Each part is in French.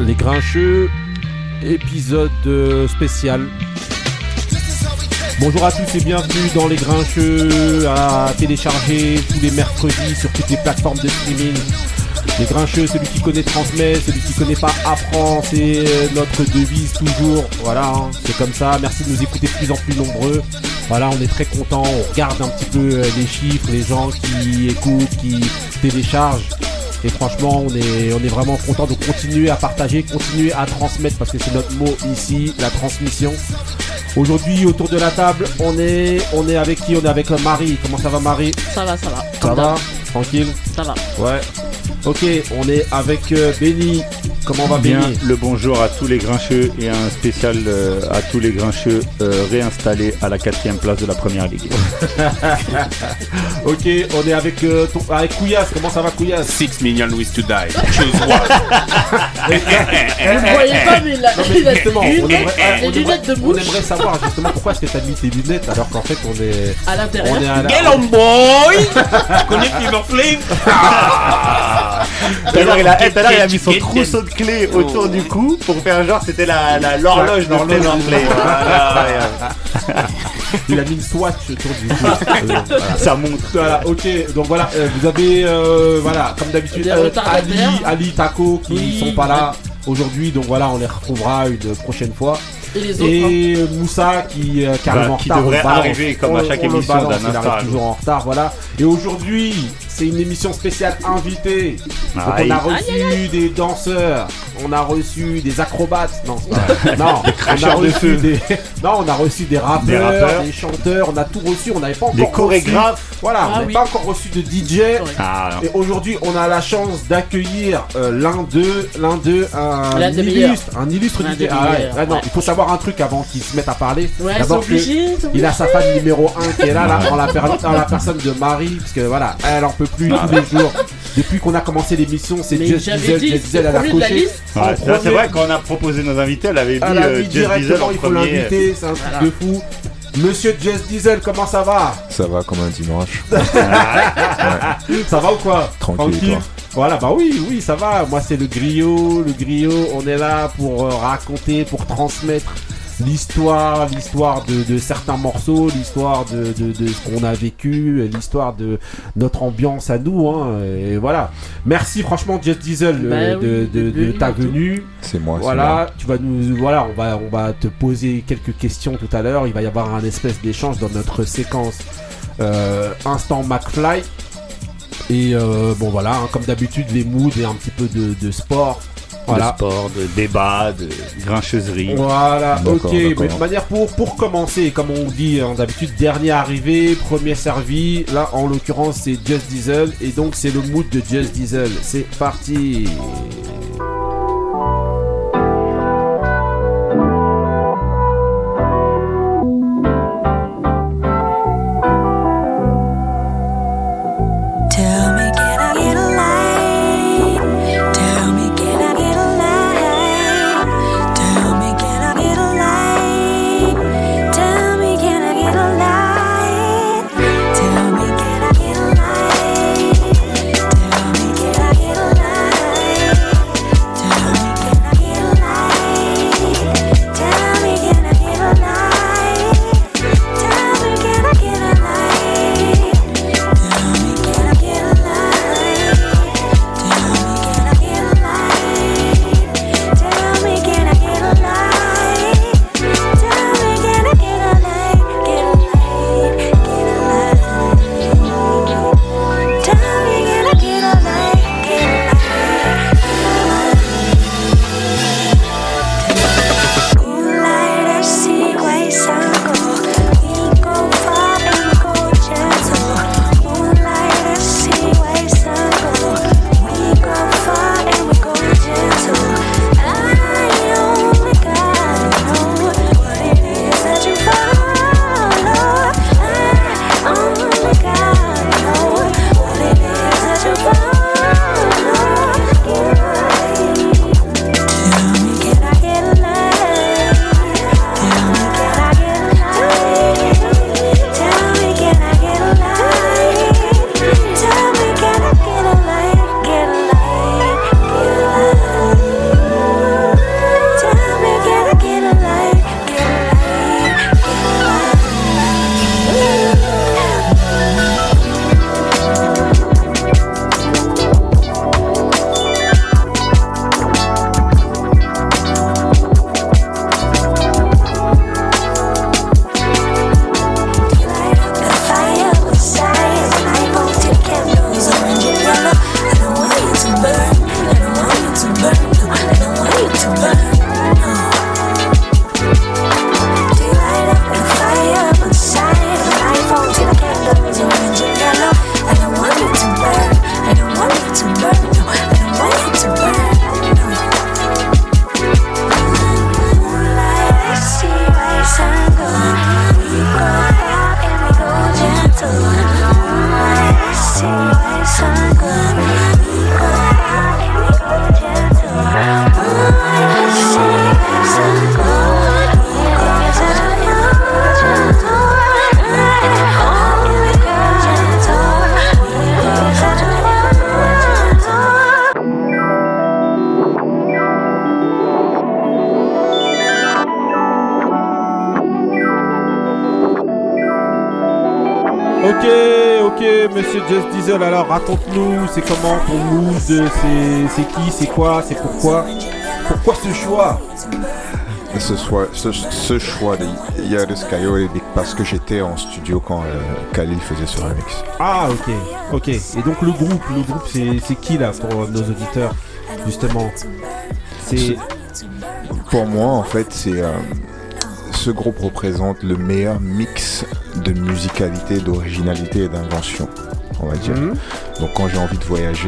Les Grincheux, épisode spécial. Bonjour à tous et bienvenue dans Les Grincheux, à télécharger tous les mercredis sur toutes les plateformes de streaming. Les Grincheux, celui qui connaît transmet, celui qui connaît pas apprend, c'est notre devise toujours. Voilà, hein, c'est comme ça. Merci de nous écouter de plus en plus nombreux. Voilà, on est très contents, on regarde un petit peu les chiffres, les gens qui écoutent, qui téléchargent. Et franchement, on est vraiment content de continuer à partager, continuer à transmettre parce que c'est notre mot ici, la transmission. Aujourd'hui, autour de la table, on est avec qui? On est avec Marie. Comment ça va, Marie? Ça va. Ça va? Tranquille? Ça va. Ouais. Ok, on est avec Benny. Comment va bien? Benny? Le bonjour à tous les Grincheux et un spécial à tous les Grincheux réinstallés à la 4e place de la Première Ligue. Ok, on est avec Couillasse. Comment ça va, Couillasse? 6 million ways to die. Choose one. Vous ne voyez pas, mais il a Justement, des lunettes de on mouche aimerait savoir justement pourquoi est-ce que t'as mis tes lunettes alors qu'en fait on est à l'intérieur. Get on boy. Tu connais Fever Flame? Tout à l'heure, il a mis son trousseau de clés autour du cou pour faire genre c'était l'horloge de Flavor Flav. Il a mis une swatch autour du cou. Voilà. Ça montre. Voilà, ok, donc voilà, vous avez, voilà, comme d'habitude, Des retardataires. Ali, Taco qui Oui. sont pas là aujourd'hui, donc voilà, on les retrouvera une prochaine fois. Et les autres, Et Moussa qui carrément en qui retard, devrait on le balance. arriver comme à chaque On le émission balance, d'un il instant à arrive toujours en retard, voilà. Et aujourd'hui, c'est une émission spéciale invitée. Donc on a reçu des danseurs, on a reçu des acrobates, non, c'est pas vrai. Non, on a reçu on a reçu des rappeurs, des chanteurs, on a tout reçu, on n'avait pas encore des chorégraphes. reçu, voilà, on n'avait pas encore reçu de DJ. Non. Et aujourd'hui, on a la chance d'accueillir l'un d'eux, un illustre L'un DJ. des Ah ouais, meilleurs, ouais, non, ouais. il faut savoir un truc avant qu'ils se mettent à parler. ouais, c'est D'abord obligé. il a sa fan numéro 1 qui est là en la personne de Marie, parce que voilà, elle en peut plus tous les jours. Depuis qu'on a commencé l'émission, c'est Mais Just j'avais dit, Diesel, elle a premier de la coché. liste. En Ouais, ça, c'est premier. vrai quand on a proposé nos invités, elle avait Elle a dit dit Just Diesel directement, en il faut premier. l'inviter, c'est un truc Voilà. de fou. Monsieur Just Diesel, comment ça va? Ça va comme un dimanche. Ça va ou quoi? Tranquille, et toi? Voilà, bah oui, ça va. Moi, c'est le griot. On est là pour raconter, pour transmettre l'histoire de certains morceaux, l'histoire de ce qu'on a vécu, l'histoire de notre ambiance à nous, hein, et voilà. Merci franchement Just Diesel de ta venue. C'est moi. Voilà, tu vas on va te poser quelques questions tout à l'heure. Il va y avoir un espèce d'échange dans notre séquence Instant McFly. Et bon voilà, hein, comme d'habitude les moods et un petit peu de sport. Voilà. De sport, de débat, de grincheuserie. Voilà, D'accord, ok, mais d'accord. de manière pour commencer, comme on dit hein, d'habitude, dernier arrivé, premier servi. Là, en l'occurrence, c'est Just Diesel et donc c'est le mood de Just Diesel. C'est parti. Tell me, can I get a light? Tell me, can I get a light? Tell me, can I get a light? Tell me, can I get a light? Tell me, can I get a light? Tell me, can I get a light? monsieur Just Diesel, alors raconte-nous, c'est comment ton mood, c'est qui, c'est quoi, c'est pourquoi ce choix? Ce choix de Yaris Coyote parce que j'étais en studio quand Khalil faisait ce remix. Ah ok. Et donc le groupe c'est qui là pour nos auditeurs justement? Pour moi en fait c'est ce groupe représente le meilleur mix de musicalité, d'originalité et d'invention, on va dire. Donc quand j'ai envie de voyager,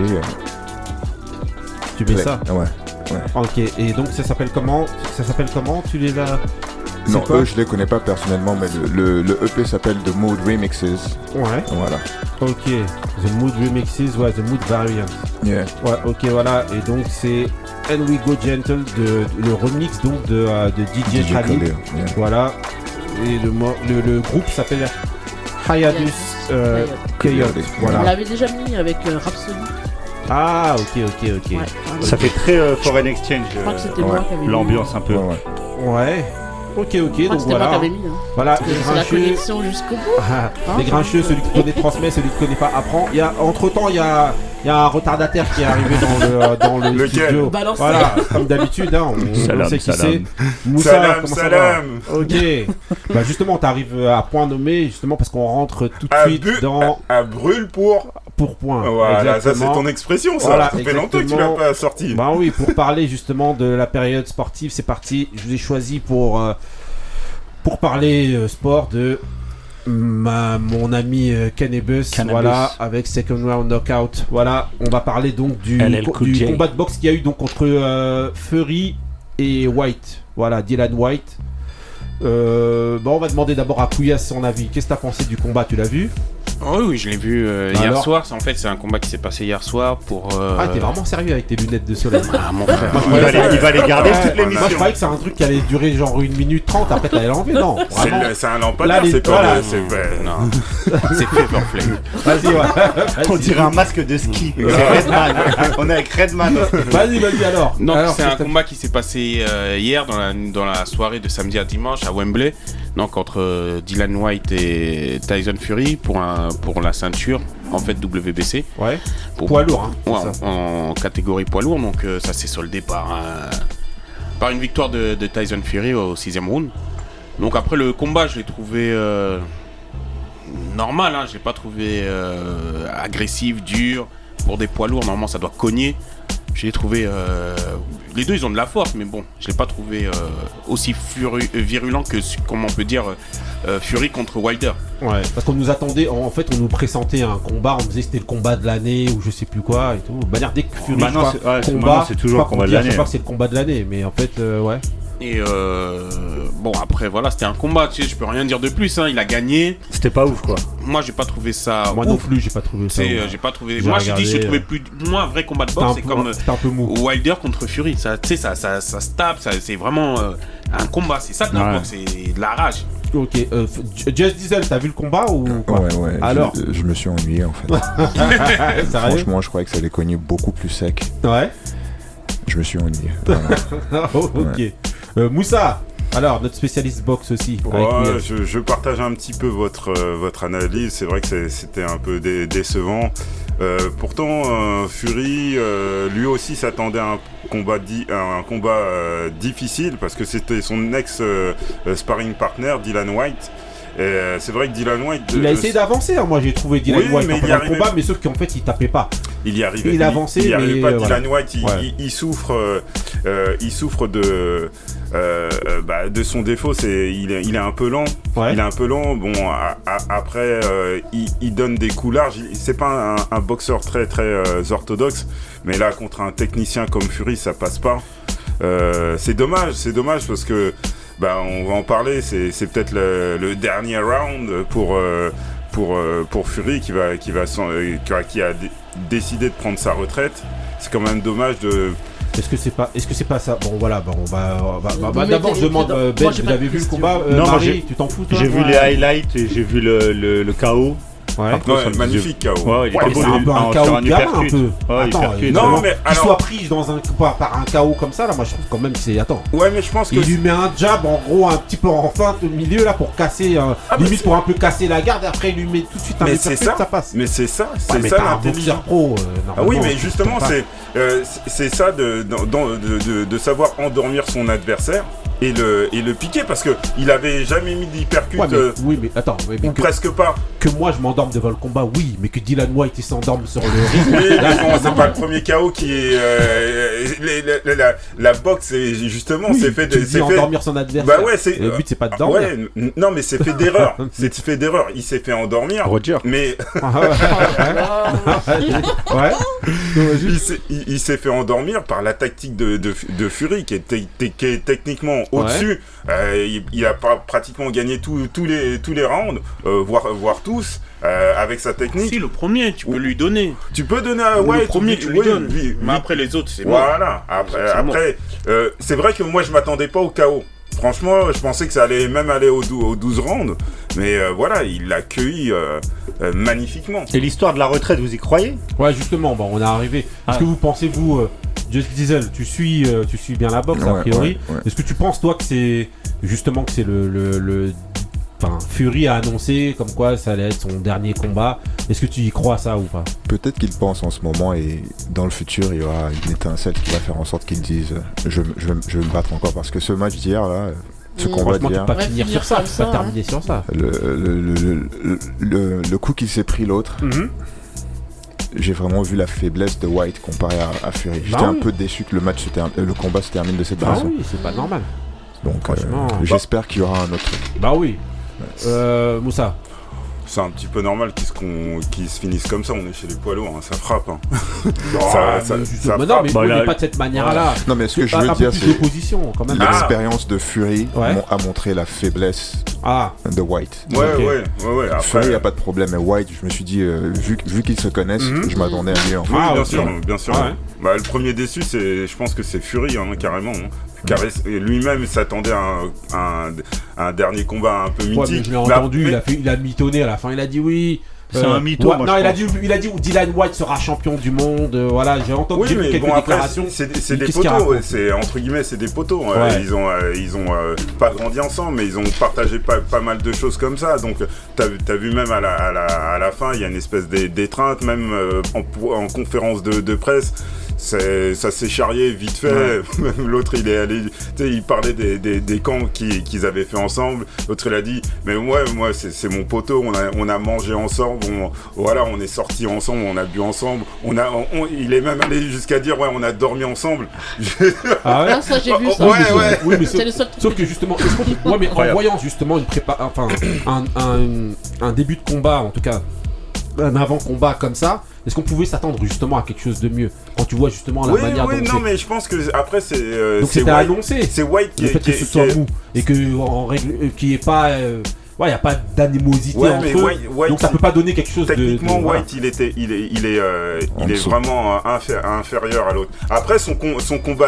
tu mets ça? Ouais. Ok, et donc ça s'appelle comment? Tu les as... Non, eux je les connais pas personnellement, mais le EP s'appelle The Mood Remixes. Ouais. Voilà. Ok, The Mood Remixes, ouais, The Mood Variants. Yeah. Ouais, ok, voilà, et donc c'est And We Go Gentle, le remix donc de DJ Khalil. Yeah. Voilà, et le groupe s'appelle Hiatus Coyote. Voilà. On l'avait déjà mis avec Rhapsody. Ah, ok. Ouais, Ça fait très Foreign Exchange. je crois que c'était moi qui avais mis. L'ambiance un peu. Ouais. Ok, Je crois que donc c'était moi voilà. qui avais mis. Hein. Voilà, C'est les la grincheux. connexion jusqu'au bout. Les grincheux, celui qui connaît transmet, celui qui connaît pas apprend. Entre temps, il y a un retardataire qui est arrivé dans le Lequel? studio. Balancez. Voilà, comme d'habitude, hein, on sait qui c'est. Moussa, Salam, comment ça salam. va? Ok. Bah justement, t'arrives à point nommé, justement parce qu'on rentre tout de suite dans À brûle pour point. Voilà, ça c'est Exactement. ton expression, ça. Voilà, Ça fait longtemps que tu l'as pas sorti. Bah oui, pour parler justement de la période sportive, c'est parti. Je vous ai choisi pour parler sport de mon ami Cannabis, voilà, avec Second Round Knockout. Voilà, on va parler donc du combat de boxe qu'il y a eu donc entre Fury et White. Voilà, Dylan White. On va demander d'abord à Kouyas son avis. Qu'est-ce que t'as pensé du combat? Tu l'as vu? Oui, je l'ai vu hier soir. En fait, c'est un combat qui s'est passé hier soir pour. Ah, t'es vraiment sérieux avec tes lunettes de soleil? Ah, mon frère. Il va les garder toute l'émission. Moi, je croyais que c'est un truc qui allait durer genre 1 minute 30. Après, t'allais l'enlever. Non, vraiment. C'est un lampadaire, Là, c'est pas. voilà. Non, c'est fait pour flemme. Vas-y, ouais. On dirait un masque de ski. C'est Redman. On est avec Redman. Vas-y alors. Donc, Alors, c'est un combat qui s'est passé hier dans la soirée de samedi à dimanche à Wembley. Donc, entre Dylan White et Tyson Fury pour la ceinture, en fait, WBC. Ouais. Poids lourd, hein. Ouais, en catégorie poids lourd. Donc, ça s'est soldé par une victoire de Tyson Fury au 6e round. Donc, après le combat, je l'ai trouvé normal. Hein. Je l'ai pas trouvé agressif, dur. Pour des poids lourds, normalement, ça doit cogner. Je l'ai trouvé. Les deux, ils ont de la force, mais bon, je l'ai pas trouvé aussi virulent que, comment on peut dire, Fury contre Wilder. Ouais, parce qu'on nous attendait, en fait, on nous pressentait un combat, on disait que c'était le combat de l'année ou je sais plus quoi et tout. Bah, dès que Fury, Maintenant, c'est toujours le combat de l'année. Je sais pas que c'est le combat de l'année, mais en fait, ouais. Et bon, après, voilà, c'était un combat, tu sais, je peux rien dire de plus, hein, il a gagné. C'était pas ouf, quoi. Moi, j'ai pas trouvé ça. Moi non plus, j'ai pas trouvé ça. J'ai pas trouvé. Moi, j'ai trouvé plus. Moi, un vrai combat de boxe, c'est comme c'était un peu mou. Wilder contre Fury. Ça, tu sais, ça se tape, c'est vraiment un combat. C'est ça de la boxe, c'est de la rage. Ok, Just Diesel, t'as vu le combat ou quoi? Ouais. Alors je me suis ennuyé en fait. Franchement, je croyais que ça allait cogner beaucoup plus sec. Ouais. Je me suis ennuyé. Voilà. Ok. Ouais. Moussa, alors notre spécialiste boxe aussi. Ouais, je partage un petit peu votre analyse. C'est vrai que c'était un peu décevant. Pourtant, Fury, lui aussi s'attendait à un combat difficile parce que c'était son ex sparring partner Dylan White. Et c'est vrai que Dylan White. Il a essayé d'avancer, hein. Moi j'ai trouvé Dylan White pendant le combat, mais sauf qu'en fait il tapait pas. Il y arrivait. Il avançait, il y arrivait pas. Voilà. Dylan White, il souffre de son défaut, il est un peu lent. Ouais. Il est un peu lent. Bon, après, il donne des coups larges. C'est pas un boxeur très orthodoxe, mais là contre un technicien comme Fury, ça passe pas. C'est dommage parce que. On va en parler, c'est peut-être le dernier round pour Fury qui a décidé de prendre sa retraite. C'est quand même dommage de. Est-ce que c'est pas ça? Bon voilà, on va d'abord je demande Ben, vous avez vu le combat? Non, Marie, tu t'en fous toi? J'ai vu les highlights et j'ai vu le KO. Ouais. Après, sur le magnifique KO. Ouais, il Ouais, était mais beau. c'est un peu un sur chaos de gamin, un uppercut. peu. Ouais, Attends, uppercut. non, mais qu'il alors- soit pris par un chaos comme ça, là, moi je trouve quand même que c'est. Attends. Ouais, mais je pense que Il lui met un jab en gros un petit peu en feinte au milieu là pour casser, mais limite pour un peu casser la garde. Et après il lui met tout de suite un mais uppercut, c'est ça. ça passe. Mais c'est ça, Ouais, c'est mais ça t'as un l'intelligence. boxeur pro. Ah oui, normalement, mais tu justement, peux pas. c'est ça de savoir endormir son adversaire et le piquer parce que il avait jamais mis d'hypercut Ouais, mais, oui, mais attends, ouais, mais ou presque pas. que moi je m'endorme devant le combat, oui, mais que Dylan White il s'endorme sur le ring. Oui, là, mais bon, c'est normal. pas le premier KO qui est la boxe, c'est justement Oui, c'est fait tu de dis endormir son adversaire. Bah ouais, c'est Et le but c'est pas de dormir. ouais, non mais c'est fait d'erreur. C'est fait d'erreur. Il s'est fait endormir. Roger. Mais Ouais. il s'est fait endormir par la tactique de Fury qui est techniquement au-dessus. Il a pratiquement gagné tous les rounds, voire tous, avec sa technique. Si, le premier, tu peux lui donner. Tu peux donner à White. Le premier, tu lui donnes. Oui. Mais après les autres, c'est bon. Voilà. Après, c'est vrai que moi je m'attendais pas au KO. Franchement, je pensais que ça allait même aller aux 12 rounds. Mais voilà, il l'a accueilli magnifiquement. Et l'histoire de la retraite, vous y croyez? Ouais, justement, bon, on est arrivé. Est-ce que vous pensez, vous, Just Diesel, tu suis bien la boxe, a priori. Ouais. Est-ce que tu penses, toi, que c'est justement que c'est Enfin, Fury a annoncé comme quoi ça allait être son dernier combat. Est-ce que tu y crois ça ou pas? Peut-être qu'il pense en ce moment et dans le futur il y aura une étincelle qui va faire en sorte qu'ils disent je vais me battre encore parce que ce match d'hier là, ce combat Franchement, tu d'hier, peux pas finir sur ça, comme tu peux ça, pas terminer sur ça. le coup qu'il s'est pris l'autre, j'ai vraiment vu la faiblesse de White comparé à Fury. J'étais un peu déçu que le combat se termine de cette Bah façon. oui, c'est pas normal. Donc franchement, j'espère qu'il y aura un autre truc. Bah oui. Moussa. C'est un petit peu normal qu'ils se finissent comme ça. On est chez les poids lourds, hein, ça frappe. Hein. Mais non, mais on n'est pas de cette manière-là. Non, mais ce que je veux Un dire, peu plus c'est d'opposition quand même. l'expérience de Fury Ouais. a montré la faiblesse de White. Ouais. Après, Fury, il n'y a pas de problème. Mais White, je me suis dit, vu qu'ils se connaissent, je m'attendais à mieux. En fait. Oui, bien sûr. Ouais. Bah, le premier déçu, je pense que c'est Fury, hein, carrément. Hein. Car lui-même s'attendait à un dernier combat un peu mythique. Ouais, mais je l'ai entendu, il a mitonné à la fin, il a dit oui. C'est un mytho, moi, non, je il a dit Dylan White sera champion du monde. Voilà, j'ai entendu Oui, mais quelques bon, après, déclarations. c'est des Qu'est-ce qu'il potos. raconte C'est entre guillemets, c'est des potos. Ouais. Ils ont pas grandi ensemble, mais ils ont partagé pas mal de choses comme ça. Donc, t'as vu même à la fin, il y a une espèce d'étreinte, même en conférence de presse. Ça s'est charrié vite fait. Ouais. Même l'autre, il est allé, il parlait des camps qu'ils avaient fait ensemble. L'autre, il a dit, mais moi, c'est mon poteau. On a mangé ensemble. On est sortis ensemble. On a bu ensemble. Il est même allé jusqu'à dire, ouais, on a dormi ensemble. Ah ouais. Ah, ça, j'ai vu ça. Ouais. Oui, mais C'est le seul truc sauf que justement, ouais, mais en voyant justement un début de combat, en tout cas, un avant-combat comme ça. Est-ce qu'on pouvait s'attendre justement à quelque chose de mieux quand tu vois justement la manière dont non, mais je pense que après c'est. Donc c'était annoncé. C'est White le fait que ce soit mou et que en règle, qu'il n'y ait pas, il y a pas d'animosité entre eux. White, donc ça peut pas donner quelque chose techniquement, de White, il est vraiment inférieur à l'autre. Après son combat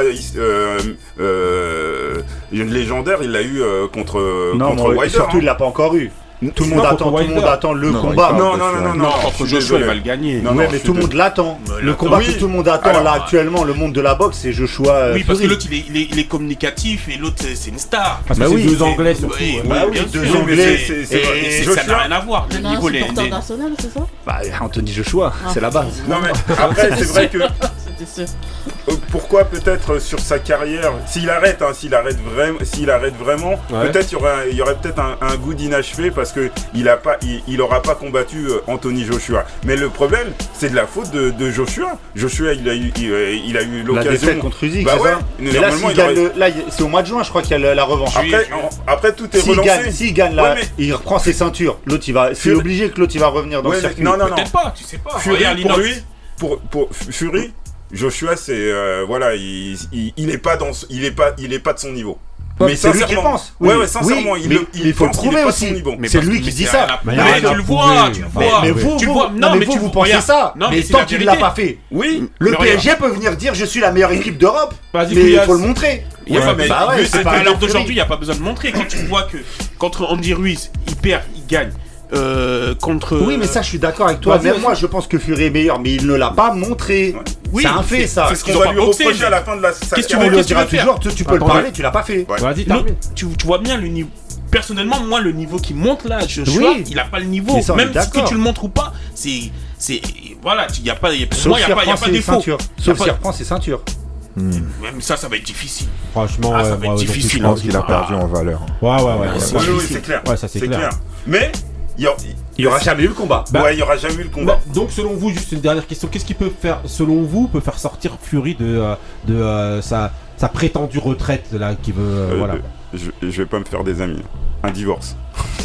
légendaire, il l'a eu contre Wilder. Surtout, il l'a pas encore eu. Tout le monde attend le combat. Non, contre Joshua, il va le gagner. Mais tout le monde l'attend. Le combat que tout le monde attend là actuellement, le monde de la boxe, c'est Joshua. Oui, parce que l'autre il est communicatif et l'autre c'est une star. Parce que c'est deux Anglais surtout. Deux Anglais. Et ça n'a rien à voir. Il y en a un supporter national, c'est ça? Bah, Anthony Joshua, c'est la base. Non, mais après, c'est vrai que. C'était sûr. Pourquoi peut-être sur sa carrière, s'il arrête vraiment, peut-être il y aurait peut-être un goût d'inachevé parce que il aura pas combattu Anthony Joshua. Mais le problème, c'est de la faute de Joshua. Joshua, il a eu l'occasion. La défaite contre Usyk, c'est ça. Mais là, c'est au mois de juin, je crois qu'il y a la revanche. Après tout est relancé. S'il gagne là, il reprend ses ceintures. L'autre, c'est obligé que l'autre il va revenir dans le circuit. Non. Peut-être pas, tu sais pas. Fury, pour lui, pour Fury. Joshua, c'est il est pas de son niveau. Mais c'est lui qui pense. Ouais, sincèrement, il faut le prouver aussi. C'est lui qui dit ça. Mais tu le vois. Mais vous pensez ça. Mais tant qu'il l'a pas fait. Oui. Le PSG peut venir dire je suis la meilleure équipe d'Europe. Mais il faut le montrer. À l'heure d'aujourd'hui, il n'y a pas besoin de montrer. Quand tu vois que contre Andy Ruiz, il perd, il gagne. contre. Oui, mais ça, je suis d'accord avec toi. Même moi, je pense que Fury est meilleur, mais il ne l'a pas montré. Ouais. Oui, c'est un fait, ça. C'est ce qu'on va lui reprocher à la fin de la Qu'est-ce que tu On veux lui dire dira toujours, tu peux le parler, tu l'as pas fait. Ouais. Vas-y, L'autre, termine. tu vois bien le niveau. Personnellement, moi, le niveau qui monte là, Joshua, Oui. il a pas le niveau. Mais ça, on est Même si d'accord. tu le montres ou pas, voilà, il y a pas, pour Sauf moi, il s'il y a pas reprend ses défaut. ceintures. Sauf s'il reprend ses ceintures. Même ça va être difficile. Franchement, Ah, ça va moi, être donc, difficile, Je pense qu'il a Ah. perdu en valeur. Ouais. c'est Oui, difficile. c'est clair. Ouais, ça, c'est clair. Mais il y aura jamais eu le combat. il y aura jamais eu le combat. Donc selon vous, juste une dernière question, qu'est-ce qui peut faire, selon vous, peut faire sortir Fury de sa prétendue retraite là qui veut voilà. Je vais pas me faire des amis. Un divorce.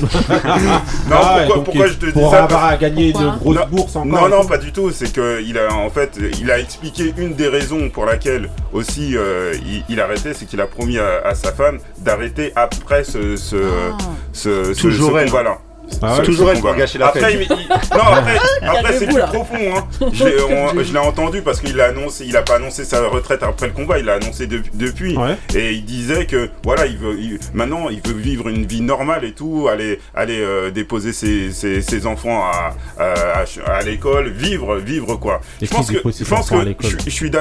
Pourquoi je te dis pour ça avoir à gagner Pourquoi de grosses bourses encore. Non, pas du tout. C'est que il a expliqué une des raisons pour laquelle aussi il a arrêté, c'est qu'il a promis à sa femme d'arrêter après ce combat-là. Ah ouais, Toujours elle pour gâcher la fête. Après c'est Calmez-vous, plus là. profond. Hein. Je l'ai entendu parce qu'il a pas annoncé sa retraite après le combat, il l'a annoncé depuis. Ouais. Et il disait que voilà, maintenant il veut vivre une vie normale et tout, aller déposer ses enfants à l'école, vivre quoi. Et Je pense qui dépose ses que enfants à l'école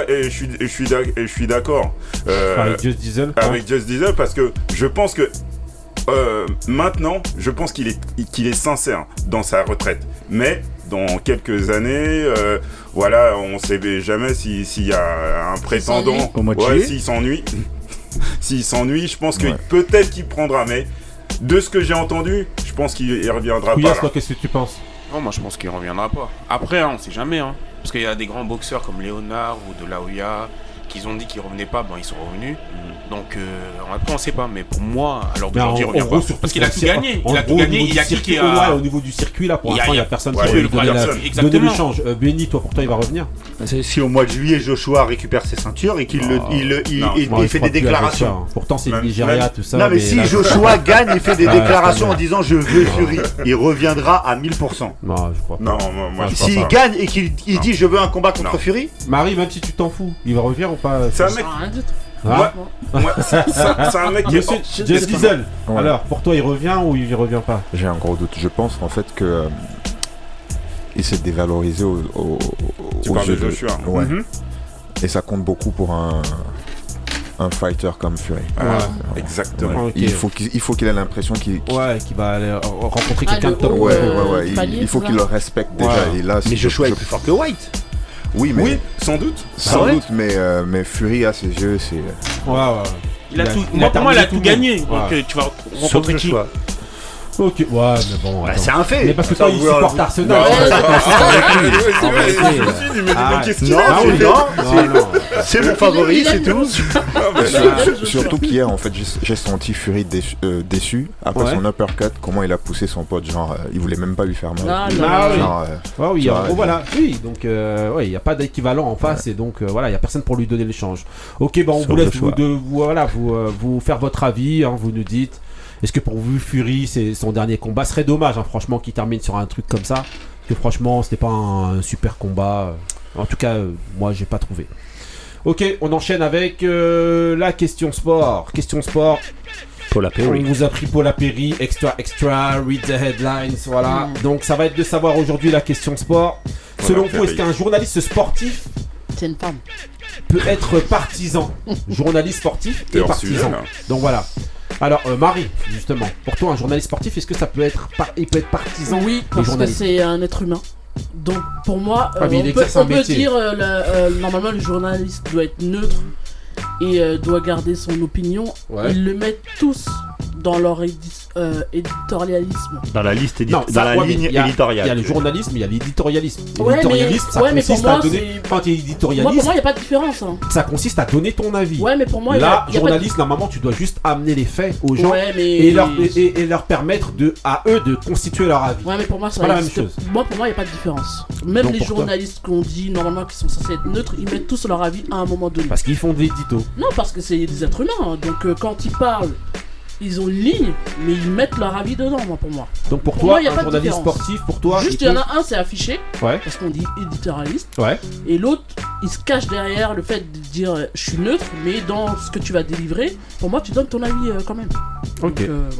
je suis d'accord avec Just Diesel. avec Just Diesel parce que je pense que maintenant, je pense qu'il est sincère dans sa retraite. Mais dans quelques années, voilà, on sait jamais s'il y a un prétendant. Au mois de juillet. S'il s'ennuie. S'il s'ennuie, je pense que peut-être qu'il prendra. Mais de ce que j'ai entendu, je pense qu'il reviendra Couillasse, pas. toi, qu'est-ce que tu penses? Non, moi je pense qu'il reviendra pas. Après, on sait jamais. Parce qu'il y a des grands boxeurs comme Léonard ou De La Hoya qu'ils ont dit qu'ils revenaient pas, ils sont revenus. Donc après on sait pas, mais pour moi, à l'heure d'aujourd'hui, il revient pas. Parce qu'il a tout gagné. Il a tout gagné. Il y a qui a. Au niveau du circuit là, pour l'instant, il y a personne qui ouais, peut lui donner exactement. le change. Benny, toi, pour toi, il va revenir. Si au mois de juillet Joshua récupère ses ceintures et qu'il fait des déclarations. Pourtant, c'est le Même- Nigeria, tout ça. Non mais si là- Joshua gagne et fait des Ouais, déclarations ça en disant je veux Fury, il reviendra à 1000%. Non, je crois pas. Non, moi je pense S'il pas. gagne et qu'il dit je veux un combat contre Non. Fury, Marie, même si tu t'en fous, il va revenir ou pas? C'est un mec. Rien du tout. Hein C'est un mec qui est. Monsieur Just Diesel, Ouais. alors, pour toi, il revient ou il revient pas? J'ai un gros doute. Je pense en fait que il s'est dévalorisé Tu aux parles yeux de Joshua. Ouais. Mhm. Et ça compte beaucoup pour un fighter comme Fury. Exactement. Ok. Il faut qu'il ait l'impression qu'il Ouais, qui va aller rencontrer Ah, quelqu'un de le top. haut, ouais. palier, Il faut c'est qu'il ça le respecte déjà. Ouais. Et là, mais Joshua est plus fort que White. Oui, mais Oui, sans doute. sans ouais. doute, mais Fury à ses yeux, c'est. Ouais. Il a tout. il a Pour moi, il a terminé tout tout le gagné. monde. Donc Ouais. tu vas Sauf rencontrer qui? Joshua. Ok, ouais, mais bon. Bah, attends. c'est un fait. Mais parce que Ça, toi, il vous- supporte Arsenal. Ouais, Ouais, ouais, ça, Je me suis dit, mais Ah, qu'est-ce Non, qu'il a c'est- non. c'est mon favori, c'est tout. Surtout qu'hier, en fait, j'ai senti Fury déçu après Ouais. son uppercut. Comment il a poussé son pote, genre, il voulait même pas lui faire mal. Ah, Ah, oui. Genre, Ouais, oui, Tu en vois, gros, voilà. Oui, donc, ouais, il n'y a pas d'équivalent en face et donc, voilà, il n'y a personne pour lui donner l'échange. Ok, on Sauf vous laisse Joshua. vous faire votre avis, hein, vous nous dites. Est-ce que pour vous, Fury, c'est son dernier combat? Ce serait dommage, hein, franchement, qu'il termine sur un truc comme ça. Parce que franchement, c'était pas un super combat. En tout cas, moi, j'ai pas trouvé. Ok, on enchaîne avec la question sport. Question sport. Paula On vous a pris Paula Perry, extra, read the headlines, voilà. Donc ça va être de savoir aujourd'hui la question sport. Selon vous, est-ce qu'un journaliste sportif C'est une femme. peut être partisan? Journaliste sportif T'es et hors sujet, partisan. là. Donc voilà. Alors Marie, justement, pour toi un journaliste sportif, est-ce que ça peut être il peut être partisan? Oui, et parce que journaliste? c'est un être humain. Donc pour moi, Ah, mais il on exerce peut un métier. dire normalement le journaliste doit être neutre et doit garder son opinion. Ouais. Ils le mettent tous dans leur éditorialisme. Dans la liste Non, dans ça, la ouais, mais ligne il y a éditoriale. le journalisme, il y a l'éditorialisme. Ouais, L'éditorialisme, mais- ça ouais, mais consiste pour à moi, donner. c'est- Quand tu es Moi, pour éditorialiste, moi, il n'y a pas de différence. Hein. ça consiste à donner ton avis. Ouais, mais pour moi, Là, il y a journaliste, normalement, tu dois juste amener les faits aux gens Ouais, mais... et leur permettre à eux de constituer leur avis. Ouais, mais pour moi, C'est pas la même existe- chose. Moi, pour moi, il n'y a pas de différence. Même Donc, les pour toi journalistes qu'on dit normalement qui sont censés être neutres, ils mettent tous leur avis à un moment donné. Parce qu'ils font des éditos. Non, parce que c'est des êtres humains. hein. Donc, quand ils parlent, ils ont une ligne, mais ils mettent leur avis dedans, moi, pour moi. Donc pour Pour toi, moi, y a un pas de journaliste différence. sportif, pour toi, Juste, il y en a un, c'est affiché, Ouais, parce qu'on dit éditorialiste, ouais. et l'autre, il se cache derrière le fait de dire je suis neutre, mais dans ce que tu vas délivrer, pour moi, tu donnes ton avis quand même. Ok. Donc, voilà.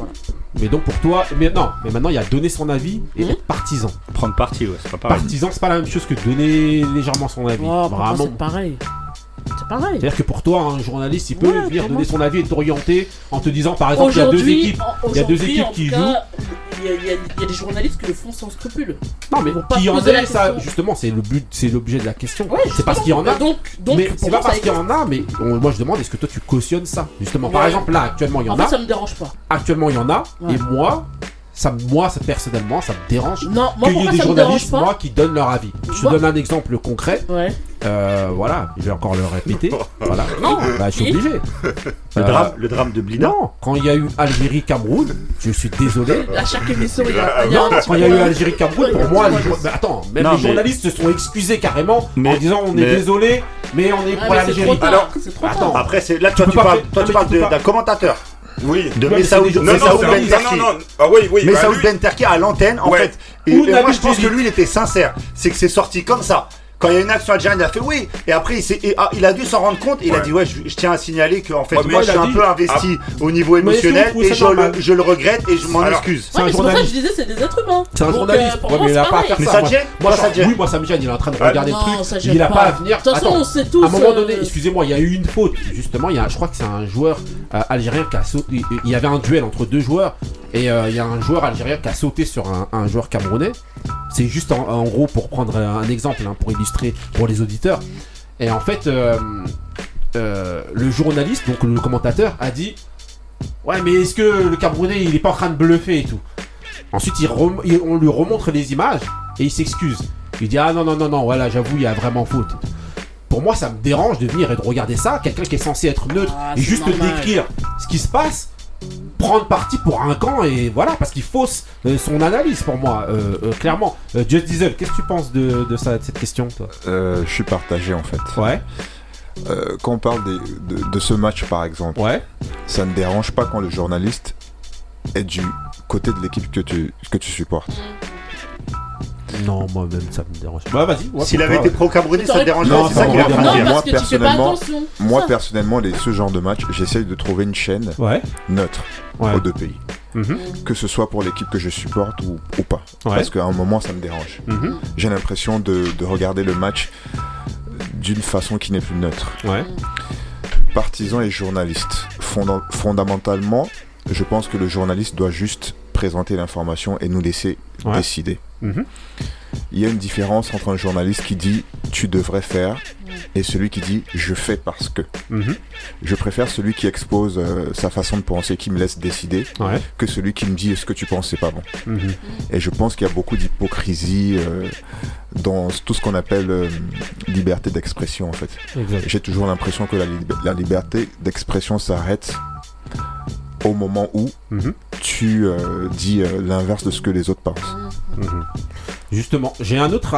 Mais donc pour toi, mais maintenant il y a donner son avis et être partisan. Prendre parti, ouais, c'est pas pareil. Partisan, c'est pas la même chose que donner légèrement son avis. Oh, pour moi, Vraiment. c'est pareil. C'est pareil. C'est-à-dire que pour toi, un journaliste, il peut Ouais, venir pour donner moi, son avis et t'orienter en te disant, par exemple, il y a deux équipes. Il y a deux équipes qui jouent. Il y a des journalistes qui le font sans scrupule. Non, mais Ils vont pas qui en poser la est, ça, question. justement, c'est le but, c'est l'objet de la question. Ouais, c'est parce qu'il y en a. Donc Mais pour c'est moi, pas parce ça qu'il y en a, mais moi je demande, est-ce que toi tu cautionnes ça, justement. Par Ouais. exemple, là, actuellement, il y en En fait, a. ça me dérange pas. Actuellement, il y en a. Ouais. Et moi, personnellement, ça me dérange. Non, moi, Qu'il y ait pourquoi des ça me dérange journalistes, pas moi, qui donnent leur avis. Je te Moi- donne un exemple concret. Ouais. Voilà, je vais encore le répéter. Voilà. Non. Bah, je suis Oui. obligé. Le drame de Blida. Non, quand il y a eu Algérie-Cameroun, je suis désolé. À chaque émission, il y a un Non, petit quand il y a eu peu- Algérie-Cameroun, pour Ouais, moi, ouais, mais attends, même Non, les mais- journalistes se sont excusés carrément en Mais- disant on est mais- désolé, mais on est Ouais, pour mais c'est l'Algérie. trop tard. C'est trop attends. tard. Après, c'est là, Tu peux tu pas parles, faire- toi, non, tu mais parles tu peux pas- d'un commentateur. Oui. De Ouais, mais Messaoud c'est des- Non, non, Messaoud c'est Ben non, Terki. non, non. Ah oui, oui. bah, Messaoud lui- Ben Terki à l'antenne, en Ouais. fait. Et Ou moi, Nabil je pense que Djellit. lui, il était sincère. C'est que c'est sorti comme ça. Quand il y a une action algérienne, il a fait oui. Et après, il a dû s'en rendre compte. Et il a Ouais. dit ouais, je tiens à signaler que en fait, Ouais, mais moi, il je suis a un dit- peu investi au niveau Mais est-ce que émotionnel vous trouvez et ça normal je le regrette et je m'en Alors, excuse. C'est Ouais, un mais c'est pour ça que journaliste. je disais, c'est des êtres humains. C'est un Donc, journaliste. pour Ouais, moi, mais il c'est a pas à pareil. faire Mais ça. ça Moi, te gêne moi, Toi, ça te gêne oui, moi ça me gêne. Il est en train de Ouais. regarder Non, le truc. ça gêne Il a pas à venir. De toute façon, Attends. on sait tous. À un moment donné, excusez-moi, il y a eu une faute. Justement, je crois que c'est un joueur algérien qui a sauté. Il y avait un duel entre deux joueurs. Et il y a un joueur algérien qui a sauté sur un joueur camerounais. C'est juste en gros pour prendre un exemple, hein, pour illustrer pour les auditeurs. Et en fait, le journaliste, donc le commentateur, a dit ouais, mais est-ce que le Camerounais il est pas en train de bluffer et tout. Ensuite, on lui remontre les images et il s'excuse. Il dit ah non, voilà, j'avoue, il y a vraiment faute. Pour moi, ça me dérange de venir et de regarder ça. Quelqu'un qui est censé être neutre Ah, et c'est juste normal. décrire ce qui se passe, prendre parti pour un camp et voilà, parce qu'il fausse son analyse pour moi, clairement. Just Diesel, qu'est-ce que tu penses de cette question, toi? Je suis partagé en fait. Ouais, Quand on parle de ce match par exemple, ouais. ça ne dérange pas quand le journaliste est du côté de l'équipe que tu supportes. Non, moi-même, ça me dérange. Bah, vas-y. ouais, S'il pour avait toi, été pro-camerounais, ça te dérange Non, pas. C'est ça ça me qu'il a dérange pas pas. dire. Non, Moi, parce que tu fais pas personnellement, attention. c'est Moi ça. personnellement, ce genre de match, j'essaye de trouver une chaîne Ouais. neutre Ouais. aux deux pays. Mhm. Que ce soit pour l'équipe que je supporte ou pas. Ouais. Parce qu'à un moment, ça me dérange. Mhm. J'ai l'impression de regarder le match d'une façon qui n'est plus neutre. Ouais. Partisans et journalistes. Fondamentalement, je pense que le journaliste doit juste présenter l'information et nous laisser Ouais. décider. Mhm. Il y a une différence entre un journaliste qui dit tu devrais faire et celui qui dit je fais parce que. Mhm. Je préfère celui qui expose sa façon de penser, qui me laisse décider, Ouais. que celui qui me dit est-ce que tu penses c'est pas bon. Mhm. Et je pense qu'il y a beaucoup d'hypocrisie dans tout ce qu'on appelle liberté d'expression en fait. Exact. J'ai toujours l'impression que la liberté d'expression s'arrête au moment où Mhm. tu dis l'inverse de ce que les autres pensent. Mhm. Justement, j'ai un autre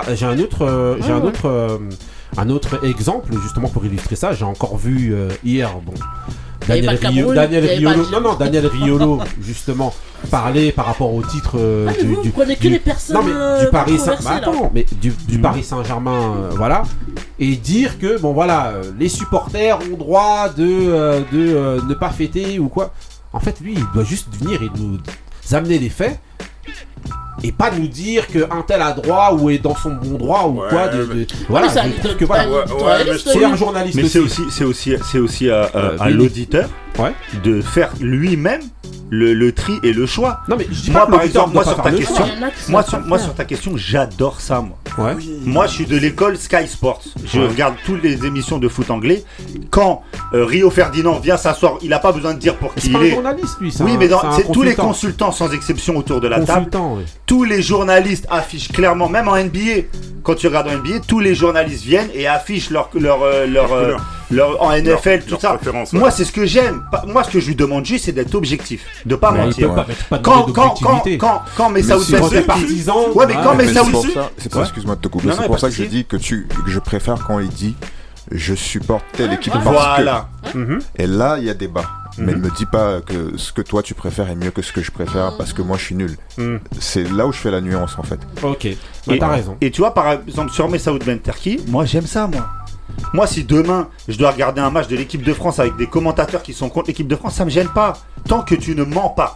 exemple justement pour illustrer ça. J'ai encore vu hier, bon, Il y avait pas le Cameroun, Daniel il y avait pas Riolo, le- Daniel Riolo justement parler par rapport au titre Ah, mais vous prenez que les personnes non mais du Paris controversées, là. attends, mais du Paris Saint-Germain, voilà, et dire que bon voilà, les supporters ont droit de ne pas fêter ou quoi. En fait, lui, il doit juste venir et nous amener les faits. Et pas nous dire qu'un tel a droit ou est dans son bon droit ou Ouais, quoi. Voilà, mais ça, je il trouve donne que pas voilà. une Ouais, journaliste, C'est lui. un journaliste Mais aussi. c'est aussi à Billy. l'auditeur Ouais. de faire lui-même le tri et le choix. Non mais je dis Moi, pas que par l'auditeur exemple, moi, doit sur pas ta faire le question, choix. Il y en a qui Moi, savent pas moi faire. sur ta question, j'adore ça, moi. Ouais. Moi, je suis de l'école Sky Sports. Je Ouais. regarde toutes les émissions de foot anglais. Quand Rio Ferdinand vient s'asseoir, il n'a pas besoin de dire pour C'est qui pas il un est. journaliste lui. Oui, mais c'est un tous les consultant. consultants, sans exception, autour de la table, Consultant, oui. tous les journalistes affichent clairement, même en NBA, quand tu regardes en NBA, tous les journalistes viennent et affichent leur en NFL, tout leur ça. préférence, ouais. Moi, c'est ce que j'aime. Moi, ce que je lui demande juste, c'est d'être objectif, de pas Mais il mentir. peut pas, mais tu peux pas demander d'objectivité. Quand Messaoud si- Ben Quand t'es Terki- partisan. Ouais, mais quand Mais Messaoud- c'est pour ça, Ouais. excuse-moi de te couper, Non, c'est non, pour pas ça de que je souci. dis que je préfère quand il dit je supporte telle équipe parce Voilà. Mhm. que. Et là, il y a débat. Mais Mhm. ne me dis pas que ce que toi tu préfères est mieux que ce que je préfère parce que moi je suis nul. Mhm. C'est là où je fais la nuance en fait. Ok. Bah, t'as raison. Et tu vois, par exemple, sur Messaoud Ben Terki, moi j'aime ça, moi. Moi, si demain je dois regarder un match de l'équipe de France avec des commentateurs qui sont contre l'équipe de France, ça me gêne pas. Tant que tu ne mens pas.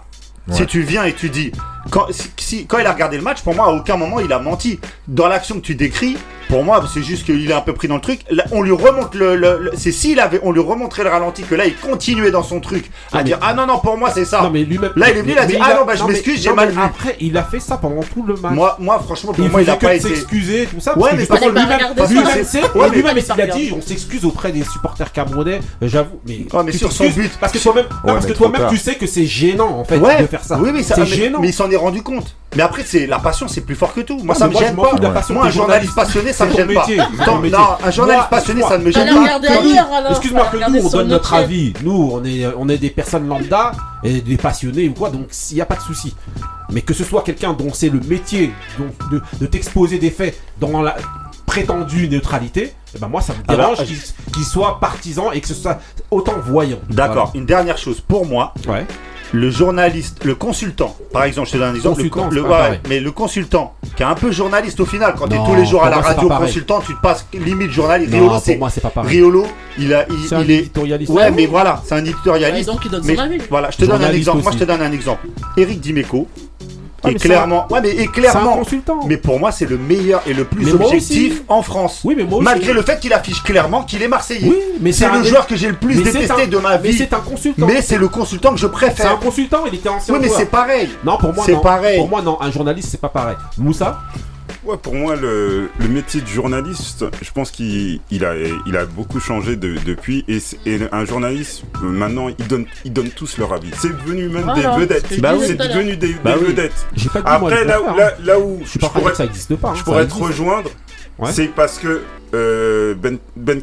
Si tu viens et tu dis, quand il a regardé le match, pour moi, à aucun moment il a menti. Dans l'action que tu décris, pour moi, c'est juste qu'il est un peu pris dans le truc. Là, on lui remonte on lui remontrait le ralenti, que là il continuait dans son truc à dire ah non, pour moi c'est ça. Non, mais lui-même. Là il est venu, il a dit je m'excuse, j'ai mal vu. Après, il a fait ça pendant tout le match. Moi franchement, pour moi, il a pas été. S'excuser, tout ça. Ouais, mais parce que lui-même, il a dit on s'excuse auprès des supporters camerounais. J'avoue, mais sur son but. Parce que toi-même, tu sais que c'est gênant en fait de faire ça. Oui, c'est gênant. Mais il s'en est rendu compte. Mais après, c'est la passion, c'est plus fort que tout. Moi, ça me moi, gêne je m'en fous pas. de la passion. Moi, un journaliste passionné, ça me gêne pas. Non, un journaliste passionné, ça ne me gêne pas. Excuse-moi, que nous, on donne notre avis. Nous, on est des personnes lambda et des passionnés ou quoi, donc il n'y a pas de souci. Mais que ce soit quelqu'un dont c'est le métier de t'exposer des faits dans la prétendue neutralité, eh ben moi ça me dérange qu'il soit partisan et que ce soit autant voyant. D'accord. Une dernière chose, pour moi. Ouais. Le journaliste, le consultant, par exemple, je te donne un exemple, mais le consultant, qui est un peu journaliste au final, quand tu es tous les jours à la radio consultant, tu te passes limite journaliste. Riolo, pour moi, c'est pas pareil. Riolo, il est éditorialiste. Ouais, mais voilà, c'est un éditorialiste. Donc il donne son avis. Voilà, je te donne un exemple. Moi, je te donne un exemple. Eric Dimeco. Et clairement, c'est un consultant. Mais pour moi, c'est le meilleur et le plus objectif en France. Oui, mais moi aussi. Malgré le fait qu'il affiche clairement qu'il est Marseillais. Oui, mais c'est le joueur que j'ai le plus détesté de ma vie. Mais c'est un consultant. Mais c'est le consultant que je préfère. C'est un consultant, il était ancien. Oui, mais c'est pareil. Non, pour moi, c'est pareil. Pour moi, non. Un journaliste, c'est pas pareil. Moussa? Ouais, pour moi, le métier de journaliste, je pense qu'il a beaucoup changé depuis. Et un journaliste, maintenant, ils donnent tous leur avis. C'est devenu même des vedettes. C'est devenu des vedettes. Après, là où je pourrais te rejoindre, c'est parce que Ben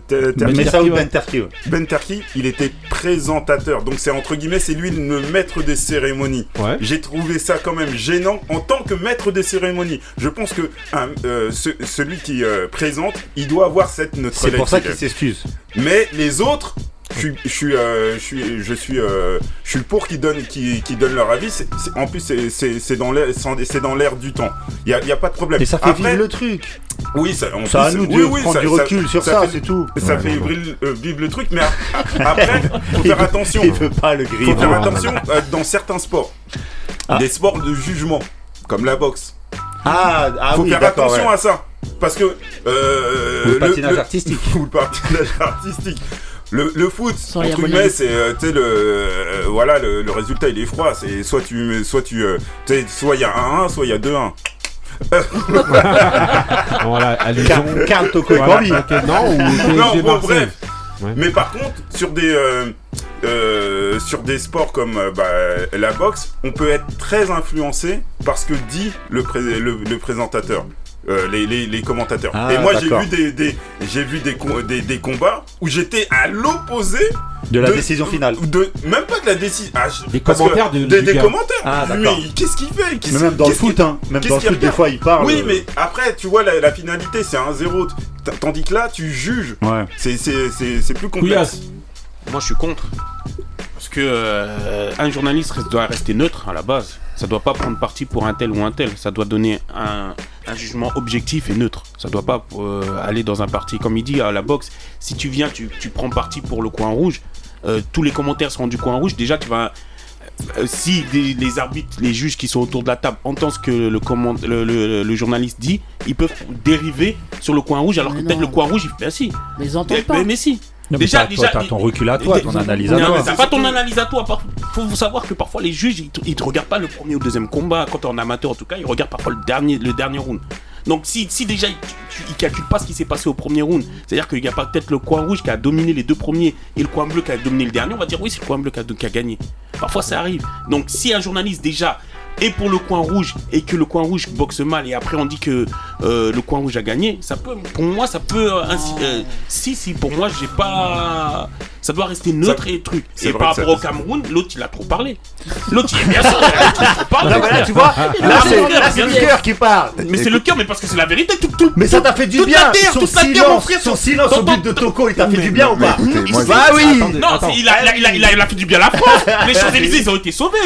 Terki, il était présentateur. Donc c'est entre guillemets, c'est lui le maître des cérémonies. Ouais. J'ai trouvé ça quand même gênant en tant que maître des cérémonies. Je pense que celui qui présente, il doit avoir cette neutralité. C'est pour ça qu'il s'excuse. Mais les autres, je suis pour qu'ils donnent leur avis. En plus, c'est dans l'air du temps. Il y a pas de problème. Mais ça fait vivre le truc. Oui, ça à nous de prendre du recul sur ça, c'est tout. Ça fait vivre le truc, mais après, faut faire attention. Il veut pas le griller. Faut faire attention dans certains sports. Des sports de jugement, comme la boxe. Faut faire attention à ça. Parce que le patinage artistique. Ou le patinage artistique. Le foot, entre guillemets, c'est le résultat il est froid. C'est soit il y a 1-1, soit il y a 2-1. Voilà, Carl Toko Bambi. Non, bon, bref. Ouais. Mais par contre, sur des sports comme la boxe, on peut être très influencé par ce que dit le présentateur. Les commentateurs. Et moi j'ai vu des combats où j'étais à l'opposé de la décision finale. Même pas de la décision. Des commentaires des commentaires. Mais qu'est-ce qu'il fait? Mais même dans le foot, des fois il parle. Oui, mais après tu vois la finalité c'est 1-0. Tandis que là tu juges. Ouais. C'est plus complexe. Moi je suis contre. Parce que un journaliste doit rester neutre à la base. Ça doit pas prendre parti pour un tel ou un tel. Ça doit donner un jugement objectif et neutre. Ça doit pas aller dans un parti. Comme il dit à la boxe, si tu viens, tu prends parti pour le coin rouge, tous les commentaires seront du coin rouge. Déjà, tu vas... si les arbitres, les juges qui sont autour de la table entendent ce que le journaliste dit, ils peuvent dériver sur le coin rouge, alors que peut-être le coin rouge, si. Mais ils entendent pas. Mais si. Non, déjà, t'as ton recul à toi, ton analyse à toi. T'as pas ton analyse à toi. Faut savoir que parfois les juges, ils te regardent pas le premier ou le deuxième combat. Quand t'es en amateur, en tout cas, ils regardent parfois le dernier round. Donc si déjà ils calculent pas ce qui s'est passé au premier round, c'est-à-dire qu'il y a pas peut-être le coin rouge qui a dominé les deux premiers et le coin bleu qui a dominé le dernier, on va dire oui, c'est le coin bleu qui a gagné. Parfois ça arrive. Donc si un journaliste déjà est pour le coin rouge et que le coin rouge boxe mal et après on dit que le coin rouge a gagné, ça peut, pour moi ça peut si pour moi j'ai pas, ça doit rester neutre et truc. Et par rapport au Cameroun, l'autre il a trop parlé. L'autre il est bien sûr, il a trop parlé. Là tu vois, là c'est le cœur qui parle. Mais c'est le cœur, mais parce que c'est la vérité. Mais ça t'a fait du bien. Son silence au but de Toko, il t'a fait du bien ou pas? Bah oui. Non, il a fait du bien à la France. Les Champs-Élysées ils ont été sauvés.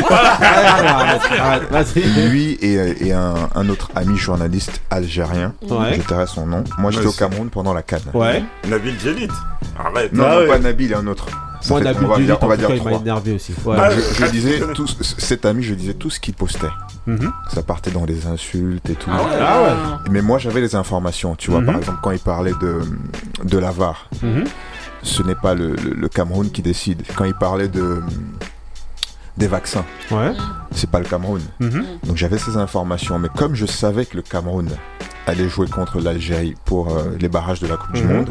Lui et un autre ami journaliste algérien, je tairai son nom. Moi j'étais au Cameroun pendant la CAN. Nabil Djellit. Arrête. Non, pas Nabil, un autre. Ça Moi, fait- Nabil on va Djellit, dire- en on va tout dire cas, il m'a 3. énervé aussi. Ouais. Je disais cet ami, je disais tout ce qu'il postait. Ça partait dans les insultes et tout. Ah ouais. Ah ouais. Mais moi, j'avais les informations. Tu vois, par exemple, quand il parlait de la VAR, ce n'est pas le Cameroun qui décide. Quand il parlait des vaccins, Ouais. c'est pas le Cameroun. Donc j'avais ces informations. Mais comme je savais que le Cameroun allait jouer contre l'Algérie pour les barrages de la Coupe du Monde,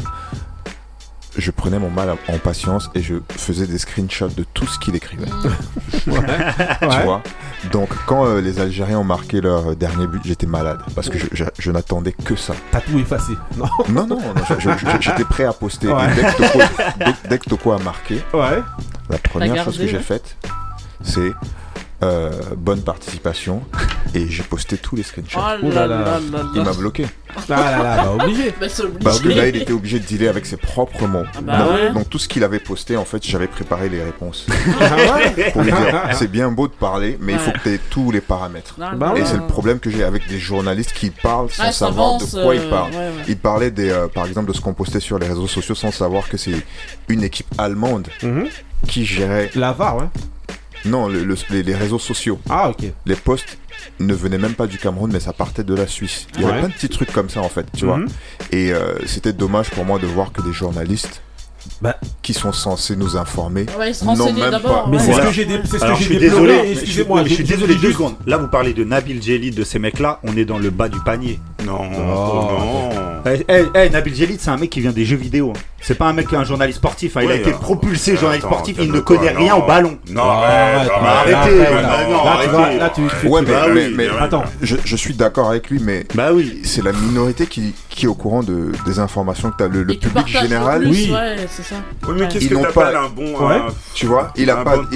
je prenais mon mal en patience et je faisais des screenshots de tout ce qu'il écrivait. Tu vois. Donc quand les Algériens ont marqué leur dernier but, j'étais malade parce que je n'attendais que ça. T'as tout effacé. Non. Non, j'étais prêt à poster. Ouais. Et dès que Toko a marqué, Ouais. la première T'as chose que gardé, j'ai ouais. faite, c'est bonne participation et j'ai posté tous les screenshots. Oh là là là Il là. m'a bloqué. Ah là là, bah obligé. Bah, c'est Bah, obligé. là, il était obligé de dealer avec ses propres mots. Ah bah donc, ouais. donc tout ce qu'il avait posté, en fait, j'avais préparé les réponses. Ah ouais. Pour lui dire, c'est bien beau de parler, mais il faut Ouais. que tu aies tous les paramètres. Non, Bah non, ouais. Et c'est le non. problème que j'ai avec des journalistes qui parlent sans Ouais, savoir de s'avance, quoi ils parlent. ouais. Ils parlaient par exemple de ce qu'on postait sur les réseaux sociaux sans savoir que c'est une équipe allemande qui gérait, La VAR, ouais. non, les réseaux sociaux. Ah, ok. Les posts ne venaient même pas du Cameroun, mais ça partait de la Suisse. Il y Ouais. avait plein de petits trucs comme ça, en fait, tu vois. Et c'était dommage pour moi de voir que des journalistes Bah. qui sont censés nous informer Ouais, ils se n'ont renseignaient même d'abord. pas. Mais c'est Voilà. ce que j'ai Alors, je suis déploré. désolé, Excusez-moi, mais je suis désolé deux juste- secondes. Là, vous parlez de Nabil Djellit, de ces mecs-là, on est dans le bas du panier. Non, Oh, non. Nabil Djellit, c'est un mec qui vient des jeux vidéo. Hein. C'est pas un mec qui est un journaliste sportif. Hein. Il a Ouais, été propulsé journaliste attends, sportif. Il ne calme-toi, connaît rien non. au ballon. Non, Arrête, arrête, arrêtez, arrête, voilà. non, Là, tu vois, arrêtez. là, tu Ouais, Bah oui, mais attends. je suis d'accord avec lui, mais Bah oui. c'est la minorité qui est au courant des informations que tu as. Le Et tu public partages général, plus, oui. Ouais, c'est ça. Oui, mais Ouais. qu'est-ce Ils que n'ont t'appelles pas- un bon. Ouais. tu vois, il a Un pas bon-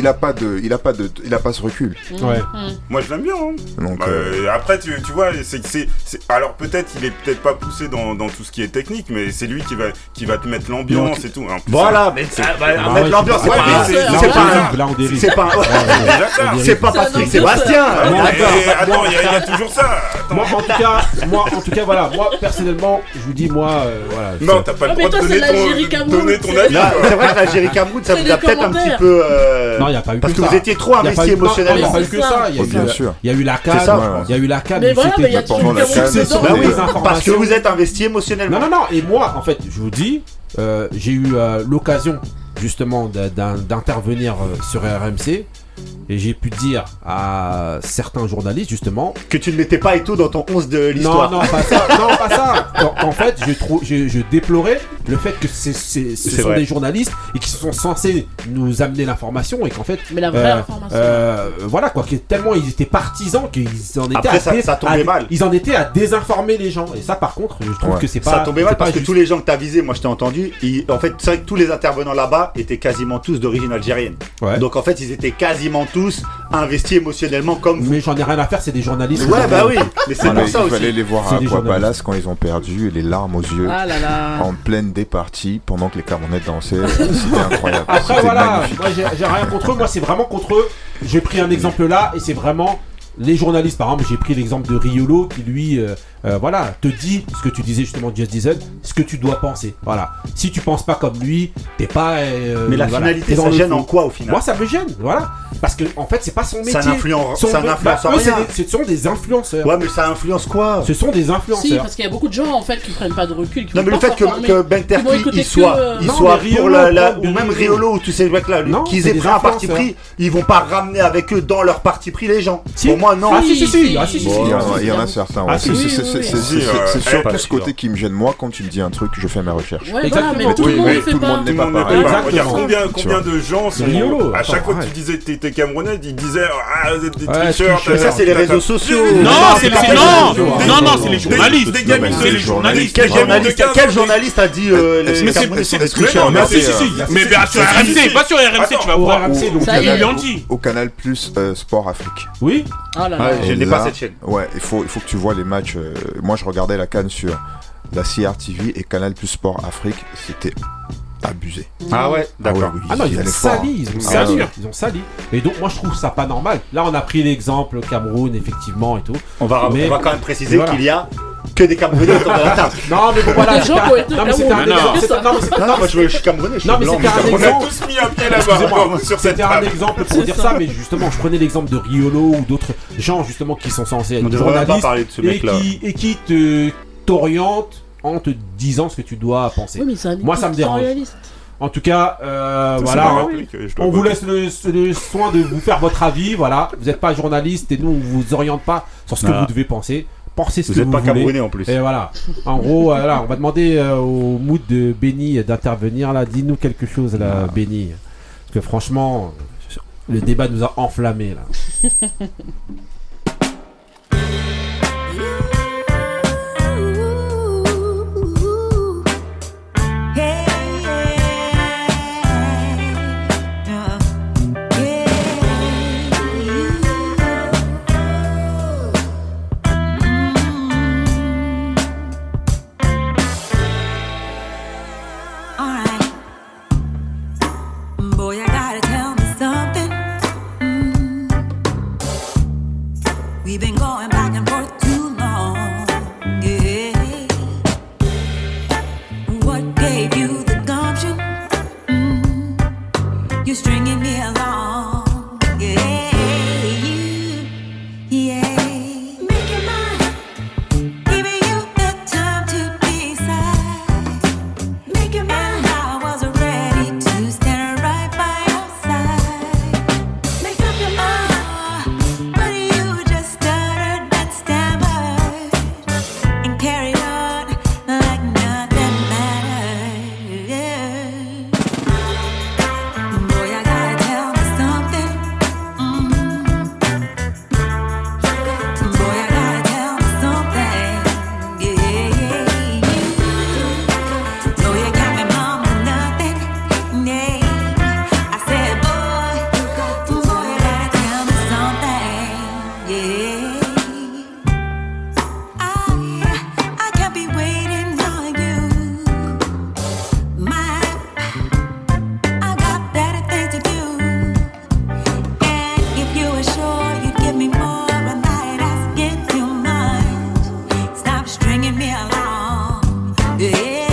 ce recul. Ouais. Moi, je l'aime bien. Hein. Donc, Bah, après, tu vois, alors peut-être il est peut-être pas poussé dans tout ce qui est technique, mais c'est lui qui va te mettre l'ambiance Donc, et tout. En plus, Voilà, mais Ah mettre ouais, l'ambiance, c'est ouais, pas mais un- c'est- c'est c'est pas pas- un- Là, on dérive. c'est pas D'accord. c'est pas C'est un Patrick ambiance. Sébastien. Ouais, D'accord. mais attends, il y a toujours ça. Attends. Moi, en tout cas, voilà. Moi, personnellement, je vous dis, moi, voilà. Non, t'as pas le Ah, mais droit toi, de c'est donner l'Algérie Cameroun, donner ton c'est- avis. Là, quoi. c'est vrai que l'Algérie Cameroun, ça C'est vous a les peut-être un petit commentaires. peu. Non, il n'y a pas eu Parce que que ça. vous étiez trop Il y a pas investi eu- non, émotionnellement. Il n'y a pas eu C'est que ça. ça. Oh, bien sûr. Il y a eu la C'est CAN. ça. Il y a eu la CAN. Mais voilà, c'était mais il y a tout pendant le la Cameroun CAN, dedans. Bah oui, des parce que informations. vous êtes investi émotionnellement. Non, et moi, en fait, je vous dis, j'ai eu l'occasion, justement, d'intervenir sur RMC. Et j'ai pu dire à certains journalistes, justement, Que tu ne mettais pas et tout dans ton 11 de l'histoire. non, pas ça, non, pas ça. En fait, je déplorais le fait que ce sont vrai. des journalistes et qui sont censés nous amener l'information et qu'en fait, Mais la vraie information. voilà quoi, que tellement ils étaient partisans qu'ils en étaient Après, ça tombait à, mal. ils en étaient à désinformer les gens. Et ça, par contre, je trouve Ouais. que c'est pas. Ça tombait mal c'est pas parce que juste. tous les gens que t'as visés, moi je t'ai entendu, en fait, c'est vrai que tous les intervenants là-bas étaient quasiment tous d'origine algérienne. Ouais. Donc en fait, ils étaient quasiment tous investis émotionnellement comme vous. Mais j'en ai rien à faire, c'est des journalistes. Ouais, bah oui, mais c'est Voilà, pour ça il fallait aussi. les voir C'est à des Aquapalas quand ils ont perdu, les larmes aux yeux, Ah là là. en pleine départie, pendant que les Camerounais dansaient. C'était incroyable. Après C'était voilà, magnifique. moi j'ai rien contre eux, moi c'est vraiment contre eux. J'ai pris un exemple là et c'est vraiment les journalistes. Par exemple, j'ai pris l'exemple de Riolo qui lui, voilà, te dit ce que tu disais justement Just Diesel, ce que tu dois penser. Voilà. Si tu penses pas comme lui, t'es pas. Mais la voilà, finalité, t'es dans ça le gêne faux. en quoi au final? Moi ça me gêne, voilà. Parce que en fait c'est pas son métier. Ça n'influence Son- ça n'influence eux, rien. ce sont des influenceurs. Ouais, mais ça influence quoi? Ce sont des Si, influenceurs. parce qu'il y a beaucoup de gens en fait qui prennent pas de recul. Qui Non, vont mais le pas fait s'informer, que Ben qui vont Terki écouter il soit, que, il Non, soit mais pour Riolo, ou même Riolo. Riolo ou tous ces mecs-là, Non, qu'ils c'est aient des pris un parti influenceurs. pris, ils vont pas ramener avec eux dans leur parti pris les gens. Si. Pour moi, non. Ah si si si, Si, ah si si. Il y en a- si. il y en a certains. Ah, ouais. si, C'est- oui, c'est- oui, c'est- oui. c'est- Si, c'est pas surtout ce sûr. côté qui me gêne. Moi, quand tu me dis un truc, je fais mes recherches. Ouais, voilà, Exactement. mais tout Oui, le monde mais le fait tout le pas. monde Tout n'est le pas monde n'est pareil. pas pareil. Exactement. Regarde combien de gens sont. Riolo. À chaque fois que Ouais. tu disais que t'étais Camerounais, ils disaient ah vous êtes des Ouais, tricheurs. tricheurs. Mais ça, c'est les réseaux sociaux. Non, c'est des- c'est les journalistes. Des gamins, Non, mais c'est les les journalistes. Quel Des gamins de journaliste, 15 quel ans, journaliste a dit les Mais Camerounais c'est sont des mais tricheurs? non, mais si, c'est- si. Mais sur RMC, pas sur RMC, tu vas Au voir. RMC, donc Ça y est. Il lui en dit. Au Canal Plus Sport Afrique. Oui. Ah là là. Ouais, je Et n'ai là, pas cette chaîne. Ouais, il faut que tu vois les matchs. Moi, je regardais la CAN sur la CRTV et Canal Plus Sport Afrique. C'était abusé. Ah ouais, d'accord. Ah, ouais, oui, Ah non, ils ont allaient fort, sali, hein. ils ont Ah, sali, ouais. ils ont sali. Et donc moi je trouve ça pas normal. Là on a pris l'exemple Cameroun effectivement et tout. On va Mais- quand même préciser Voilà. qu'il y a que que des Camerounais autour de la table. Non, mais bon, voilà. Des gens qui ont été au Non, mais c'était un Cameroun. exemple. Non, mais c'était- Non, moi je suis Camerounais, je suis Non, mais blanc. c'était un On a exemple. tous mis un pied là-bas Excusez-moi, sur cette c'était un table. exemple pour C'est dire ça. ça, mais justement, je prenais l'exemple de Riolo ou d'autres gens justement qui sont censés On être devrait pas journalistes parler de ce et mec-là. qui t'orientent en te disant ce que tu dois penser. Oui, mais c'est un Moi, ça me dérange. éditorialiste. En tout cas, C'est voilà. ma hein. réplique, je dois On vous voter. laisse le soin de vous faire votre avis, voilà. Vous n'êtes pas journaliste et nous on vous oriente pas sur ce que Ah. vous devez penser. Pensez ce Vous que êtes vous pas voulez. Camerounais en plus. Et voilà. En gros, voilà, on va demander au mood de Benny d'intervenir là. Dis-nous quelque chose là, Benny. Parce que franchement, le débat nous a enflammés là. Boy, I gotta tell me something. We've been going back and forth too long. Yeah. What gave you the gumption? You're stringing me along. Yeah. Yeah. Make your mind. Giving you the time to decide. Make your mind. I was ready to stand right by your side. Make up your mind. But you just stuttered and stammered and carried on like nothing mattered. Yeah. Boy, I gotta tell me something. Boy, I gotta tell me something. Yeah. No, you got me, mom, with nothing. Yeah. I said, boy, you gotta tell me something. Yeah. I can't be waiting on you. I got better things to do. And if you were sure you'd give me more, I might ask if you mind. Stop stringing me along. Yeah.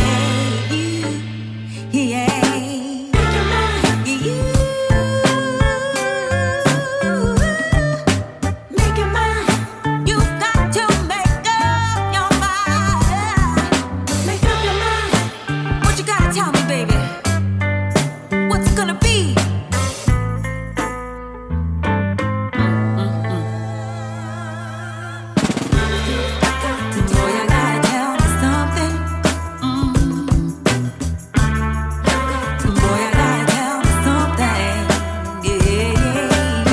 Make your mind. You've got to make up your mind. Make up your mind. What you gotta tell me, baby? What's it gonna be? Boy, I gotta tell me something. Boy, I gotta tell me something. Yeah.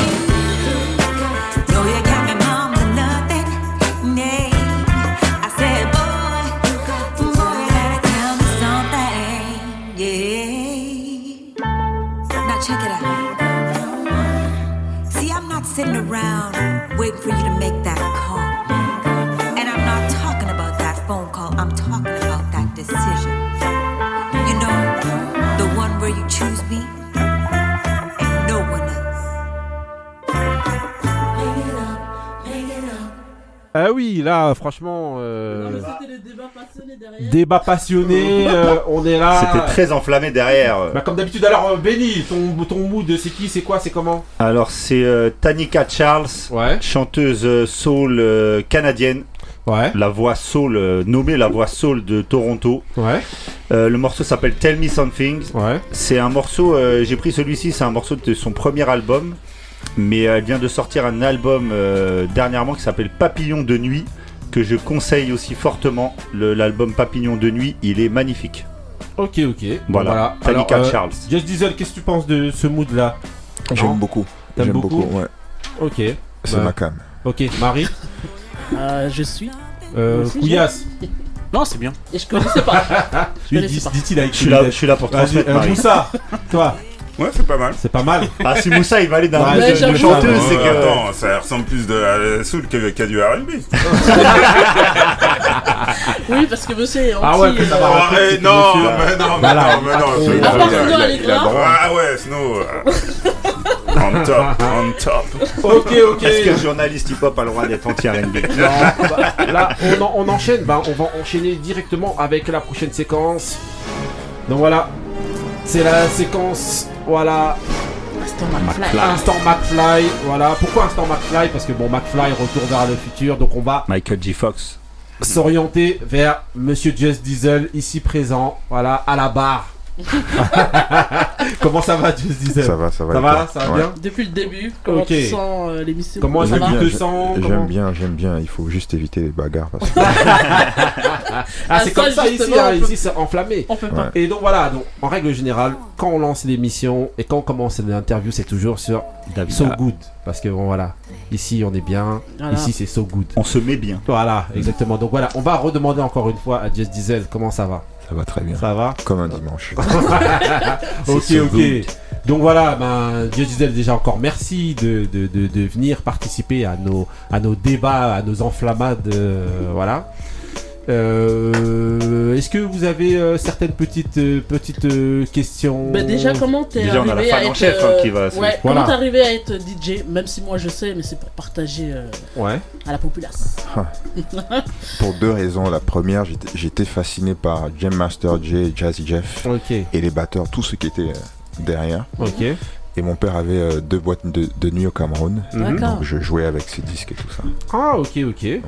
No, you got me, mom, with nothing. Yeah. I said, boy, you gotta tell me something. Yeah. Now check it out. See, I'm not sitting around waiting for you to make that call. And I'm not talking about that phone call. I'm talking about that decision. You know, the one where you choose me and no one else. Make it up. Ah oui, là, franchement, Non, mais c'était les débats passionnés derrière. débat passionné. On est là. C'était très enflammé derrière. Bah, comme d'habitude. Alors, Benny, ton mood, c'est qui, c'est quoi, c'est comment? Alors c'est Tanika Charles, Ouais. chanteuse soul canadienne, Ouais. la voix soul, nommée la voix soul de Toronto. Ouais. Le morceau s'appelle Tell Me Something. Ouais. C'est un morceau, j'ai pris celui-ci, c'est un morceau de son premier album. Mais elle vient de sortir un album dernièrement qui s'appelle Papillon de nuit, que je conseille aussi fortement. L'album Papillon de nuit, il est magnifique. Ok. Voilà. Tanika Charles. Just Diesel, qu'est-ce que tu penses de ce mood là? J'aime beaucoup. T'aimes J'aime beaucoup ouais. Ok. C'est Bah, ma cam. Ok, Marie. Je suis. aussi, Couillasse. Non, c'est bien. Et je connaissais pas. Oui, connaissais pas. dit-il avec Je suis là pour Vas-y, transmettre, Marie. Moussa, toi, Ouais, c'est pas mal. c'est pas mal. Ah, si Moussa il valide un Ouais, mood de j'avoue. chanteuse, c'est Oh, que. Attends, ça ressemble plus à la soul qu'à du R&B. Oui, parce que monsieur est Ah ouais, anti, que ça va. Oh, c'est que non, monsieur, mais non, Voilà. mais non, Ah, c'est à part Snow, elle est grave. Ah ouais, Snow. On top. Ok. Est-ce qu'un journaliste hip-hop a le droit d'être anti-R&B? Non, là, on enchaîne. On va enchaîner directement avec la prochaine séquence. Donc voilà, c'est la séquence. Voilà. Instant McFly. Voilà. Pourquoi Instant McFly? Parce que bon, McFly retour vers le futur. Donc on va Michael J. Fox. S'orienter vers Monsieur Just Diesel, ici présent. Voilà, à la barre. Comment ça va, Just Diesel? Ça va bien. Depuis le début, comment tu sens l'émission? Comment ça va? tu te sens? J'aime bien. Il faut juste éviter les bagarres. Parce que... c'est comme ça ici, ici c'est enflammé. On peut pas. Et donc voilà, en règle générale, quand on lance l'émission et quand on commence l'interview, c'est toujours sur So Good. Parce que bon voilà, ici on est bien, ici c'est So Good. On se met bien. Voilà, exactement. Donc voilà, on va redemander encore une fois à Just Diesel comment ça va. Ça va très bien. Ça va? Comme un dimanche. Ok. Donc voilà, Just Diesel, déjà encore merci de venir participer à nos débats, à nos enflammades. Voilà. Est-ce que vous avez certaines petites questions? Déjà, comment t'es Déjà, on a la arrivé à fan en être chef qui va. comment t'es arrivé à être DJ? Même si moi je sais, mais c'est pour partager à la populace. Pour deux raisons. La première, j'étais fasciné par Jam Master Jay, Jazzy Jeff et les batteurs, tous ceux qui étaient derrière. Et mon père avait 2 boîtes de nuit au Cameroun. Donc je jouais avec ses disques et tout ça. Ah, ok.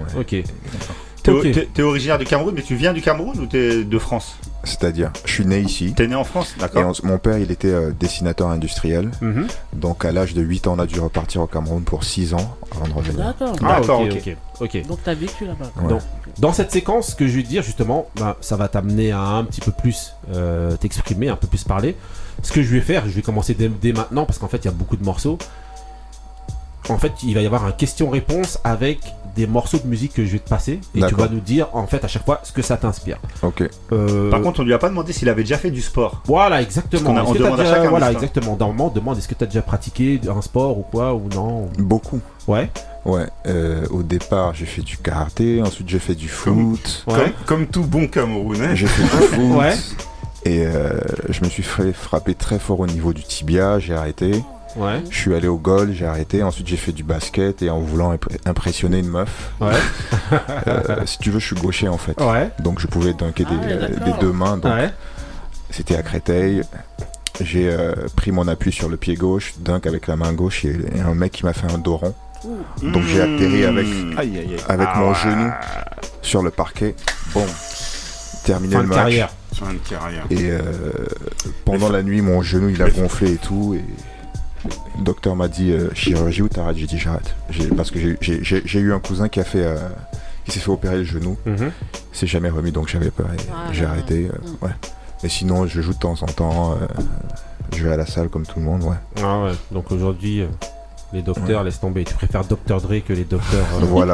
T'es originaire du Cameroun, mais tu viens du Cameroun ou t'es de France? C'est-à-dire, je suis né ici. T'es né en France, d'accord. Et mon père, il était dessinateur industriel. Donc à l'âge de 8 ans, on a dû repartir au Cameroun pour 6 ans avant de revenir. D'accord. Ok. Donc t'as vécu là-bas. Ouais. Donc, dans cette séquence, ce que je vais te dire justement, ça va t'amener à un petit peu plus t'exprimer, un peu plus parler. Ce que je vais faire, je vais commencer dès maintenant parce qu'en fait, il y a beaucoup de morceaux. En fait, il va y avoir un question-réponse avec des morceaux de musique que je vais te passer et tu vas nous dire en fait à chaque fois ce que ça t'inspire. Ok. Par contre, on lui a pas demandé s'il avait déjà fait du sport. Voilà, exactement. On demande à chacun. Voilà, exactement. Normalement, on demande est-ce que tu as déjà pratiqué un sport ou quoi ou non. Beaucoup. Ouais. Au départ, j'ai fait du karaté, ensuite j'ai fait du foot. Comme tout bon Camerounais. J'ai fait du foot. Et je me suis fait frapper très fort au niveau du tibia, j'ai arrêté. Je suis allé au goal, j'ai arrêté. Ensuite, j'ai fait du basket et en voulant impressionner une meuf. Si tu veux, je suis gaucher en fait. Donc, je pouvais dunker des 2 mains. Donc, c'était à Créteil. J'ai pris mon appui sur le pied gauche, dunk avec la main gauche et un mec qui m'a fait un dos rond. Donc, j'ai atterri avec mon genou sur le parquet. Bon, terminé le match. Fin de carrière. Et pendant la nuit, mon genou il a gonflé et tout. Et le docteur m'a dit chirurgie ou t'arrêtes? J'ai dit j'arrête. Parce que j'ai eu un cousin qui s'est fait opérer le genou. Il s'est jamais remis, donc j'avais peur. J'ai arrêté. Mais sinon, je joue de temps en temps. Je vais à la salle comme tout le monde. Donc aujourd'hui. Les docteurs, laisse tomber. Tu préfères Dr Dre que les docteurs. Voilà.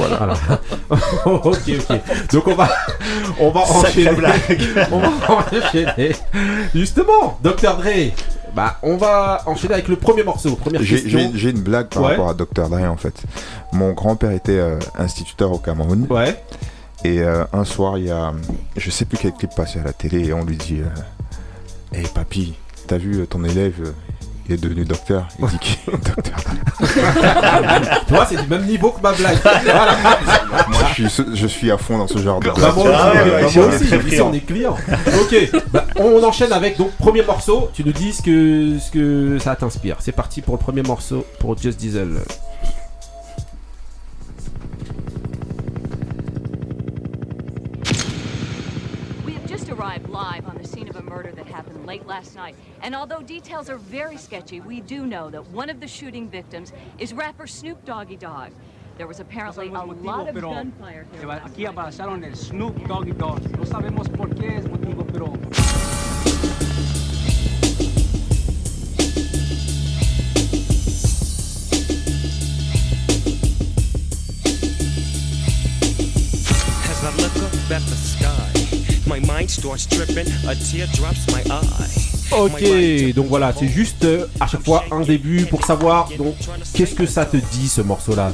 Ok. Donc on va enchaîner. On va enchaîner. Justement, Dr Dre. On va enchaîner avec le premier morceau. Première question. J'ai une blague par rapport à Dr Dre en fait. Mon grand-père était instituteur au Cameroun. Et un soir, il y a, je sais plus quel clip passait à la télé et on lui dit, hey papy, t'as vu ton élève? Il est devenu docteur. Il dit qu'il est docteur. Tu vois, c'est du même niveau que ma blague. Moi, je suis à fond dans ce genre de blague. Moi aussi, ici, on est client. Ok, on enchaîne avec donc premier morceau. Tu nous dis ce que ça t'inspire. C'est parti pour le premier morceau pour Just Diesel. Arrived live on the scene of a murder that happened late last night. And although details are very sketchy, we do know that one of the shooting victims is rapper Snoop Doggy Dogg. There was apparently a lot of gunfire here. Aquí aparecieron el Snoop Doggy Dogg. No sabemos por qué es motivo, pero as I look up at the sky. My mind starts dripping, a tear drops my eye. Ok, donc voilà, c'est juste à chaque fois un début pour savoir donc qu'est-ce que ça te dit ce morceau-là.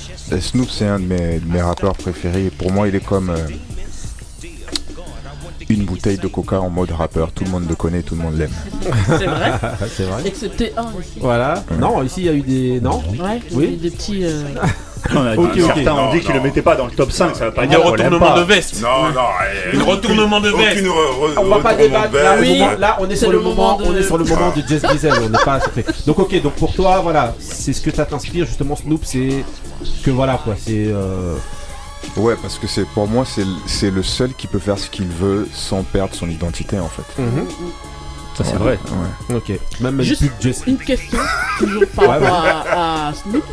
Snoop, c'est un de mes rappeurs préférés. Pour moi, il est comme une bouteille de coca en mode rappeur. Tout le monde le connaît, tout le monde l'aime. C'est vrai. C'est vrai. Excepté un ici. Voilà. Ouais. Non, ici il y a eu des. Non. Ouais, Oui. des petits. Certains ont dit qu'ils le mettaient pas dans le top 5, ça va pas Il y a dire qu'on l'aime retournement pas. de veste. Non, Le retournement de veste. On va pas débattre. Là, Oui. là, on est sur C'est le le moment. moment de- On est sur le moment de Just Diesel. On n'est pas fait. Donc ok. Donc pour toi, voilà, c'est ce que ça t'inspire justement, Snoop, c'est que voilà quoi, c'est. Ouais, parce que pour moi, c'est le seul qui peut faire ce qu'il veut sans perdre son identité en fait. Ça, c'est vrai. Ouais. Ok. Même Juste plus Just. une question, toujours par rapport à Snoop.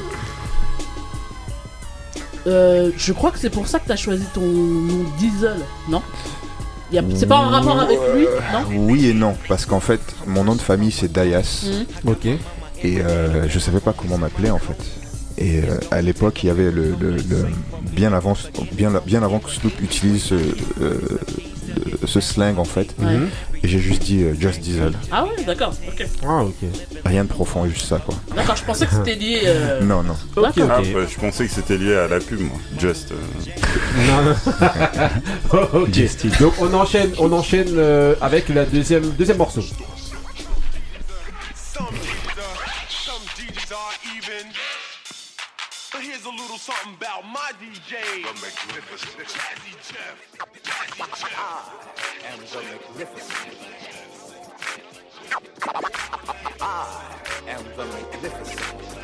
Je crois que c'est pour ça que t'as choisi ton nom Diesel, non? C'est pas en rapport avec lui, non? Oui et non, parce qu'en fait, mon nom de famille c'est Dayas. Ok. Et je savais pas comment m'appeler en fait. Et à l'époque, il y avait bien avant que Snoop utilise ce slang en fait. Ouais. Et j'ai juste dit Just Diesel. Ah ouais, d'accord, ok. Ah ok. Rien de profond, juste ça quoi. D'accord, je pensais que c'était lié. Non, non. Ok. D'accord. Ah, je pensais que c'était lié à la pub, moi. Just. Non. Ok. Donc on enchaîne avec la deuxième morceau. Here's a little something about my DJ. The Magnificent. Jazzy Jeff. Jazzy Jeff. I am the Magnificent. I am the Magnificent.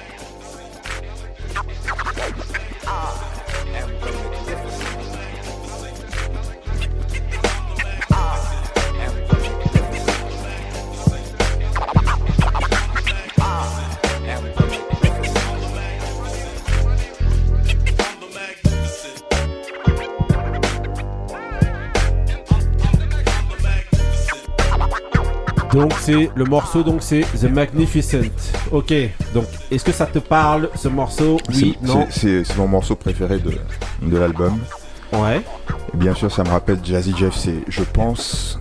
I am the Magnificent. Donc c'est le morceau, donc c'est The Magnificent. Ok, donc est-ce que ça te parle ce morceau? Oui, non. C'est mon morceau préféré de l'album. Ouais. Et bien sûr, ça me rappelle Jazzy Jeff. C'est, je pense,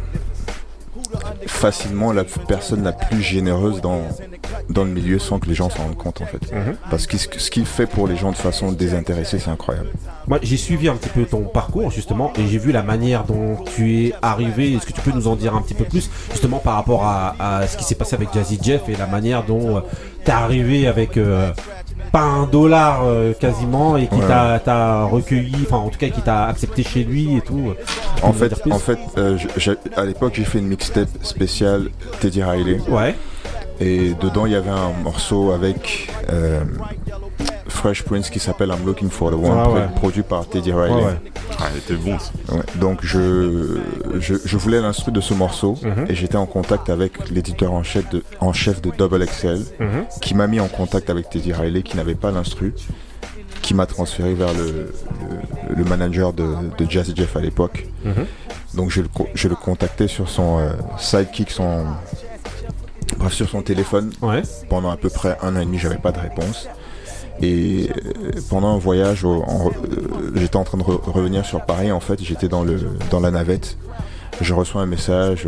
facilement la personne la plus généreuse dans le milieu sans que les gens s'en rendent compte en fait. Parce que ce qu'il fait pour les gens de façon désintéressée, c'est incroyable. Moi j'ai suivi un petit peu ton parcours justement et j'ai vu la manière dont tu es arrivé. Est-ce que tu peux nous en dire un petit peu plus justement par rapport à ce qui s'est passé avec Jazzy Jeff et la manière dont t'es arrivé avec pas $1 quasiment et qui t'a recueilli, enfin en tout cas qui t'a accepté chez lui et tout. En fait, à l'époque j'ai fait une mixtape spéciale Teddy Riley. Ouais. Et dedans il y avait un morceau avec Fresh Prince qui s'appelle I'm Looking for the One, produit par Teddy Riley. Ah, il était bon ça. Ouais, donc je voulais l'instru de ce morceau et j'étais en contact avec l'éditeur en chef de Double XL qui m'a mis en contact avec Teddy Riley qui n'avait pas l'instru, qui m'a transféré vers le manager de Jazzy Jeff à l'époque. Donc je le contactais sur son sidekick, sur son téléphone. Pendant à peu près 1 an et demi, j'avais pas de réponse. Et pendant un voyage, j'étais en train de revenir sur Paris. En fait, j'étais dans la navette. Je reçois un message,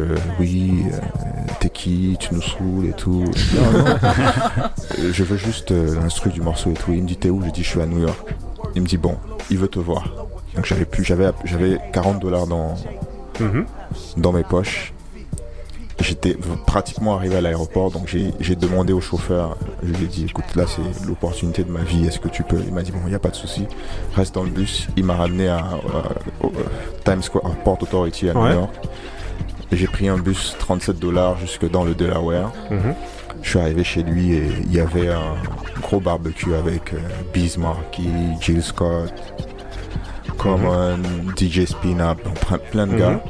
t'es qui, tu nous saoules et tout. Non. Je veux juste l'instru du morceau et tout. Il me dit t'es où? Je dis je suis à New York. Il me dit bon, il veut te voir. Donc j'avais $40 dans mes poches. J'étais pratiquement arrivé à l'aéroport, donc j'ai demandé au chauffeur, je lui ai dit écoute là c'est l'opportunité de ma vie, est-ce que tu peux? Il m'a dit bon il n'y a pas de souci, reste dans le bus. Il m'a ramené à Times Square, Port Authority à New York. Et j'ai pris un bus $37 jusque dans le Delaware. Je suis arrivé chez lui et il y avait un gros barbecue avec Bismarck, Jill Scott, Common, DJ Spin-Up, plein de gars.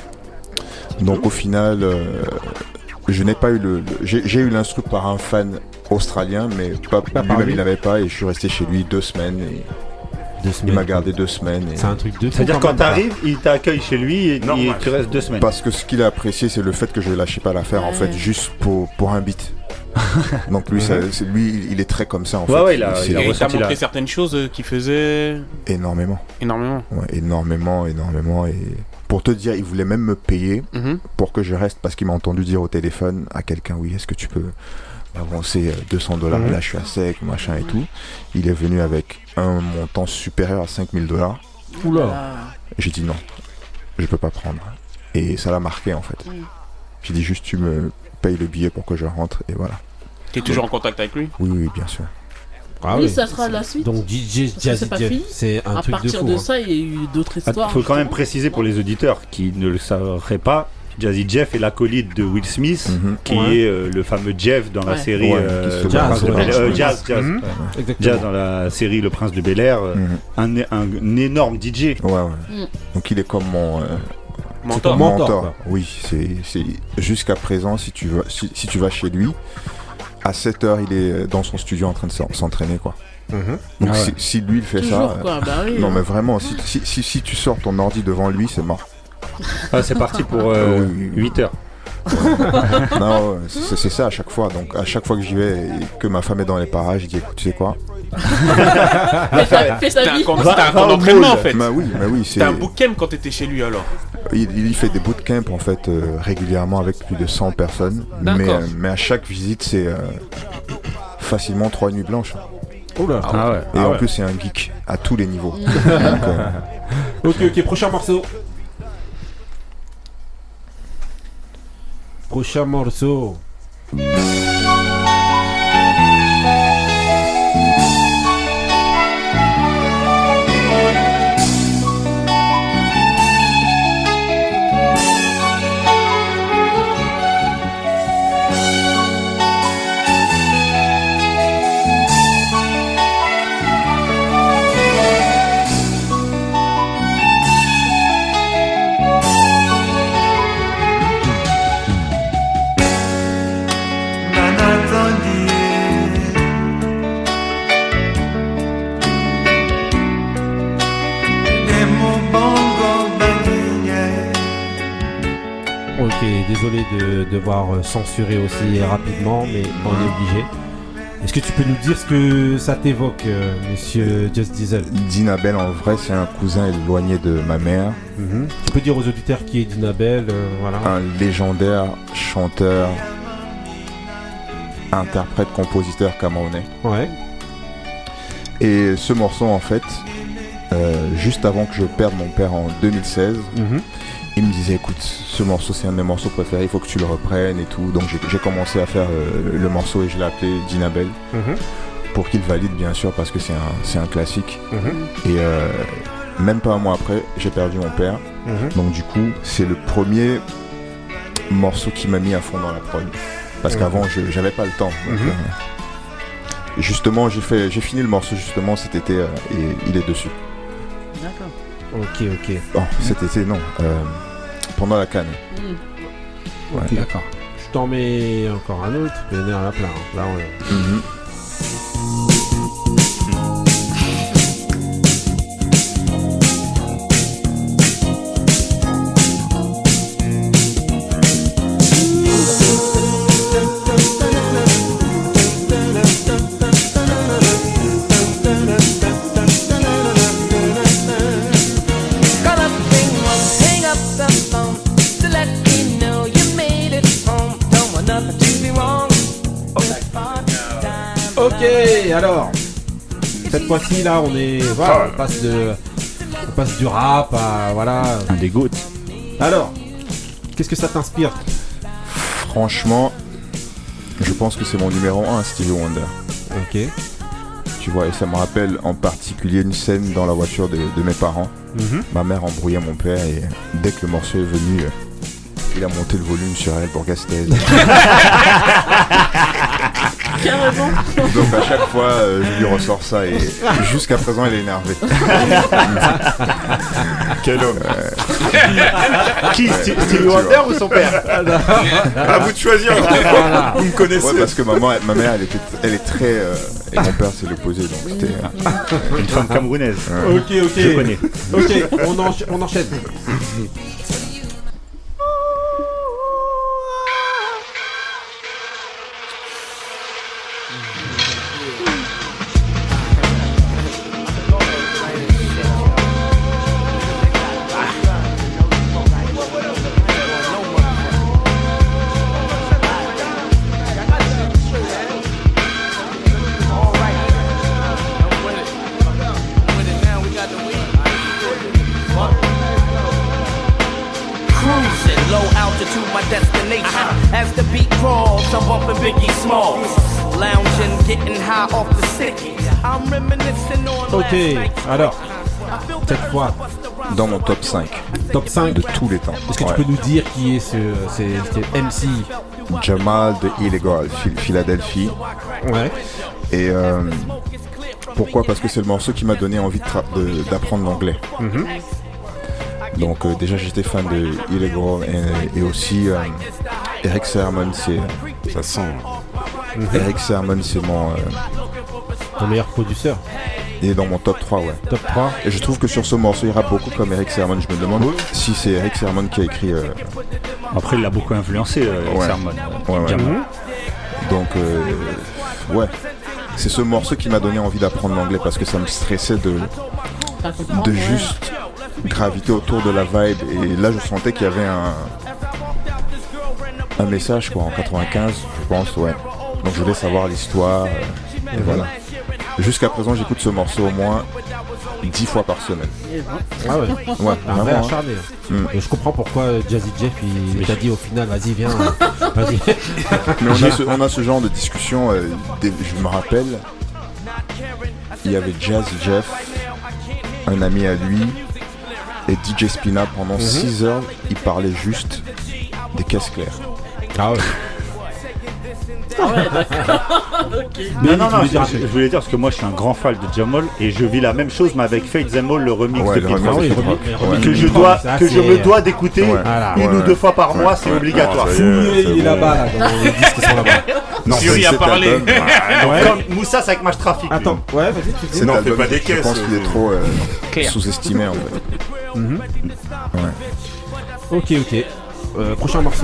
Donc au final, je n'ai pas eu j'ai eu l'instru par un fan australien, mais pas lui-même il n'avait pas, et je suis resté chez lui 2 semaines. Il m'a gardé 2 semaines. C'est un truc de fou. C'est-à-dire quand t'arrives, il t'accueille chez lui et tu restes 2 semaines. Parce que ce qu'il a apprécié, c'est le fait que je lâchais pas l'affaire en fait, juste pour un beat. Donc lui, il est très comme ça en fait. Il t'a montré certaines choses qu'il faisait. Énormément. Ouais, énormément. Et pour te dire, il voulait même me payer pour que je reste, parce qu'il m'a entendu dire au téléphone à quelqu'un, oui, est-ce que tu peux avancer $200, là je suis à sec, machin et tout. Il est venu avec un montant supérieur à $5,000. Oula. J'ai dit non, je peux pas prendre. Et ça l'a marqué en fait. J'ai dit juste tu me payes le billet pour que je rentre et voilà. T'es toujours en contact avec lui? Oui, bien sûr. Ah oui, ça sera la suite. Donc DJ Jazzy Jeff, c'est un truc de fou. À partir de ça, il y a eu d'autres histoires. Il faut quand même préciser pour les auditeurs qui ne le sauraient pas, Jazzy Jeff est l'acolyte de Will Smith, qui est le fameux Jeff dans la série Jazz dans la série Le Prince de Bel-Air, un énorme DJ. Donc il est comme mon mentor. Oui, c'est jusqu'à présent si tu vas chez lui. À 7h, il est dans son studio en train de s'entraîner, quoi. Donc si lui il fait toujours, ça, quoi, non mais vraiment, si tu sors ton ordi devant lui, c'est mort. C'est parti pour 8h. Non, c'est ça à chaque fois. Donc à chaque fois que j'y vais et que ma femme est dans les parages, je dis écoute, tu sais quoi, fais sa vie. C'était un camp d'entraînement en fait. Bah oui, C'était un bootcamp quand t'étais chez lui alors. Il fait des bootcamps en fait régulièrement avec plus de 100 personnes. Mais à chaque visite, c'est facilement 3 nuits blanches. Oula. Et en plus, c'est un geek à tous les niveaux. Donc, ok, prochain morceau. Prochain morceau. Désolé de devoir censurer aussi rapidement, mais on est obligé. Est-ce que tu peux nous dire ce que ça t'évoque, monsieur Just Diesel? Dinabel, en vrai, c'est un cousin éloigné de ma mère. Tu peux dire aux auditeurs qui est Dinabel, voilà. Un légendaire chanteur, interprète, compositeur camerounais. Ouais. Et ce morceau, en fait, juste avant que je perde mon père en 2016, il me disait écoute, ce morceau c'est un de mes morceaux préférés, il faut que tu le reprennes et tout. Donc j'ai commencé à faire le morceau et je l'ai appelé Dinabel pour qu'il valide bien sûr parce que c'est un classique. Et même pas un mois après, j'ai perdu mon père. Donc du coup, c'est le premier morceau qui m'a mis à fond dans la prod. Parce qu'avant, j'avais pas le temps. Donc, justement, j'ai fini le morceau justement cet été et il est dessus. D'accord. Ok. Bon, cet été, non. Pendant la Cannes. Ouais. D'accord. Je t'en mets encore un autre. Il y en a là plein. Là, Ok, alors cette fois-ci là on est voilà, on passe du rap à voilà un des gouttes. Alors, qu'est-ce que ça t'inspire? Franchement, je pense que c'est mon numéro 1, Stevie Wonder. Ok. Tu vois, et ça me rappelle en particulier une scène dans la voiture de mes parents. Ma mère embrouillait mon père et dès que le morceau est venu, il a monté le volume sur elle pour Gastel. Carrément. Donc à chaque fois, je lui ressors ça et jusqu'à présent, elle est énervée. Quel homme. Qui, Stevie Wonder ou son père? À vous de choisir. Vous me connaissez. Ouais, parce que ma mère, elle est très... et mon père, c'est l'opposé. Donc c'était... Une femme camerounaise. Ok. Je connais. Ok, on enchaîne. closer to my destination. As the beat crawls, I'm bumping Biggie Smalls. Lounging, getting high off the sticky. I'm reminiscing on Ok, alors, cette fois, dans mon top 5. Top 5 de tous les temps. Est-ce que tu peux nous dire qui est c'est MC Jamal de Illegal, Philadelphie. Ouais. Et pourquoi? Parce que c'est le morceau qui m'a donné envie d'apprendre l'anglais. Donc déjà j'étais fan de Illegal et aussi Eric Sermon, ça sent. Eric Sermon, c'est ton meilleur producteur. Il est dans mon top 3, ouais. Top 3. Et je trouve que sur ce morceau, il rappe beaucoup comme Eric Sermon. Je me demande si c'est Eric Sermon qui a écrit. Après, il l'a beaucoup influencé, Eric Sermon. Ouais. Donc, ouais. C'est ce morceau qui m'a donné envie d'apprendre l'anglais parce que ça me stressait de juste graviter autour de la vibe. Et là, je sentais qu'il y avait un message, quoi, en 95, je pense, ouais. Donc, je voulais savoir l'histoire. Et voilà. Jusqu'à présent, j'écoute ce morceau au moins 10 fois par semaine. Ah ouais, ouais, un vrai acharné. Je comprends pourquoi Jazzy Jeff il t'a dit au final, vas-y viens, vas-y. Mais on a ce genre de discussion. Je me rappelle, il y avait Jazzy Jeff, un ami à lui, et DJ Spina pendant 6 heures, ils parlaient juste des caisses claires. Ah ouais. Ah ouais, d'accord. Ok. Mais non, je voulais dire parce que moi je suis un grand fan de Jamal et je vis la même chose mais avec Fate Zemmoll, le remix de Pete Rock. Que je me dois d'écouter une ou deux fois par mois, c'est obligatoire. Il est là-bas, là, dans les disques qui sont là-bas. Fury a parlé. Comme Moussa avec Match Traffic. Attends, ouais, vas-y, tu dis. Non, fais pas des caisses. Je pense qu'il est trop sous-estimé en fait. Ok. Prochain morceau.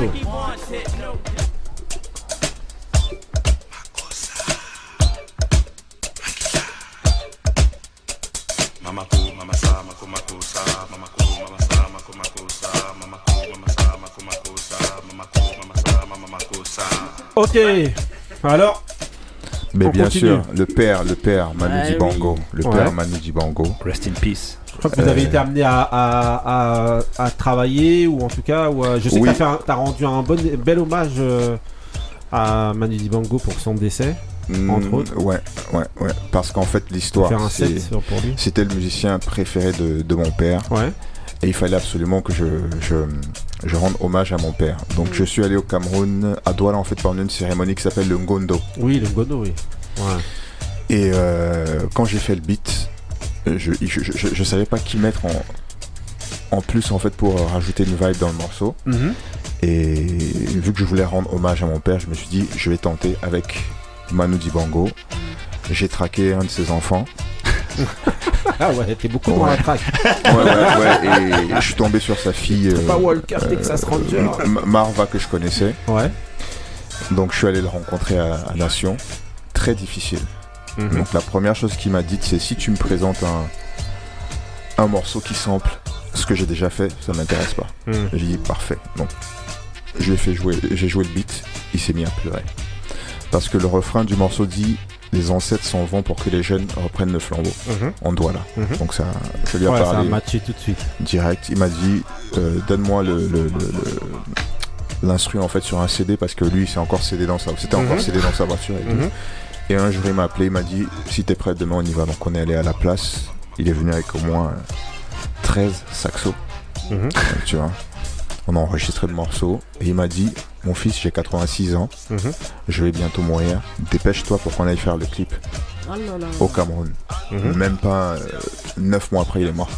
Ok, alors. Mais bien sûr, le père Manu Dibango. Oui. Le père Manu Dibango. Rest in peace. Je crois que vous avez été amené à travailler, ou en tout cas, je sais que t'as rendu un bel hommage à Manu Dibango pour son décès, entre autres. Ouais. Parce qu'en fait, l'histoire, c'était le musicien préféré de mon père. Ouais. Et il fallait absolument que je rende hommage à mon père. Donc je suis allé au Cameroun, à Douala en fait, pendant une cérémonie qui s'appelle le Ngondo. Oui, le Ngondo, oui. Ouais. Et quand j'ai fait le beat, je savais pas qui mettre en plus en fait pour rajouter une vibe dans le morceau. Et vu que je voulais rendre hommage à mon père, je me suis dit je vais tenter avec Manu Dibango. J'ai traqué un de ses enfants. Ah ouais, t'es beaucoup dans la track. Ouais, et je suis tombé sur sa fille. Pas Walker, Texas Ranger. Marva, que je connaissais. Ouais. Donc je suis allé le rencontrer à Nation. Très difficile. Donc la première chose qu'il m'a dit, c'est si tu me présentes un morceau qui sample ce que j'ai déjà fait, ça m'intéresse pas. J'ai dit parfait. Donc j'ai joué le beat, il s'est mis à pleurer. Parce que le refrain du morceau dit les ancêtres s'en vont pour que les jeunes reprennent le flambeau. On doit là. Donc ça, je lui ai parlé. Ça a matché tout de suite. Direct. Il m'a dit donne-moi l'instru en fait sur un CD parce que lui c'était encore CD dans sa voiture et tout. Et un jour il m'a appelé, il m'a dit si t'es prêt demain on y va. Donc on est allé à la place. Il est venu avec au moins 13 saxos. Tu vois. On a enregistré le morceau et il m'a dit mon fils, j'ai 86 ans, je vais bientôt mourir, dépêche-toi pour qu'on aille faire le clip au Cameroun. Même pas 9 mois après il est mort.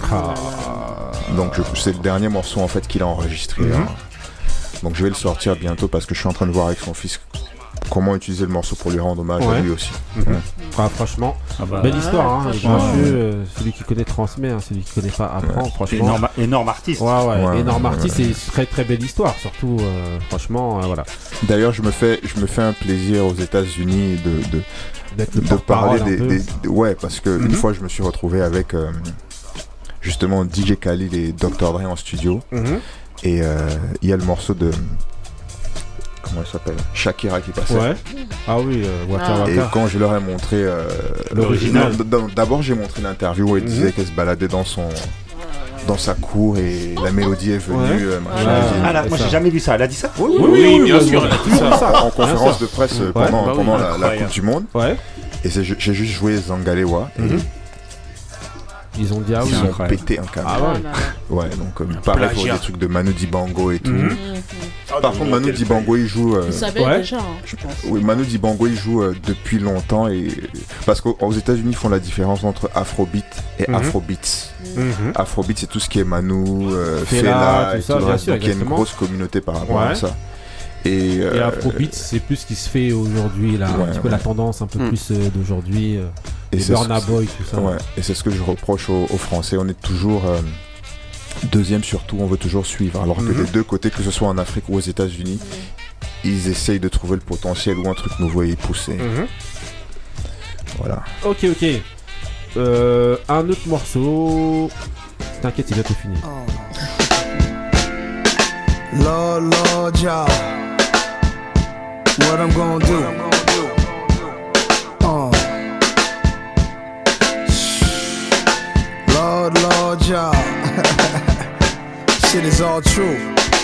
Donc c'est le dernier morceau en fait qu'il a enregistré. Donc je vais le sortir bientôt parce que je suis en train de voir avec son fils comment utiliser le morceau pour lui rendre hommage à lui aussi. Franchement, belle histoire, les grincheux, celui qui connaît transmet, celui qui connaît pas apprend. Franchement, énorme artiste. Énorme artiste et très très belle histoire, surtout. Franchement, voilà. D'ailleurs, je me fais un plaisir aux États-Unis de parler des parce que une fois je me suis retrouvé avec justement DJ Khalil et Dr Dre en studio et il y a le morceau de comment il s'appelle, Shakira qui passait. Ah oui, Waka Waka. Et quand je leur ai montré l'original, d'abord j'ai montré l'interview où elle disait qu'elle se baladait dans dans sa cour et la mélodie est venue. Moi j'ai jamais vu ça. Elle a dit ça? Oui, bien sûr, elle a dit ça. En conférence de presse pendant la Coupe du Monde. Ouais. Et j'ai juste joué Zangalewa. Ils ont dit ils ont pété un câble. Ouais, donc pareil pour des trucs de Manu Dibango et tout. Par contre, Manu Dibango il joue. Il savait déjà, je pense. Oui, Manu Dibango il joue depuis longtemps parce qu'aux États-Unis ils font la différence entre Afrobeat et Afrobeats. Afrobeat c'est tout ce qui est Manu, Fela, et tout ça, bien sûr. Donc il y a une grosse communauté par rapport à ça. Et Afrobeat c'est plus ce qui se fait aujourd'hui là, un petit peu la tendance un peu plus d'aujourd'hui. Et Burna Boy, tout ça. Ouais, et c'est ce que je reproche aux Français. On est toujours deuxième surtout, on veut toujours suivre. Alors que des deux côtés, que ce soit en Afrique ou aux États-Unis, ils essayent de trouver le potentiel ou un truc nouveau et y pousser. Voilà. Ok. Un autre morceau. T'inquiète, il va te finir. Lord, y'all. What I'm gonna do? Lord, y'all. Shit is all true.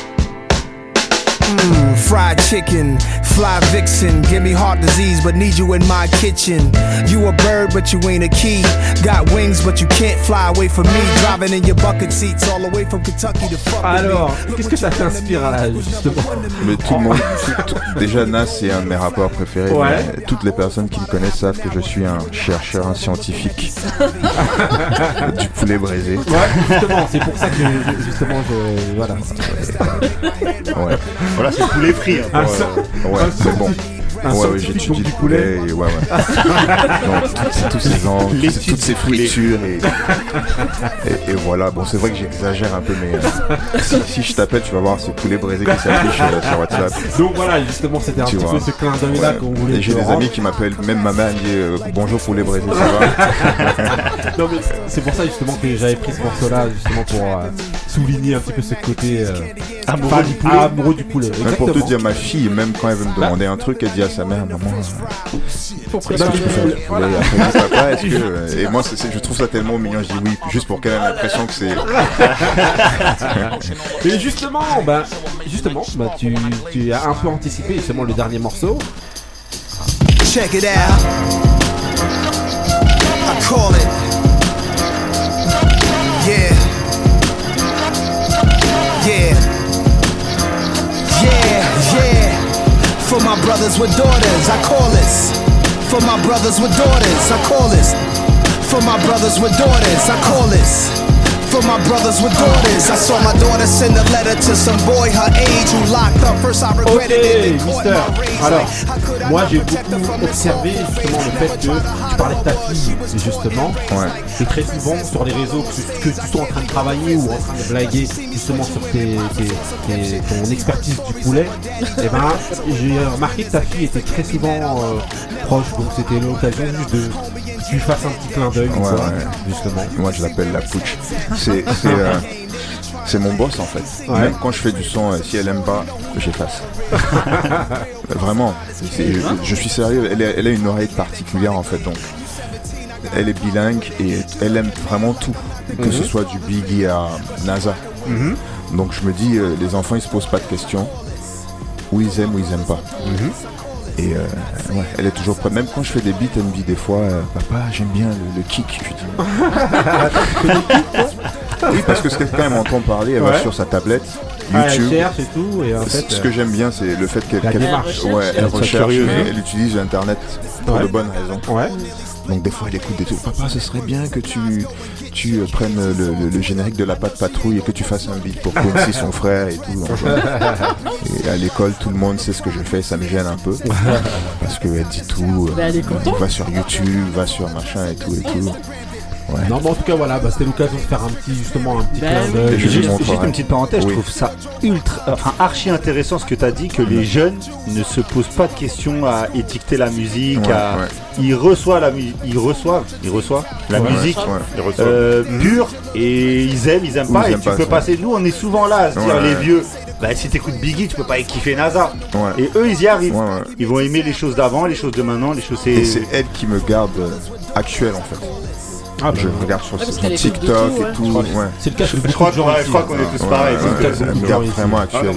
Fried chicken, fly vixen, give me heart disease, but need you in my kitchen. You a bird, but you ain't a key. Got wings, but you can't fly away from me. Driving in your bucket seats all the way from Kentucky to fuck. Alors, qu'est-ce que ça t'inspire là, justement? Mais tout le monde, déjà Nas c'est un de mes rappeurs préférés. Ouais. Mais toutes les personnes qui me connaissent savent que je suis un chercheur, un scientifique du poulet braisé. Ouais, justement, c'est pour ça que voilà. Ouais. Voilà, c'est poulet frit. Hein, ouais, c'est bon. Ouais, j'étudie du poulet. Et ouais. Donc, tous ces angles, toutes ces fritures. Et voilà, bon, c'est vrai que j'exagère un peu, mais si je t'appelle, tu vas voir ce poulet braisé qui s'affiche sur WhatsApp. Donc voilà, justement, c'était un petit peu ce clin d'œil là qu'on voulait. Et j'ai des amis qui m'appellent, même ma mère me dit bonjour poulet braisé, ça va? Non, mais c'est pour ça justement que j'avais pris ce morceau là, justement pour souligner un petit peu ce côté amoureux du poulet. Même pour te dire, ma fille, même quand elle veut me demander un truc, elle dit à sa mère, maman, est-ce que je peux faire du poulet? Après, papa, est-ce que... Et moi, je trouve ça tellement mignon, je dis oui, juste pour qu'elle ait l'impression que c'est... Et justement, tu as un peu anticipé justement le dernier morceau. Check it out. I call it. Yeah. For my brothers with daughters, I call this. For my brothers with daughters, I call this. For my brothers with daughters, I call this. For my brothers with daughters, I saw my daughter send a letter to some boy her age who locked up. First I regretted it. Mister. Alors, moi j'ai beaucoup observé justement le fait que tu parlais de ta fille, justement. Et très souvent sur les réseaux, que tu sois en train de travailler ou en train de blaguer justement sur ton expertise du poulet, et ben j'ai remarqué que ta fille était très souvent proche, donc c'était l'occasion juste de que tu lui fasses un petit clin d'œil, justement. Moi je l'appelle la pouche. C'est mon boss en fait. Même quand je fais du son, si elle aime pas, j'efface. Vraiment, je suis sérieux. Elle a une oreille particulière en fait, donc elle est bilingue et elle aime vraiment tout, que ce soit du Biggie à NASA. Donc je me dis, les enfants ils se posent pas de questions, ou ils aiment ou ils aiment pas. Et elle est toujours prête. Même quand je fais des beats, elle me dit des fois, papa, j'aime bien le kick. Je dis, oui, parce que quand elle m'entend parler, elle va sur sa tablette, YouTube. Elle cherche et tout. Et en fait, ce que j'aime bien, c'est le fait qu'elle recherche, mais elle utilise Internet pour de bonnes raisons. Donc des fois elle écoute des trucs, papa ce serait bien que tu prennes le générique de la Patte Patrouille et que tu fasses un beat pour Quincy son frère et tout. Et à l'école tout le monde sait ce que je fais, ça me gêne un peu parce qu'elle dit tout, va sur YouTube, va sur machin et tout. Non mais en tout cas voilà, c'était l'occasion de faire un petit clin d'œil. Juste une petite parenthèse, je trouve ça archi intéressant ce que tu as dit, que les jeunes ne se posent pas de questions à étiqueter la musique, ils reçoivent la musique pure et ils aiment pas, et tu peux passer. Nous on est souvent là à se dire les vieux, si t'écoutes Biggie tu peux pas kiffer NASA, et eux ils y arrivent, ils vont aimer les choses d'avant, les choses de maintenant, les choses et c'est elle qui me garde actuel en fait. Je regarde sur parce qu'elle écoute de TikTok tout, et tout. Ouais. C'est le cas de Je crois qu'on est tous pareils. C'est un gars vraiment actuel.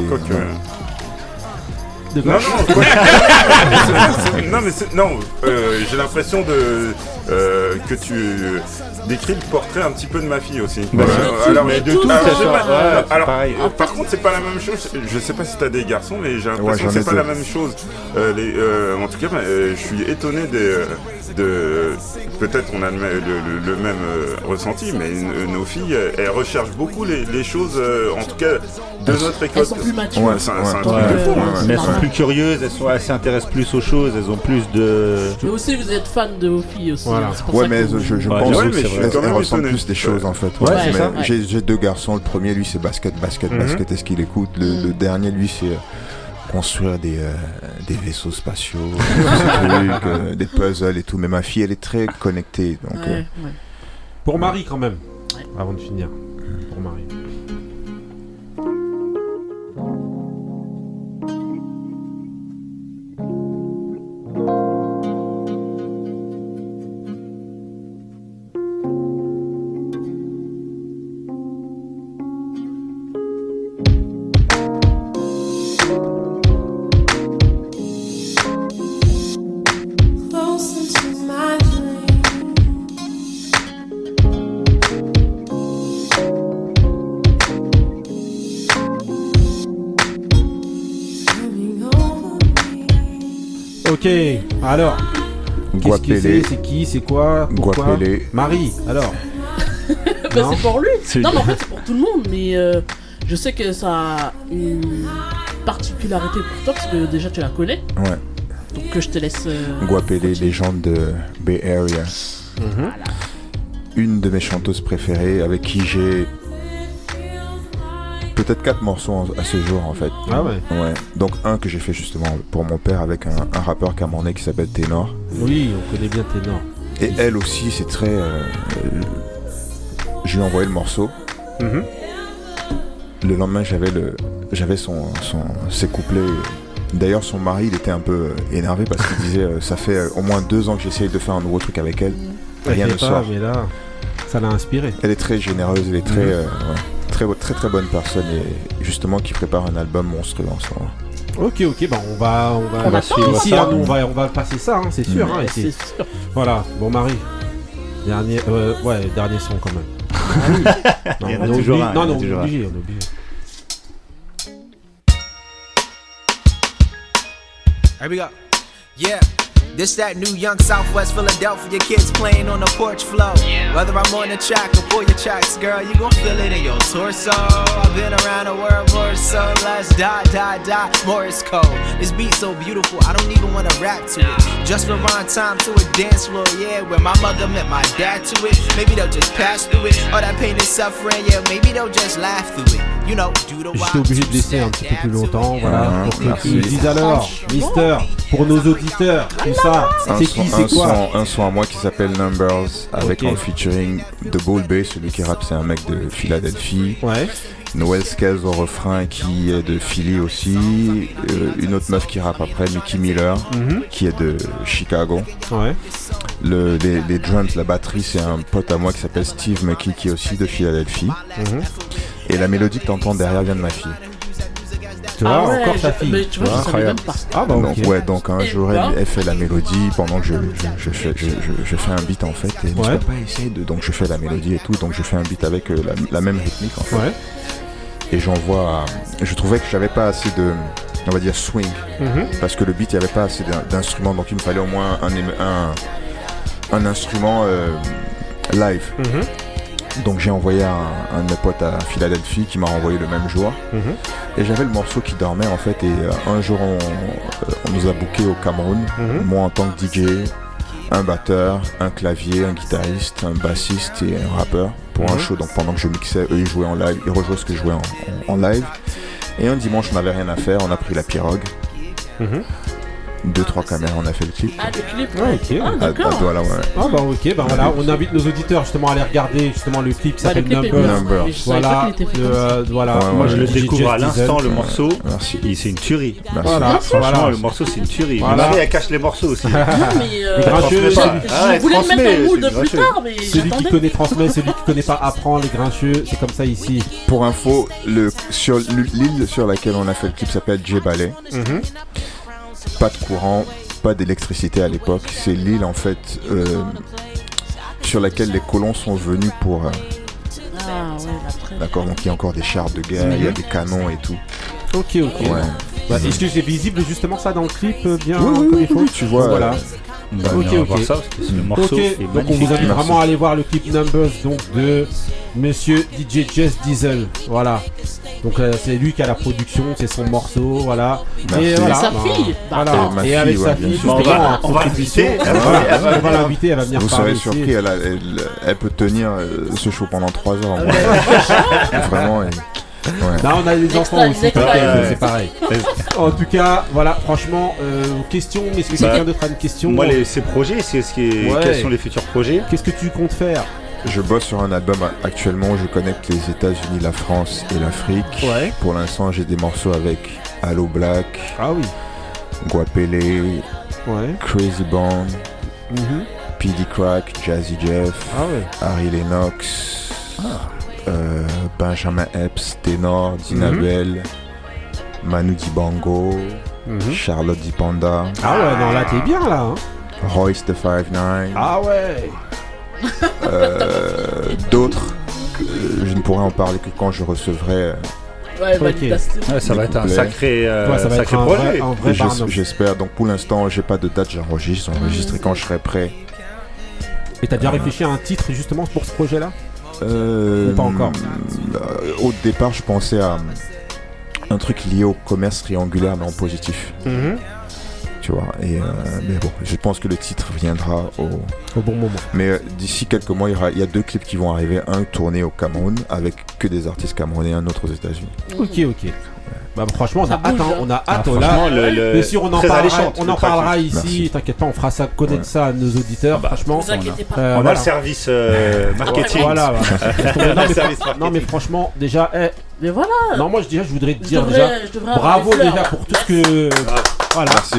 J'ai l'impression que tu décris le portrait un petit peu de ma fille aussi. Alors, mais de tout, pareil. Par contre, c'est pas la même chose. Je sais pas si t'as des garçons, mais j'ai l'impression que c'est pas la même chose. En tout cas, je suis étonné peut-être on a le même ressenti, mais nos filles, elles recherchent beaucoup les choses, en tout cas, de notre école. Elles sont plus matures. Ouais, c'est un truc de fou. Mais elles sont plus curieuses, elles s'intéressent plus aux choses, elles ont plus de... Mais aussi, vous êtes fan de vos filles aussi. Voilà. Ouais, mais je pense qu'elles ressentent plus des choses en fait. J'ai 2 garçons, le premier, lui, c'est basket. Est-ce qu'il écoute? Le dernier, lui, c'est... construire des vaisseaux spatiaux, des puzzles et tout. Mais ma fille, elle est très connectée. Donc, Pour Marie, quand même, avant de finir. Pour Marie. Ok, alors, qu'est-ce que c'est qui, c'est quoi, pourquoi? Marie, alors. Bah, c'est pour lui. Non, mais en fait, c'est pour tout le monde. Mais je sais que ça a une particularité pour toi, parce que déjà, tu la connais. Ouais. Donc, je te laisse... Guapele, légende de Bay Area. Une de mes chanteuses préférées, avec qui j'ai... peut-être 4 morceaux à ce jour en fait. Ah ouais. Donc un que j'ai fait justement pour mon père avec un rappeur camerounais qui s'appelle Ténor. Oui, on connaît bien Ténor. Et elle aussi, c'est très... je lui ai envoyé le morceau. Le lendemain, j'avais ses couplets. D'ailleurs, son mari, il était un peu énervé parce qu'il disait ça fait au moins 2 ans que j'essaye de faire un nouveau truc avec elle. Rien ne sort. Mais là, ça l'a inspiré. Elle est très généreuse, elle est très bonne personne et justement qui prépare un album monstrueux en ce moment. Ok, bah on va suivre ici, ça. On va passer ça, hein, c'est sûr. C'est sûr. Voilà, bon Marie, dernier son quand même. On est obligé. Here we go. Yeah. This that new young Southwest Philadelphia kids playing on the porch floor. Yeah. Whether I'm on the track or pull your tracks, girl, you gon' feel it in your torso. I've been around the world more so. Let's die, Morris code. This beat so beautiful, I don't even wanna rap to it. Just for rhyme time to a dance floor, yeah, where my mother met my dad to it. Maybe they'll just pass through it. All that pain and suffering, yeah, maybe they'll just laugh through it. You know, do the J'étais obligé de laisser un petit peu plus longtemps, voilà, pour qu'ils disent alors, Mister, pour nos auditeurs, tout ça, c'est qui, c'est quoi? Un son à moi qui s'appelle Numbers, avec en featuring de Ball Bay, celui qui rappe, c'est un mec de Philadelphie. Ouais. Noël Skez au refrain qui est de Philly aussi, une autre meuf qui rappe après, Mickey Miller, qui est de Chicago. Ouais. Les drums, la batterie, c'est un pote à moi qui s'appelle Steve McKee qui est aussi de Philadelphie. Et la mélodie que t'entends derrière vient de ma fille. Tu vois, encore ta fille. Mais tu vois, je savais même pas. Ah bah ok. Donc un jour elle fait la mélodie pendant que je fais un beat en fait. Et je peux pas essayer donc je fais la mélodie et tout, donc je fais un beat avec la même rythmique en fait. Ouais. Et je trouvais que j'avais pas assez de, on va dire, swing, parce que le beat il y avait pas assez d'instruments, donc il me fallait au moins un instrument live. Donc j'ai envoyé un de mes potes à Philadelphie qui m'a renvoyé le même jour. Et j'avais le morceau qui dormait en fait. Et un jour on nous a booké au Cameroun, moi en tant que DJ, un batteur, un clavier, un guitariste, un bassiste et un rappeur pour un show. Donc pendant que je mixais, eux ils jouaient en live, ils rejouaient ce que je jouais en live. Et un dimanche on n'avait rien à faire, on a pris la pirogue. 2-3 caméras, on a fait le clip. Ah, des clips. Ah, ok. Ah, d'accord. Voilà, ouais. Ah bah ok, bah voilà, on invite nos auditeurs justement à aller regarder justement le clip qui s'appelle Number. Voilà. Voilà. Moi je le découvre à l'instant le Diesel. morceau. Merci. Et c'est une tuerie. Voilà. Franchement le morceau c'est une tuerie. Voilà. Marie elle cache les morceaux aussi. Non, mais Les grincheux, je voulais me mettre en mood plus tard, mais celui qui j'attendais. connaît transmet, celui qui connaît pas apprend, les grincheux, c'est comme ça ici. Pour info, sur l'île sur laquelle on a fait le clip s'appelle Djebale. Pas de courant, pas d'électricité à l'époque. C'est l'île en fait sur laquelle les colons sont venus pour. D'accord, donc il y a encore des chars de guerre, il y a des canons et tout. Ok. Ouais. Bah, est-ce que c'est visible justement ça dans le clip bien Oui, comme il faut tu vois. Voilà. On va voir ça parce que c'est le morceau. Ok, donc on vous invite vraiment à aller voir le clip Numbers donc de Monsieur DJ Just Diesel. Voilà. Donc c'est lui qui a la production, c'est son morceau, voilà. Merci. Et voilà. Sa fille. Voilà. Ma Et avec fille, sa ouais, fille, bien sûr. justement, On va l'inviter. on va l'inviter, elle va venir Vous parler serez ici. surpris, elle peut tenir ce show pendant 3 heures. Vraiment. Ouais. Là on a les enfants aussi, extra. c'est pareil. En tout cas, voilà, franchement, question, est-ce que quelqu'un d'autre a une question? Moi ces projets, quels sont les futurs projets? Qu'est-ce que tu comptes faire? Je bosse sur un album actuellement, je connecte les États-Unis, la France et l'Afrique. Ouais. Pour l'instant, j'ai des morceaux avec Allo Black, Guapele, Crazy Bone, PD Crack, Jazzy Jeff, Harry Lennox, Benjamin Epps, Ténor, Dinabel, Manu Dibango, Charlotte Dipanda. Ah ouais, non là t'es bien là. Hein. Royce the 5'9". Ah ouais. D'autres, je ne pourrai en parler que quand je recevrai. Ça va être un sacré, sacré un projet. vrai J'espère. Donc pour l'instant, j'ai pas de date, j'enregistre quand je serai prêt. Et t'as déjà réfléchi à un titre justement pour ce projet-là? Ou pas encore? Au départ, je pensais à un truc lié au commerce triangulaire, mais en positif. Tu vois, mais bon, je pense que le titre viendra au bon moment. Mais d'ici quelques mois, il y a 2 clips qui vont arriver, un tourné au Cameroun avec que des artistes camerounais, un autre aux États-Unis. Ok. Bah franchement, on a hâte. Franchement, bien sûr, on en parlera ici. Merci. T'inquiète pas, on fera ça connaître ça à nos auditeurs. Franchement, on a le service marketing. Voilà. Non mais franchement, déjà. Mais voilà. Non, moi je voudrais te dire bravo déjà pour tout ce que. Voilà. Merci.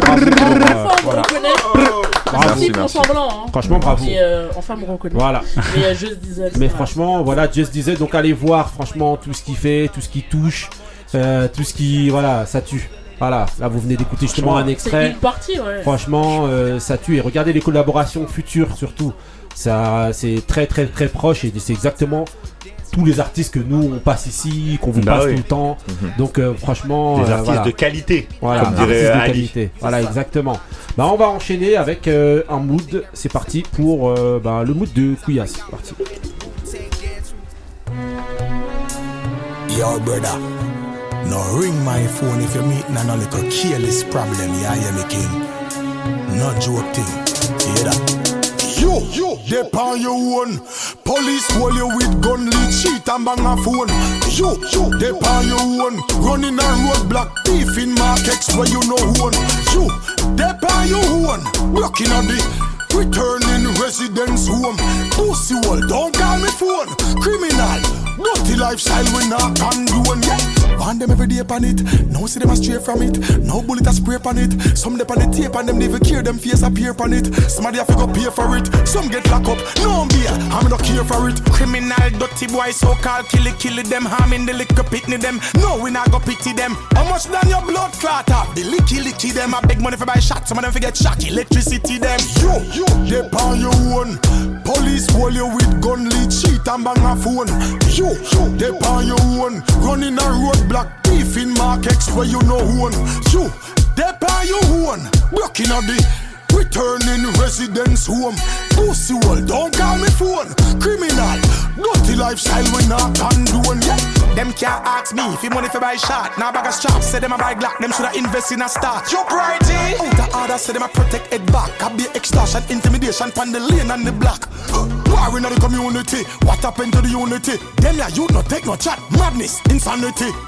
Merci pour semblant. Franchement, bravo. Enfin, me reconnaît. Voilà. Mais Just Diesel. Mais franchement, voilà, Just Diesel. Donc allez voir, franchement, tout ce qu'il fait, tout ce qu'il touche, tout ce qui, voilà, ça tue. Voilà, là vous venez d'écouter justement un extrait. C'est une partie, ouais. Franchement, ça tue. Et regardez les collaborations futures surtout. Ça, c'est très très très proche et c'est exactement tous les artistes que nous on passe ici, qu'on vous passe tout le temps. Donc franchement, des artistes de qualité, voilà, comme dirait artistes de Ali. qualité. Voilà, exactement. Bah on va enchaîner avec un mood. C'est parti pour le mood de Kouya. C'est parti. Yo brother, no ring my phone if you're meeting a little careless problem. Yeah, hear me king. No joke thing. You hear that? You, they on your own. Police hold you with gun, lead cheat and bang a phone. You, they on your own. Running a roadblock, thief in markets where you know one. You, they on your own. Blocking on the returning residence home. Pussy wall, don't call me phone. Criminal, dirty lifestyle we not condone. Yeah, want them every day upon it. No see them a stray from it. No bullet a spray upon it. Some dip on the tape and them never care. Them face appear upon it. Somebody have to go pay for it. Some get locked up. No beer, I'm not care for it. Criminal, dirty boy, so called kill them. Harming the liquor pitney them. No, we not go pity them. How much than your blood clot up? The licky them. I beg money for buy shot. Some of them forget shock. Electricity them. You, they on your own. Police hold you with gun, lead cheat and bang a phone. You, they on your own. Running a roadblock, thief in markets where you know one. You, they on your own. Blocking on the returning residence home. Pussy wall, don't call me phone. Criminal, dirty lifestyle we not condone. Yeah, them can't ask me if you money for buy shot. Now bag a strap, say them a buy Glock. Them shoulda invest in a start. You brighty. Out of order, say them a protect head back. I be extortion, intimidation, pan the lane and the block. War in the community. What happened to the unity? Them ya you not take no chat. Madness, insanity.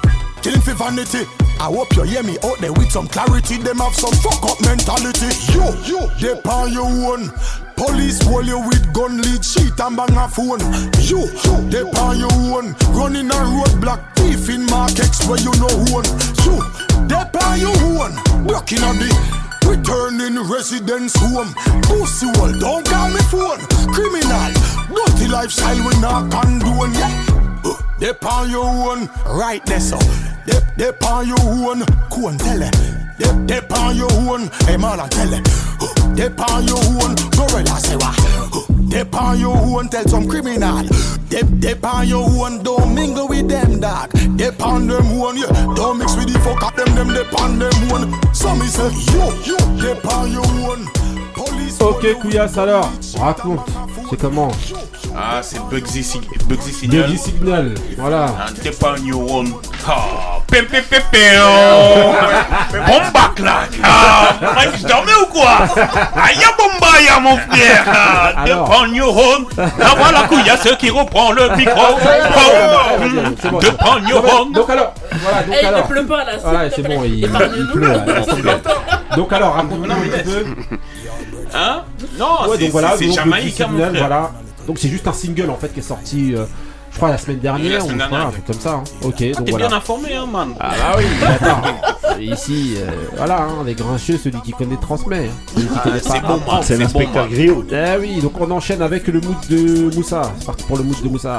killing for vanity. I hope you hear me out there with some clarity. Them have some fuck up mentality. You, they on your own. Police hold you with gun, lead sheet and bang a phone. You, they on your own. Running a roadblock, thief in markets where you know own. You, they on your own. Blocking on the returning residence home. Pussy wall, don't call me phone. Criminal, dirty lifestyle we not condone. Yeah, they on your own. Right there, so they on your own. Coon tell it. They on your own. Hey man, I tell it. They on your own. Gorilla say what? They on your own. Tell some criminal. They on your own. Don't mingle with them dog. They on them own. Yeah. Don't mix with the fuck up them. They on them own. Some is say you. They on your own. Ok Couillasse alors, raconte, c'est comment? Ah c'est Bugsy Signal. Bugsy Signal, voilà. T'es pas un new one. Ah, bomba claque. Ah, je dormais ou quoi? Aïe bomba ya mon frère. T'es pas un new one. Ah voilà Couillasse qui reprend le micro. T'es pas un new one. Donc alors, voilà, donc il alors. ne pleut pas là. Voilà, c'est bon, il pleut. Donc alors, raconte-nous un petit peu. Hein? Non, ouais, c'est, donc voilà, c'est jamaïcain mon frère. Voilà. Donc c'est juste un single en fait qui est sorti, je crois la semaine dernière ou un truc comme ça. Hein. Ok, donc t'es voilà. bien informé, hein, man. Ah bah oui. Attends. Ici, voilà, hein, les grincheux, celui qui connaît transmet. Celui qui connaît c'est pas, bon, man. C'est l'inspecteur Griot. Ah oui, donc on enchaîne avec le mood de Moussa. C'est parti pour le mood de Moussa.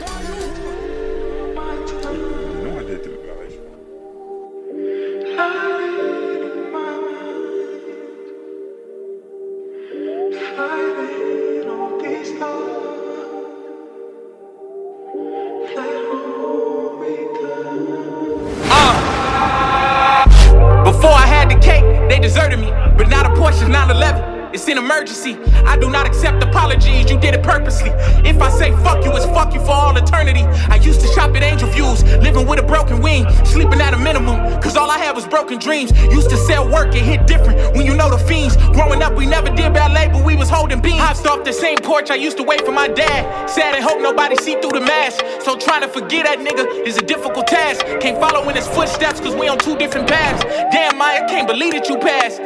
Before I had the cake, they deserted me. But now the Porsche's 911. It's an emergency. I do not accept apologies. You did it purposely. If I say fuck you, it's fuck you for all eternity. I used to shop at Angel Views, living with a broken wing, sleeping at a minimum, cause all I had was broken dreams. Used to sell work and hit different when you know the fiends. Growing up, we never did ballet, but we was holding beams. Hopped off the same porch I used to wait for my dad. Sad and hope nobody see through the mask. So trying to forget that nigga is a difficult task. Can't follow in his footsteps cause we on two different paths. Damn, Maya, can't believe that you passed.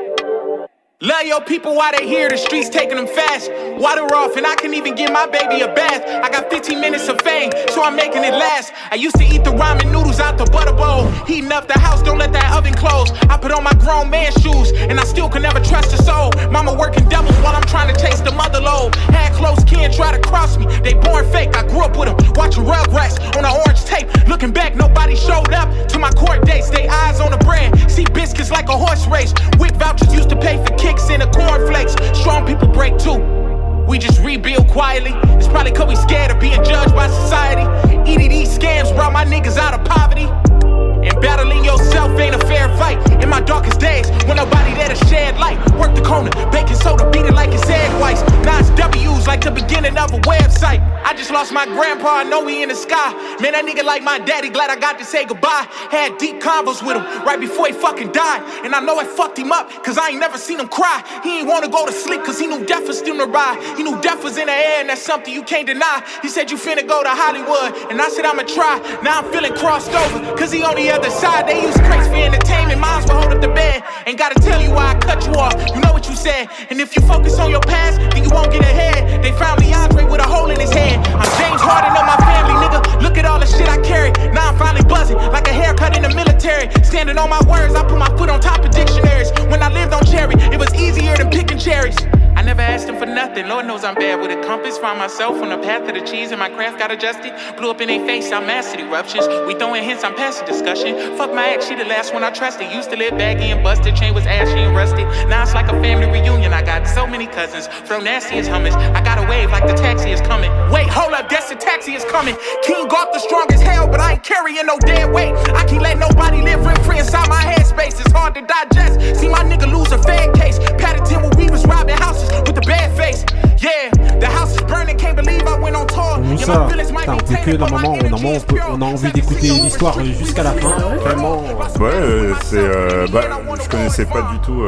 Love your people while they here, the streets taking them fast. Water off and I can even give my baby a bath. I got 15 minutes of fame, so I'm making it last. I used to eat the ramen noodles out the butter bowl. Heating up the house, don't let that oven close. I put on my grown man shoes, and I still can never trust a soul. Mama working doubles while I'm trying to chase the mother load. Had close kin try to cross me, they born fake. I grew up with them, watching Rugrats on an orange tape. Looking back, nobody showed up to my court dates. They eyes on the brand, see biscuits like a horse race. Wick vouchers used to pay for kicks in the cornflakes. Strong people break too. We just rebuild quietly. It's probably cause we scared of being judged by society. EDD scams brought my niggas out of poverty. And battling yourself ain't a fair fight. In my darkest days, when nobody there to shed light. Work the corner, baking soda, beat it like it's egg whites. 9 W's like the beginning of a website. I just lost my grandpa, I know he in the sky. Man, that nigga like my daddy, glad I got to say goodbye. Had deep convos with him right before he fucking died. And I know it fucked him up, cause I ain't never seen him cry. He ain't wanna go to sleep, cause he knew death was still to ride. He knew death was in the air, and that's something you can't deny. He said you finna go to Hollywood, and I said I'ma try. Now I'm feeling crossed over, cause he on the other side. They use crates for entertainment, mine's will hold up the bed. Ain't gotta tell you why I cut you off, you know what you said. And if you focus on your past, then you won't get ahead. They found Leandre with a hole in his head. I'm James Harden of my family, nigga. Look at all the shit I carry. Now I'm finally buzzing, like a haircut in the military. Standing on my words, I put my foot on top of dictionaries. When I lived on Cherry, it was easier than picking cherries. I never asked him for nothing, Lord knows I'm bad with a compass. Found myself on the path of the cheese and my craft got adjusted. Blew up in their face, I mastered eruptions. We throwing hints, I'm past the discussion. Fuck my ex, she the last one I trusted. Used to live baggy and busted, chain was ashy and rusted. Now it's like a family reunion, I got so many cousins. Throw nasty as hummus, I got a wave like the taxi is coming. Wait, hold up, guess the taxi is coming. King Golf the strong as hell, but I ain't carrying no dead weight. I can't let nobody live rent free inside my headspace. It's hard to digest, see my nigga lose a Fed case. Paddington when we was robbing houses with the bad face. Yeah, the house is burning, can't believe I went on tour. Ça, on peut que normalement on a envie d'écouter l'histoire jusqu'à la fin. Vraiment. Ouais, c'est. Je connaissais pas du tout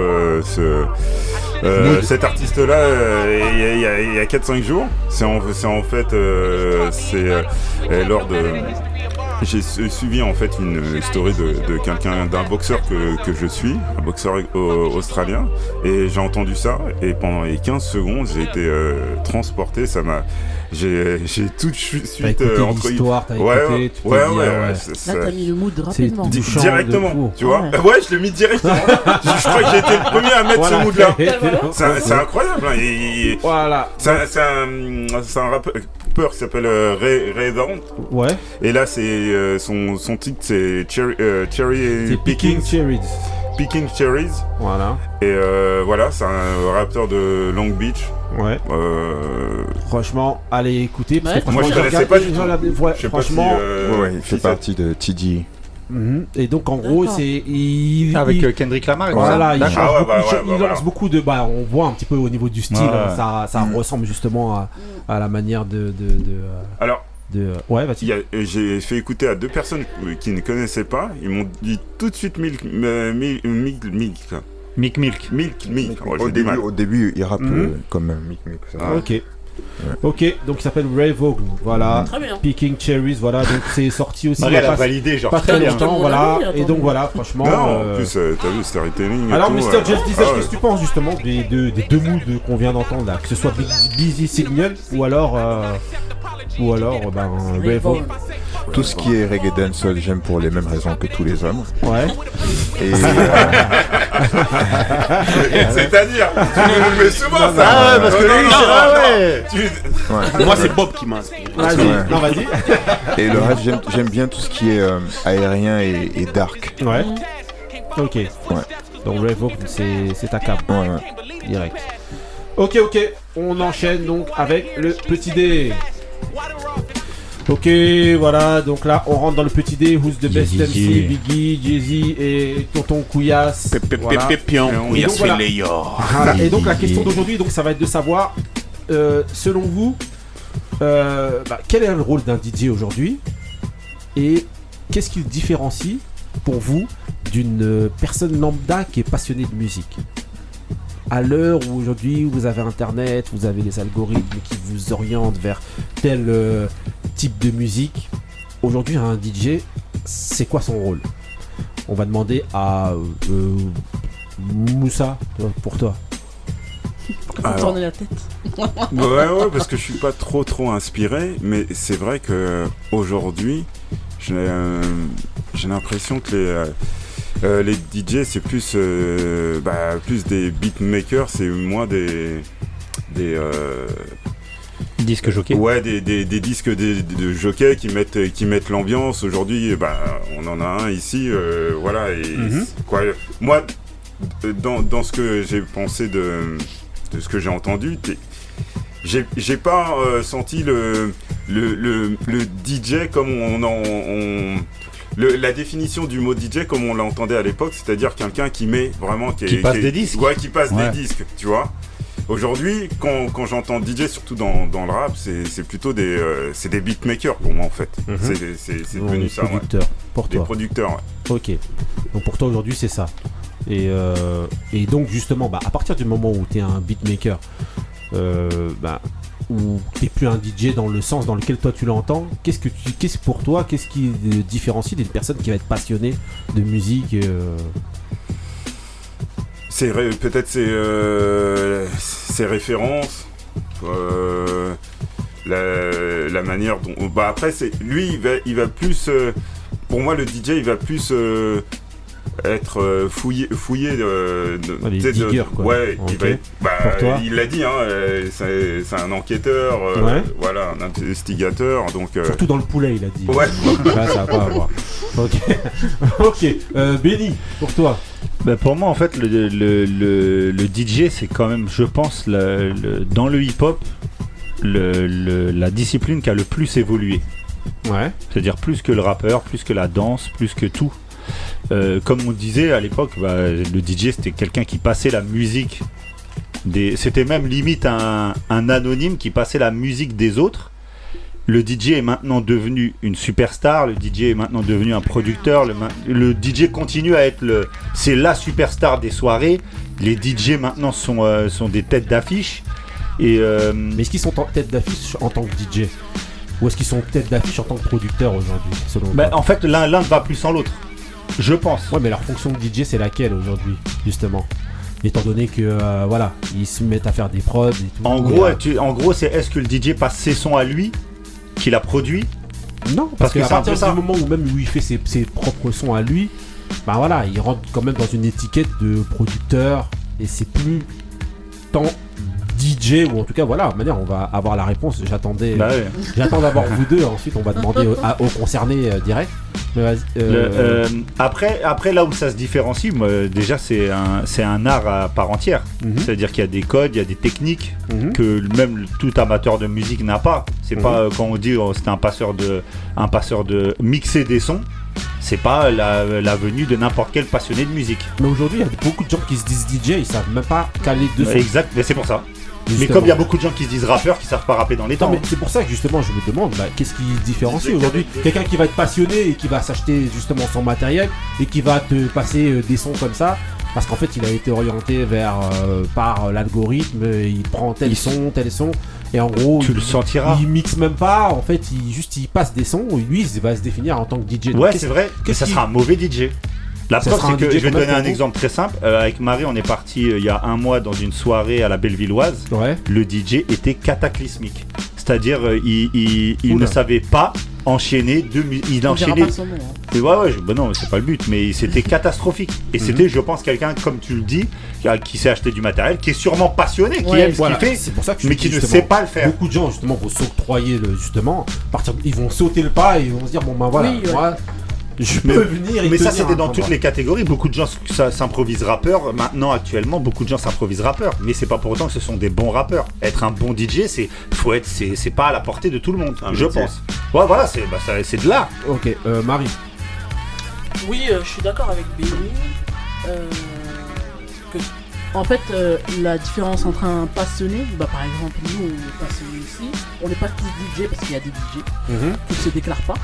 cet artiste-là il y a 4-5 jours. C'est en fait lors de. j'ai suivi en fait une story de quelqu'un, d'un boxeur que je suis, un boxeur australien, et j'ai entendu ça, et pendant les 15 secondes, j'ai été transporté, ça m'a... J'ai tout de suite entre l'histoire, t'as écouté, tu t'es dit, là t'as mis le mood rapidement. Directement, tu vois. Ouais, je l'ai mis directement. Je crois que j'ai été le premier à mettre ce mood-là. C'est incroyable. Hein. Voilà. C'est un rappeur qui s'appelle Ray Down. Ouais. Et là, c'est son titre, c'est Cherry Picking Cherries. Picking Cherries. Voilà. Et voilà, c'est un rappeur de Long Beach. Ouais. Franchement, allez écouter. Parce que moi, je connaissais pas du tout. Franchement, il fait partie de TD. Et donc en gros c'est avec Kendrick Lamar. Voilà, il lance beaucoup de. On voit un petit peu au niveau du style, ça ressemble justement à la manière de. Alors. Ouais, vas-y. J'ai fait écouter à 2 personnes qui ne connaissaient pas. Ils m'ont dit tout de suite Milk. Au début, il rappe comme Milk. Ok. Ok, donc il s'appelle Ray Vaughan, voilà. Picking Cherries, voilà. Donc c'est sorti aussi. Marie, elle a validé, genre pas très longtemps, voilà. Et donc voilà, franchement. Non, en plus, t'as vu, storytelling. Alors, Mr. Just Diesel, qu'est-ce que tu penses justement des deux moods qu'on vient d'entendre là, que ce soit Busy Signal ou alors Ray Vaughan. Tout ce qui est reggae dancehall, j'aime pour les mêmes raisons que tous les hommes. Ouais. Et c'est-à-dire, tu nous le mets souvent ça. Ah ouais, parce que lui, Moi, c'est Bob qui m'a inspiré. Vas-y. Et le reste, j'aime bien tout ce qui est aérien et dark. Ouais. Ok. Ouais. Donc Ray Vaughan, c'est ta cam. Ouais. Direct. Ok. On enchaîne donc avec le petit D. Ok, voilà, donc là on rentre dans le petit D. Who's the best MC? Biggie, Jay-Z et Tonton Couillasse. Et donc la question d'aujourd'hui, donc ça va être de savoir, selon vous, quel est le rôle d'un DJ aujourd'hui et qu'est-ce qui le différencie pour vous d'une personne lambda qui est passionnée de musique? À l'heure où aujourd'hui vous avez internet, vous avez les algorithmes qui vous orientent vers tel type de musique, aujourd'hui un DJ, c'est quoi son rôle? On va demander à Moussa, pour toi. Tourner la tête. ouais, parce que je suis pas trop inspiré, mais c'est vrai que aujourd'hui j'ai l'impression que les DJ c'est plus des beatmakers, c'est moins des disques jockeys. Ouais, des disques de jockeys qui mettent l'ambiance. Aujourd'hui, on en a un ici, voilà. Et quoi, moi, dans ce que j'ai pensé de ce que j'ai entendu, j'ai pas senti le DJ comme la définition du mot DJ comme on l'entendait à l'époque, c'est-à-dire quelqu'un qui met vraiment qui passe des disques. Ouais, qui passe des disques, tu vois. Aujourd'hui, quand j'entends DJ, surtout dans le rap, c'est plutôt des beatmakers pour moi en fait. C'est devenu ça. Producteurs, pour toi. Des producteurs. Ouais. Ok. Donc pour toi aujourd'hui c'est ça. Et donc justement, à partir du moment où t'es un beatmaker, où t'es plus un DJ dans le sens dans lequel toi tu l'entends, qu'est-ce qui différencie d'une personne qui va être passionnée de musique? Peut-être ses références, la manière dont. Après, lui, il va plus. Pour moi, le DJ, il va plus être fouillé les diggers, quoi. Ouais, okay. Il l'a dit, c'est un enquêteur, voilà, un investigateur, donc. Surtout dans le poulet, il a dit. Ouais. Là, ça va pas avoir. Ok. Benny, pour toi. Pour moi, en fait, le DJ, c'est quand même, je pense, dans le hip-hop, la discipline qui a le plus évolué. Ouais. C'est-à-dire plus que le rappeur, plus que la danse, plus que tout. Comme on disait à l'époque, le DJ, c'était quelqu'un qui passait la musique. C'était même limite un anonyme qui passait la musique des autres. Le DJ est maintenant devenu une superstar, le DJ est maintenant devenu un producteur, le DJ continue à être c'est la superstar des soirées. Les DJ maintenant sont des têtes d'affiche. Mais est-ce qu'ils sont en tête d'affiche en tant que DJ? Ou est-ce qu'ils sont tête d'affiche en tant que producteurs aujourd'hui, selon toi? En fait, l'un ne va plus sans l'autre. Je pense. Ouais, mais leur fonction de DJ, c'est laquelle aujourd'hui, justement? Étant donné que, voilà, ils se mettent à faire des prods et tout. En gros, c'est est-ce que le DJ passe ses sons à lui, qu'il a produit? Non, parce qu'à partir du moment où il fait ses propres sons à lui, bah voilà, il rentre quand même dans une étiquette de producteur et c'est plus tant DJ, ou en tout cas voilà, de manière on va avoir la réponse. J'attends d'avoir vous deux, ensuite on va demander aux concernés direct. Mais après là où ça se différencie, déjà c'est un art à part entière. C'est-à-dire qu'il y a des codes, il y a des techniques que même tout amateur de musique n'a pas. C'est pas quand on dit c'est un passeur de mixer des sons. C'est pas la venue de n'importe quel passionné de musique. Mais aujourd'hui, il y a beaucoup de gens qui se disent DJ, ils savent même pas caler dessus. Exact, mais c'est pour ça. Justement. Mais comme il y a beaucoup de gens qui se disent rappeurs, qui savent pas rapper dans les temps. Mais c'est pour ça que justement, je me demande, qu'est-ce qui différencie aujourd'hui? Quelqu'un qui va être passionné et qui va s'acheter justement son matériel et qui va te passer des sons comme ça. Parce qu'en fait, il a été orienté par l'algorithme, il prend tel son, et en gros, tu le sentiras. Il mixe même pas, en fait, il passe des sons, et lui, il va se définir en tant que DJ. Ouais, c'est vrai, mais ça sera un mauvais DJ. La preuve, c'est que je vais te donner un exemple très simple. Avec Marie, on est parti il y a un mois dans une soirée à la Bellevilloise. Ouais. Le DJ était cataclysmique. C'est-à-dire, il ne savait pas enchaîner il enchaînait. Non, c'est pas le but, mais c'était catastrophique. Et c'était, je pense, quelqu'un, comme tu le dis, qui s'est acheté du matériel, qui est sûrement passionné, qui aime ce qu'il fait, c'est pour ça que mais qui ne sait pas le faire. Beaucoup de gens, justement, vont s'octroyer, ils vont sauter le pas et ils vont se dire, bon ben voilà, moi, je peux venir. Mais ça, c'était dans toutes les catégories. Beaucoup de gens s'improvisent rappeurs. Maintenant, actuellement, beaucoup de gens s'improvisent rappeurs. Mais c'est pas pour autant que ce sont des bons rappeurs. Être un bon DJ, c'est pas à la portée de tout le monde, je pense. Ouais, voilà, c'est de l'art. Ok, Marie. Oui, je suis d'accord avec Benny. En fait, la différence entre un passionné, par exemple, nous, on est passionnés ici. On n'est pas tous DJ parce qu'il y a des DJ qui ne se déclarent pas.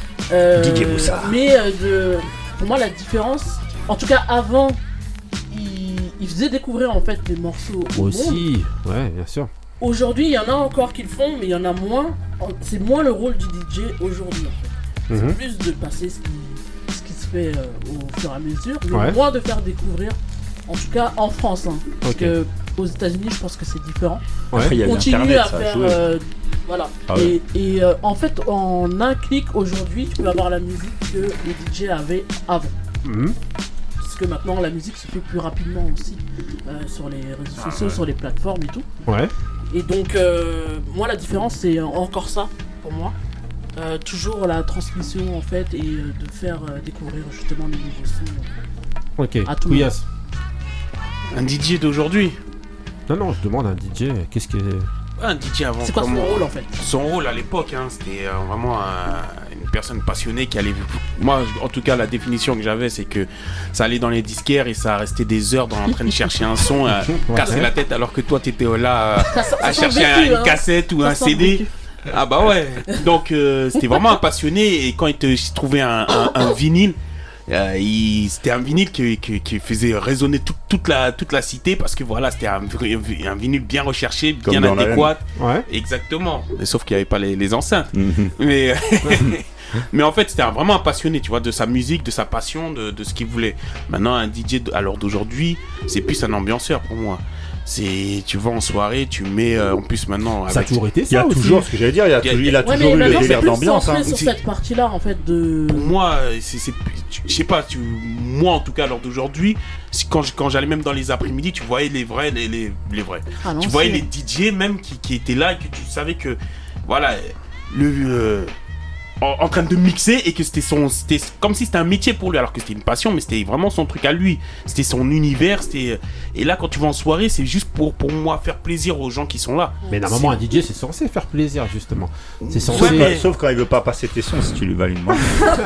Mais pour moi, la différence, en tout cas avant, il faisait découvrir en fait des morceaux au aussi monde. Ouais, bien sûr. Aujourd'hui, il y en a encore qui le font, mais il y en a moins. C'est moins le rôle du DJ aujourd'hui en fait. C'est plus de passer ce qui se fait au fur et à mesure, mais moins de faire découvrir. En tout cas en France, parce que aux États-Unis, je pense que c'est différent. Après, il y a continue à faire, voilà. Et en fait, en un clic aujourd'hui, tu peux avoir la musique que les DJ avaient avant. Parce que maintenant, la musique se fait plus rapidement aussi sur les réseaux sociaux, sur les plateformes et tout. Ouais. Et donc, moi, la différence, c'est encore ça pour moi. Toujours la transmission en fait et de faire découvrir justement les nouveaux sons. Ok. À tout le monde. Un DJ d'aujourd'hui? Non, je demande un DJ. Qu'est-ce que... Un DJ avant. C'est quoi son rôle en fait? Son rôle à l'époque, c'était vraiment une personne passionnée qui allait. Moi, en tout cas, la définition que j'avais, c'est que ça allait dans les disquaires et ça restait des heures en train de chercher un son, casser la tête, alors que toi, t'étais là à chercher une cassette ou un CD. Ah bah ouais. Donc c'était vraiment un passionné et quand il te trouvait un vinyle. C'était un vinyle qui faisait résonner toute la cité parce que voilà, c'était un vinyle bien recherché, bien adéquat. Ouais. Exactement. Mais sauf qu'il n'y avait pas les enceintes. Mais mais en fait, c'était vraiment un passionné, tu vois, de sa musique, de sa passion, de ce qu'il voulait. Maintenant, un DJ à l'heure d'aujourd'hui, c'est plus un ambianceur pour moi. Tu vas en soirée, tu mets en plus maintenant. Ça a toujours été ça. Il y a toujours ce que j'allais dire, il a toujours eu le délire d'ambiance. Sur cette partie-là, en fait, de. Pour moi, je sais pas, moi en tout cas, à l'heure d'aujourd'hui, quand j'allais même dans les après-midi, tu voyais les vrais. Ah, non, tu voyais les DJ même qui étaient là et que tu savais que, voilà, en train de mixer et que c'était comme si c'était un métier pour lui alors que c'était une passion mais c'était vraiment son truc à lui, c'était son univers, et là quand tu vas en soirée c'est juste pour moi faire plaisir aux gens qui sont là. Mais normalement un DJ c'est censé faire plaisir justement, c'est censé... sauf quand il veut pas passer tes sons si tu lui valides moins.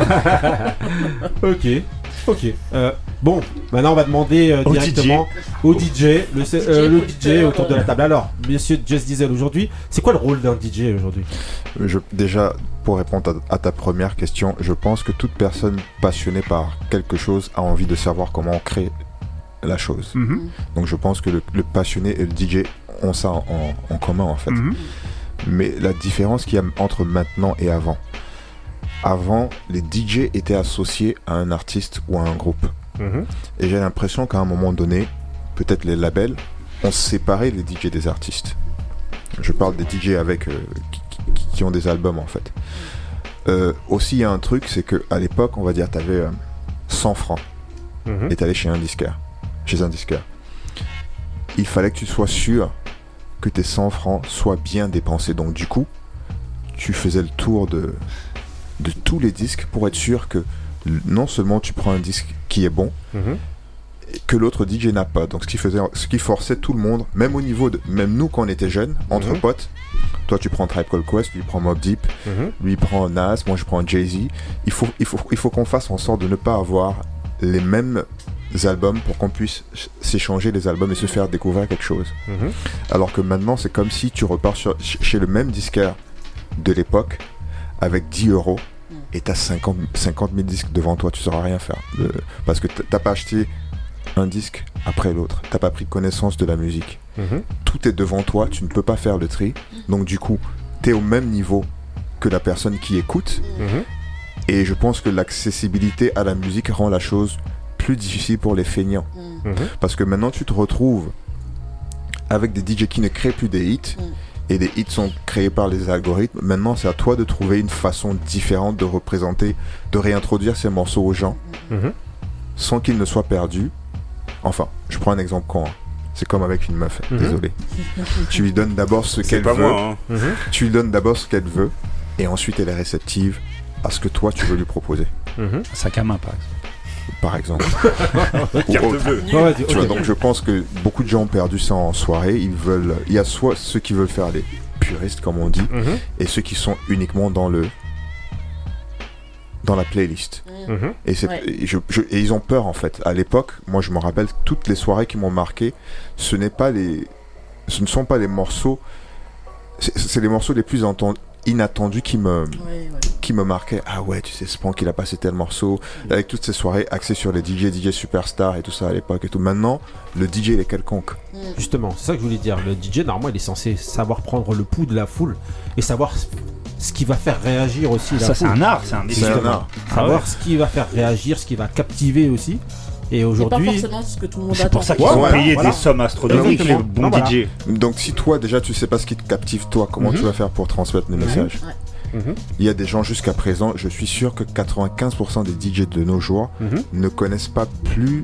Ok. Bon, maintenant on va demander directement au DJ, le DJ autour de la table. Alors, monsieur Just Diesel, aujourd'hui, c'est quoi le rôle d'un DJ aujourd'hui? Déjà, pour répondre à ta première question, je pense que toute personne passionnée par quelque chose a envie de savoir comment on crée la chose. Donc je pense que le passionné et le DJ ont ça en commun en fait. Mais la différence qu'il y a entre maintenant et avant. Avant, les DJ étaient associés à un artiste ou à un groupe. Et j'ai l'impression qu'à un moment donné, peut-être les labels ont séparé les DJ des artistes. Je parle des DJ avec qui ont des albums en fait. Aussi, il y a un truc, c'est qu'à l'époque, on va dire, tu avais 100 francs et tu allais chez un disquaire. Il fallait que tu sois sûr que tes 100 francs soient bien dépensés. Donc du coup, tu faisais le tour de tous les disques pour être sûr que non seulement tu prends un disque qui est bon, que l'autre DJ n'a pas. Donc ce qui forçait tout le monde, même au niveau de, même nous quand on était jeunes, entre potes, toi tu prends Tribe Called Quest, lui prend Mobb Deep, lui prend Nas, moi je prends Jay-Z. Il faut qu'on fasse en sorte de ne pas avoir les mêmes albums pour qu'on puisse s'échanger les albums et se faire découvrir quelque chose. Alors que maintenant c'est comme si tu repars chez le même disquaire de l'époque avec 10 € et t'as 50 000 disques devant toi, tu sauras rien faire. Parce que t'as pas acheté un disque après l'autre, t'as pas pris connaissance de la musique. Tout est devant toi, tu ne peux pas faire le tri. Donc du coup, t'es au même niveau que la personne qui écoute. Et je pense que l'accessibilité à la musique rend la chose plus difficile pour les feignants. Parce que maintenant tu te retrouves avec des DJ qui ne créent plus des hits. Et des hits sont créés par les algorithmes. Maintenant, c'est à toi de trouver une façon différente de représenter, de réintroduire ces morceaux aux gens, sans qu'ils ne soient perdus. Enfin, je prends un exemple con. C'est comme avec une meuf, désolé. Tu lui donnes d'abord ce qu'elle veut. Moi, hein. Tu lui donnes d'abord ce qu'elle veut, et ensuite elle est réceptive à ce que toi tu veux lui proposer. Sac à main, par exemple. Carte bleue. Tu vois, donc je pense que beaucoup de gens ont perdu ça en soirée. Il y a soit ceux qui veulent faire les puristes comme on dit, et ceux qui sont uniquement dans la playlist. Et ils ont peur en fait. À l'époque, moi je me rappelle toutes les soirées qui m'ont marqué. Ce ne sont pas les morceaux. C'est les morceaux les plus inattendus qui me marquaient. Ah ouais, tu sais, Spank il a passé tel morceau, avec toutes ces soirées axées sur les DJ superstars et tout ça à l'époque et tout. Maintenant, le DJ il est quelconque. Justement, c'est ça que je voulais dire. Le DJ normalement il est censé savoir prendre le pouls de la foule et savoir ce qui va faire réagir aussi la foule. Ça c'est un art, c'est un art. Savoir ce qui va faire réagir, ce qui va captiver aussi. Et aujourd'hui, c'est pas forcément ce que tout le monde attend. C'est pour ça qu'ils sont payés des sommes astronomiques, les bons DJ. Donc si toi déjà tu sais pas ce qui te captive toi, comment tu vas faire pour transmettre les messages? Il y a des gens jusqu'à présent, je suis sûr que 95% des DJ de nos jours ne connaissent pas plus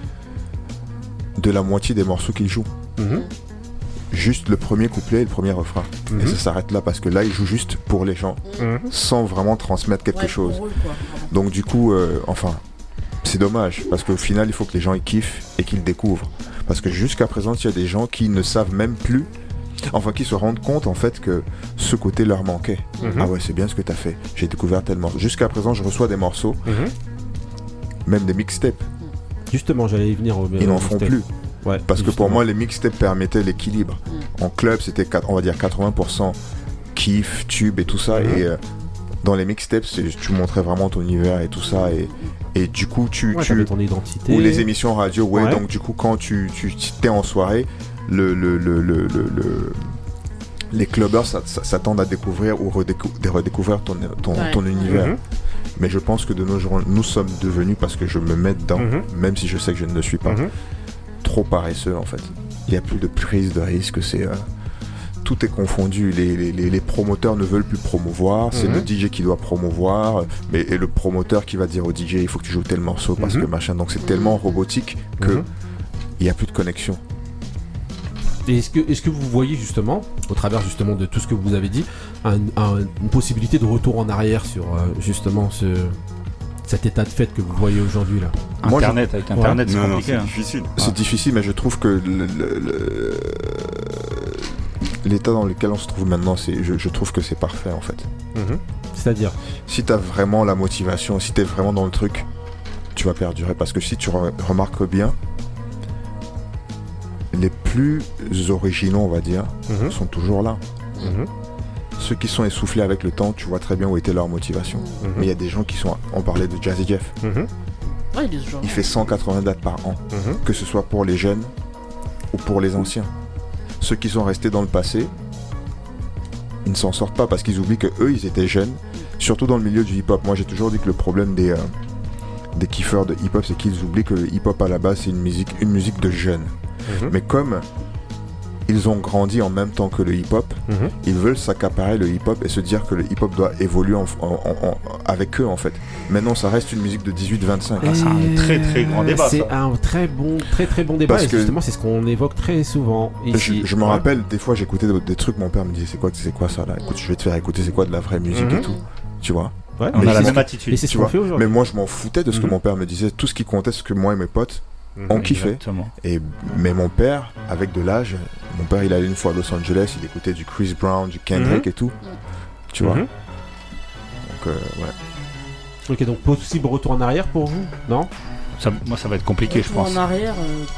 de la moitié des morceaux qu'ils jouent. Juste le premier couplet et le premier refrain. Et ça s'arrête là parce que là ils jouent juste pour les gens sans vraiment transmettre quelque chose. Eux, donc du coup, c'est dommage parce qu'au final il faut que les gens ils kiffent et qu'ils découvrent. Parce que jusqu'à présent il y a des gens qui ne savent même plus, qui se rendent compte en fait que ce côté leur manquait. Ah ouais, c'est bien ce que t'as fait, j'ai découvert tel morceau. Jusqu'à présent je reçois des morceaux, même des mixtapes. Justement, j'allais y venir. Ils n'en font plus. Ouais, parce que pour moi les mixtapes permettaient l'équilibre. En club c'était on va dire 80% kiff, tube et tout ça, et dans les mixtapes tu montrais vraiment ton univers et tout ça, et du coup tu ton identité. Ou les émissions radio, donc du coup quand tu t'es en soirée, les clubbers s'attendent à découvrir ou redécouvrir ton univers. Mais je pense que de nos jours nous sommes devenus, parce que je me mets dedans, même si je sais que je ne le suis pas, trop paresseux en fait. Il n'y a plus de prise de risque, tout est confondu. Les promoteurs ne veulent plus promouvoir, c'est le DJ qui doit promouvoir, et le promoteur qui va dire au DJ il faut que tu joues tel morceau parce que machin. Donc c'est tellement robotique que il n'y a plus de connexion. Et est-ce que vous voyez justement, au travers justement de tout ce que vous avez dit, une possibilité de retour en arrière sur justement cet état de fait que vous voyez aujourd'hui là? Internet, avec Internet c'est compliqué. C'est difficile. C'est difficile, mais je trouve que l'état dans lequel on se trouve maintenant, je trouve que c'est parfait en fait. C'est-à-dire, si t'as vraiment la motivation, si t'es vraiment dans le truc, tu vas perdurer. Parce que si tu remarques bien, les plus originaux, on va dire, sont toujours là. Ceux qui sont essoufflés avec le temps, tu vois très bien où était leur motivation. Mais il y a des gens qui sont... On parlait de Jazzy Jeff. Il fait 180 dates par an, que ce soit pour les jeunes ou pour les anciens. Ceux qui sont restés dans le passé, ils ne s'en sortent pas parce qu'ils oublient que eux ils étaient jeunes, surtout dans le milieu du hip-hop. Moi j'ai toujours dit que le problème des kiffeurs de hip-hop, c'est qu'ils oublient que le hip-hop à la base c'est une musique de jeunes. Mais comme ils ont grandi en même temps que le hip-hop, ils veulent s'accaparer le hip-hop et se dire que le hip-hop doit évoluer avec eux en fait. Maintenant ça reste une musique de 18-25. C'est un très très grand débat. C'est un très très bon débat. Parce que justement c'est ce qu'on évoque très souvent ici. Je me rappelle des fois j'écoutais des trucs, mon père me disait c'est quoi ça là, écoute je vais te faire écouter c'est quoi de la vraie musique et tout, tu vois. Ouais, on a la même attitude. Et c'est ce qu'on fait aujourd'hui. Mais moi je m'en foutais de ce que mon père me disait, tout ce qui comptait c'est ce que moi et mes potes on kiffait. Mais mon père, avec de l'âge, mon père il allait une fois à Los Angeles, il écoutait du Chris Brown, du Kendrick et tout. Tu vois. Donc ouais. Ok, donc possible retour en arrière pour vous, non? Moi ça va être compliqué, je pense. En arrière.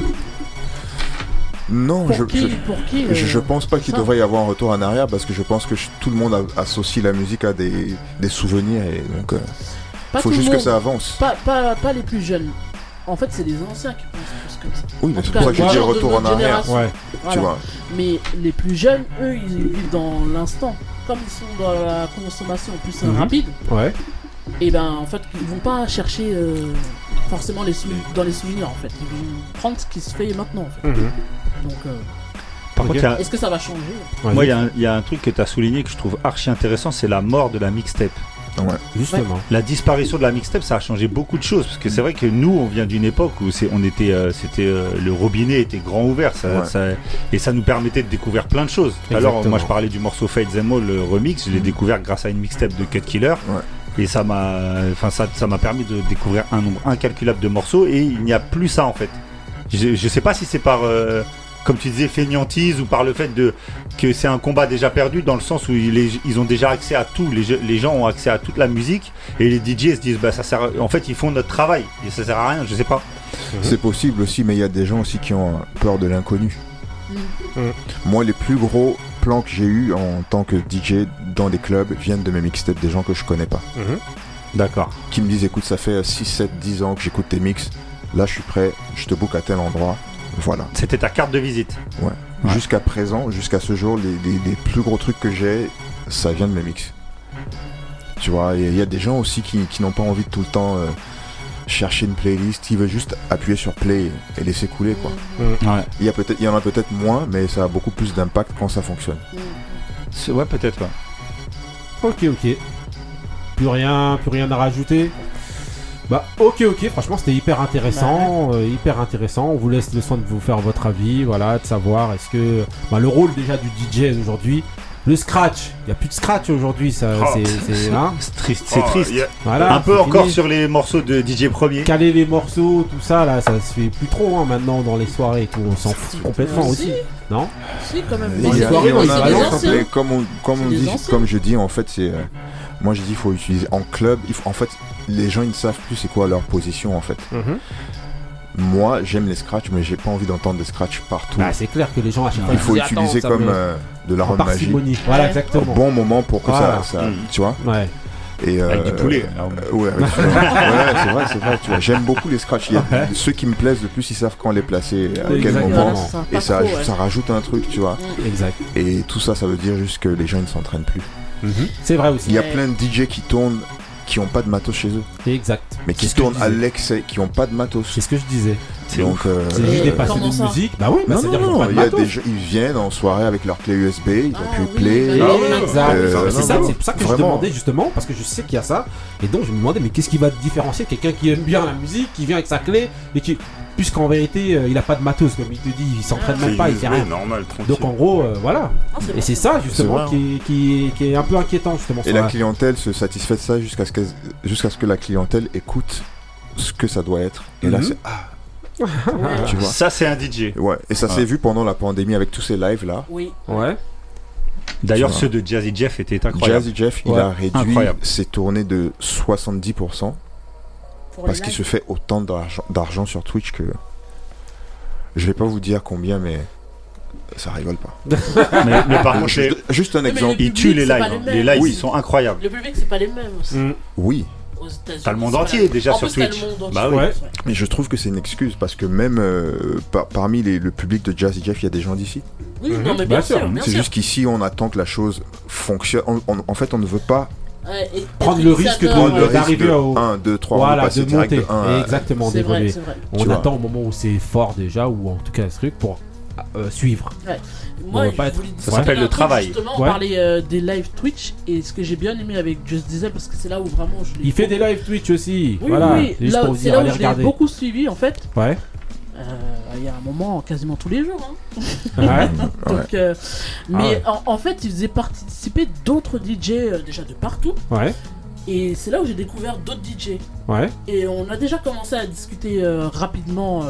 Non, pour qui je pense pas qu'il devrait y avoir un retour en arrière parce que je pense que tout le monde associe la musique à des souvenirs et donc faut juste que ça avance. Pas les plus jeunes. En fait, c'est les anciens qui pensent plus comme ça. Oui, mais c'est pour ça que je dis retour en arrière. Ouais. Voilà. Tu vois. Mais les plus jeunes, eux, ils vivent dans l'instant. Comme ils sont dans la consommation plus rapide. Ouais. Et ben, en fait, ils vont pas chercher forcément dans les souvenirs. En fait, ils vont prendre ce qui se fait maintenant. En fait. Donc. Par contre, est-ce que ça va changer? Moi, il y a un truc que tu as souligné que je trouve archi intéressant, c'est la mort de la mixtape. Ouais. Justement. La disparition de la mixtape, ça a changé beaucoup de choses parce que c'est vrai que nous, on vient d'une époque où le robinet était grand ouvert, et ça nous permettait de découvrir plein de choses. Alors, moi, je parlais du morceau Fade Them All, le remix, je l'ai découvert grâce à une mixtape de Cut Killer. Et ça m'a permis de découvrir un nombre incalculable de morceaux et il n'y a plus ça en fait. Je sais pas si c'est par comme tu disais fainéantise ou par le fait que c'est un combat déjà perdu dans le sens où ils ont déjà accès à tout, les gens ont accès à toute la musique et les DJ se disent ça sert, en fait ils font notre travail et ça sert à rien, je sais pas. C'est possible aussi, mais il y a des gens aussi qui ont peur de l'inconnu. Moi les plus gros plans que j'ai eu en tant que DJ dans des clubs viennent de mes mixtapes, des gens que je connais pas. D'accord. Qui me disent écoute ça fait 6, 7, 10 ans que j'écoute tes mix, là je suis prêt, je te book à tel endroit. Voilà. C'était ta carte de visite. Ouais. Jusqu'à présent, jusqu'à ce jour, les plus gros trucs que j'ai, ça vient de mes mix. Tu vois, il y a des gens aussi qui n'ont pas envie de tout le temps chercher une playlist, ils veulent juste appuyer sur play et laisser couler quoi. Ouais. Il y en a peut-être moins, mais ça a beaucoup plus d'impact quand ça fonctionne. Ouais, peut-être. Ouais. Ok. Plus rien à rajouter. Bah ok, franchement c'était hyper intéressant, On vous laisse le soin de vous faire votre avis, voilà, de savoir est-ce que le rôle déjà du DJ aujourd'hui, le scratch, il n'y a plus de scratch aujourd'hui, ça c'est triste, c'est triste. Voilà, un peu encore sur les morceaux de DJ premier. Caler les morceaux, tout ça là, ça se fait plus trop maintenant dans les soirées et tout, on s'en fout complètement aussi, non? Si quand même. Dans les soirées, comme je dis en fait c'est moi je dis il faut utiliser en club, en fait les gens ils ne savent plus c'est quoi leur position en fait. Moi j'aime les scratchs mais j'ai pas envie d'entendre des scratchs partout. C'est clair que les gens à chaque fois il faut utiliser comme de la ronde magique. Voilà exactement. Au bon moment pour que ça tu vois. Ouais. Et avec du poulet. Ouais, c'est vrai, tu vois. J'aime beaucoup les scratchs. Il y a ceux qui me plaisent le plus, ils savent quand les placer, à quel moment. Et ça rajoute un truc, tu vois. Exact. Et tout ça, ça veut dire juste que les gens ne s'entraînent plus. C'est vrai aussi. Il y a plein de DJ qui tournent, qui n'ont pas de matos chez eux. Exact. Mais qui tournent à l'excès, qui n'ont pas de matos. C'est ce que je disais. Donc, c'est juste des passionnés de musique. Bah oui, c'est-à-dire qu'ils n'ont pas de matos. Ils viennent en soirée avec leur clé USB, ils appuient play. C'est pour ça que je demandais justement, parce que je sais qu'il y a ça. Et donc je me demandais, mais qu'est-ce qui va différencier quelqu'un qui aime bien la musique, qui vient avec sa clé et qui. Puisqu'en vérité, il a pas de matos, comme il te dit, il s'entraîne même pas, il fait rien. Normal, donc en gros, voilà. Et c'est ça justement qui est un peu inquiétant justement. Et la clientèle se satisfait de ça jusqu'à ce que la clientèle écoute ce que ça doit être. Et là, c'est tu vois. Ça, c'est un DJ. Ouais. Et ça s'est vu pendant la pandémie avec tous ces lives là. Oui. Ouais. D'ailleurs, ceux de Jazzy Jeff étaient incroyables. Jazzy Jeff, il a réduit ses tournées de 70%. Parce qu'il se fait autant d'argent sur Twitch que... Je vais pas vous dire combien, mais ça rigole pas. mais par contre, juste un exemple. Il tue les lives. Les lives, ils sont incroyables. Le public, c'est pas les mêmes aussi. Oui. aux États-Unis. T'as le monde entier déjà sur Twitch. Bah oui. Ouais. Mais je trouve que c'est une excuse parce que même parmi le public de Jazzy Jeff, il y a des gens d'ici. Oui, non, mais bien sûr. C'est juste qu'ici, on attend que la chose fonctionne. En fait, on ne veut pas prendre le risque d'arriver au 1, 2, 3, voilà, passer de monter. direct de 1 exactement, d'évoluer. On attend au moment où c'est fort déjà, ou en tout cas ce truc pour suivre. Ouais. Moi, ça s'appelle le travail. Justement, on parlait des live Twitch, et ce que j'ai bien aimé avec Just Diesel, parce que c'est là où vraiment il fait des live Twitch aussi. Oui, voilà. Oui. C'est là où je l'ai beaucoup suivi en fait. Ouais. Il y a un moment, quasiment tous les jours. Ouais. Donc, mais en fait, il faisait participer d'autres DJ déjà de partout. Ouais. Et c'est là où j'ai découvert d'autres DJ. Ouais. Et on a déjà commencé à discuter rapidement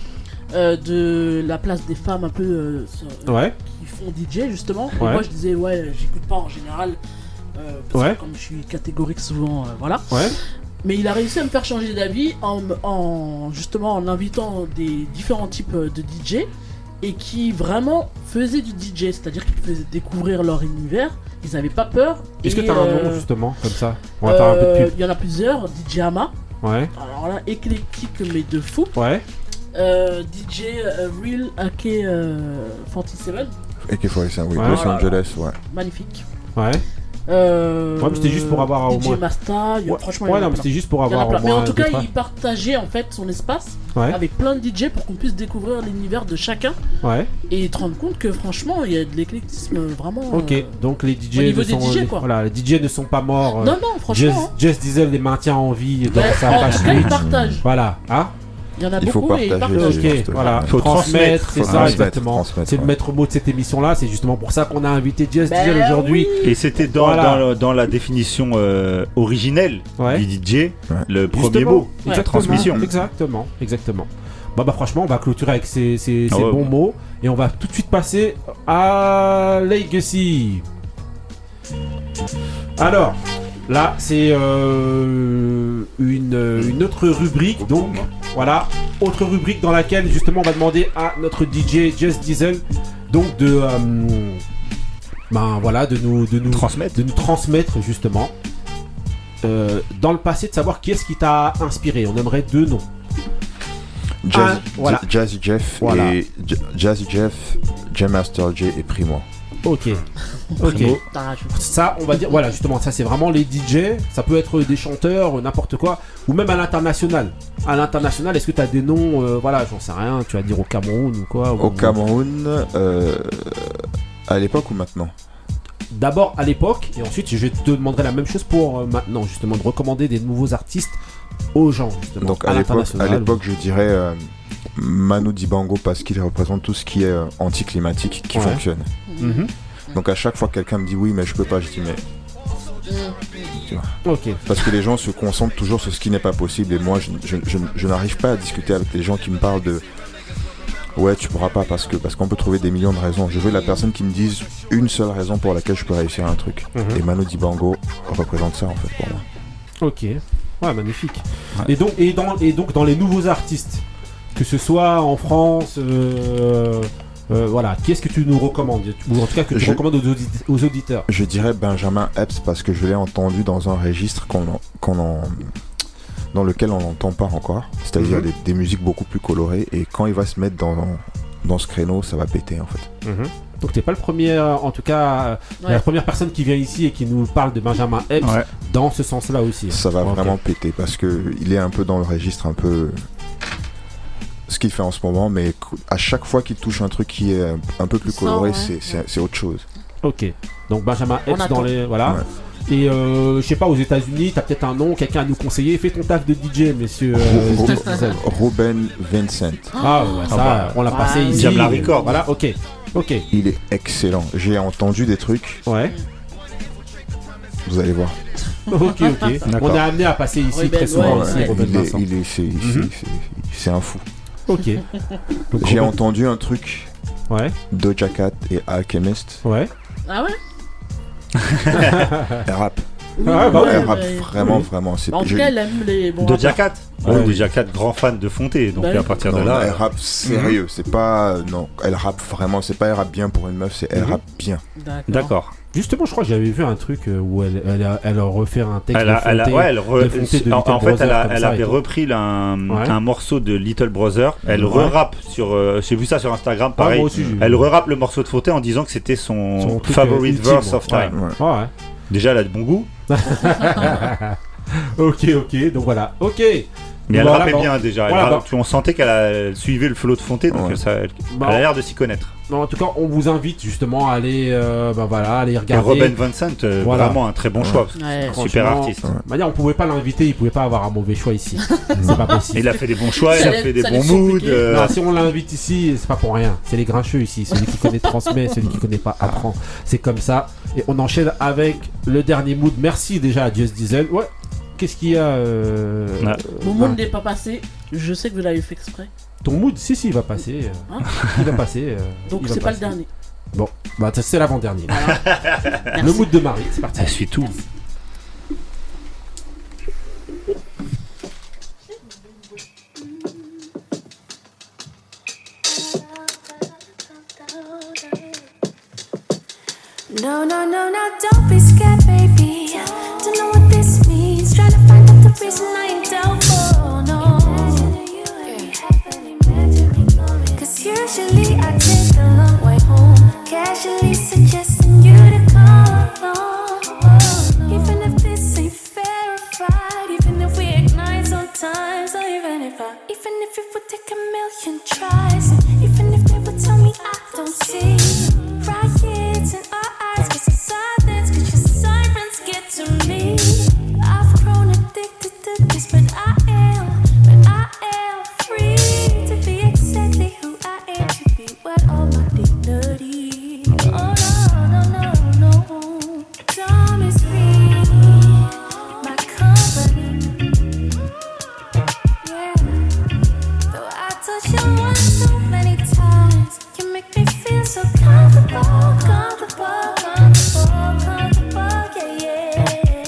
de la place des femmes un peu qui font DJ justement. Et moi je disais j'écoute pas en général parce que comme je suis catégorique souvent voilà. Ouais. Mais il a réussi à me faire changer d'avis justement en invitant des différents types de DJ et qui vraiment faisaient du DJ, c'est-à-dire qu'ils faisaient découvrir leur univers, ils n'avaient pas peur. Est-ce que tu as un nom justement comme ça? On va faire un peu de pub. Il y en a plusieurs, DJ Ama. Ouais. Alors là, éclectique mais de fou. Ouais. DJ Real AK 47. AK 47, oui, Los Angeles, ouais. Magnifique. Ouais. Ouais, mais c'était juste pour avoir au moins. DJ Masta, franchement. Ouais, non, mais c'était juste pour avoir au moins. Mais en tout cas, il partageait en fait son espace avec plein de DJ pour qu'on puisse découvrir l'univers de chacun. Ouais. Et te rendre compte que franchement, il y a de l'éclectisme vraiment. Ok, donc les DJ. Au niveau des DJ, quoi. Voilà, les DJ ne sont pas morts. Non, franchement. Just Diesel les maintient en vie dans sa page Twitch. Partage. Voilà, hein. Il y en a beaucoup et ils partagent. Ok, voilà, faut transmettre, c'est ça exactement. C'est le maître mot de cette émission-là, c'est justement pour ça qu'on a invité Just Diesel aujourd'hui. Et c'était dans la définition originelle du DJ, le premier mot, la transmission. Exactement. Bah franchement, on va clôturer avec ces bons mots et on va tout de suite passer à Legacy. Alors, là, c'est une autre rubrique, donc voilà, autre rubrique dans laquelle justement on va demander à notre DJ Just Diesel donc de nous transmettre justement dans le passé, de savoir qui est-ce qui t'a inspiré. On aimerait 2 noms. Jazzy Jeff et Jazzy Jeff, Jam Master J et Primo. Ok. Ça, on va dire, voilà, justement, ça c'est vraiment les DJ. Ça peut être des chanteurs, n'importe quoi, ou même à l'international. À l'international, est-ce que tu as des noms, voilà, j'en sais rien, tu vas dire au Cameroun ou quoi? Au Cameroun, à l'époque ou maintenant? D'abord à l'époque, et ensuite je te demanderai la même chose pour maintenant, justement, de recommander des nouveaux artistes aux gens, justement. Donc à l'époque, je dirais Manu Dibango, parce qu'il représente tout ce qui est anticlimatique qui fonctionne. Donc à chaque fois que quelqu'un me dit oui mais je peux pas, je dis mais tu vois. Parce que les gens se concentrent toujours sur ce qui n'est pas possible et moi je n'arrive pas à discuter avec les gens qui me parlent de ouais tu pourras pas parce qu'on peut trouver des millions de raisons. Je veux la personne qui me dise une seule raison pour laquelle je peux réussir un truc. Et Manu Dibango représente ça en fait pour moi. Ok, ouais, magnifique. Et donc dans les nouveaux artistes, que ce soit en France, voilà, qui est-ce que tu nous recommandes, ou en tout cas que tu recommandes aux auditeurs? Je dirais Benjamin Epps parce que je l'ai entendu dans un registre dans lequel on n'entend pas encore, c'est-à-dire des musiques beaucoup plus colorées, et quand il va se mettre dans ce créneau, ça va péter en fait. Donc t'es pas le premier, en tout cas, la première personne qui vient ici et qui nous parle de Benjamin Epps dans ce sens-là aussi. Ça va vraiment péter parce que il est un peu dans le registre un peu ce qu'il fait en ce moment, mais à chaque fois qu'il touche un truc qui est un peu plus coloré, c'est autre chose. Ok, donc Benjamin Epps dans les... Voilà. Et je sais pas, aux États-Unis, t'as peut-être un nom, quelqu'un à nous conseiller. Fais ton taf de DJ, monsieur. Ruben Vincent. On l'a passé ici. Diabla Record. Voilà, ok. Il est excellent. J'ai entendu des trucs. Ouais. Vous allez voir. Ok. On est amené à passer ici très souvent. C'est un fou. Ok. Donc, j'ai entendu un truc. Ouais. Doja Cat et Alchemist. Ouais. Ah ouais. Elle rappe. Oui, elle rappe vraiment. En tout cas, elle aime les bons Doja Cat. On est déjà 4 grands fans de Fonté, donc à partir de là. Elle rappe sérieux, c'est pas. Non, elle rappe vraiment, c'est pas elle rappe bien pour une meuf, c'est elle rappe bien. D'accord. Justement, je crois que j'avais vu un truc où elle refait un texte de Fonté. En fait, elle avait repris un morceau de Little Brother. Elle re-rappe sur. J'ai vu ça sur Instagram, pareil. Moi aussi, elle re-rappe le morceau de Fonté en disant que c'était son favorite verse of time. Ouais. Déjà, elle a de bon goût. Ok, donc voilà. Ok. Mais elle rappait bien déjà. On sentait qu'elle suivait le flow de Fonté, donc elle a l'air de s'y connaître. En tout cas, on vous invite justement à aller, aller regarder. Et Robin Vincent, vraiment un très bon choix. Super artiste. On pouvait pas l'inviter, il pouvait pas avoir un mauvais choix ici. C'est pas possible. Il a fait des bons choix, il a fait des bons moods. Non, si on l'invite ici, c'est pas pour rien. C'est les grincheux ici. Celui qui connaît transmet, celui qui connaît pas apprend. C'est comme ça. Et on enchaîne avec le dernier mood. Merci déjà à Just Diesel. Ouais. Qu'est-ce qu'il y a Mon mood n'est pas passé. Je sais que vous l'avez fait exprès. Ton mood, si, il va passer. Il va passer. Donc c'est pas le dernier. Bon, c'est l'avant-dernier. Voilà. Le mood de Marie, c'est parti. Elle suit tout. No, don't be scared, baby. Don't know what this means. Trying to find out the reason I ain't doubtful, no. Cause usually I take the long way home, casually suggesting you to come along. Even if this ain't verified, even if we ignite sometimes, or even if it would take a million tries, and even if they would tell me I don't see riots in our eyes, cause the silence, cause your sirens get to me. I've grown addicted to this, but I am free to be exactly who I am, to be what all my dignity. Oh no, don't miss me, my company. Yeah, though I touch you once too many times, you make me feel so comfortable, yeah.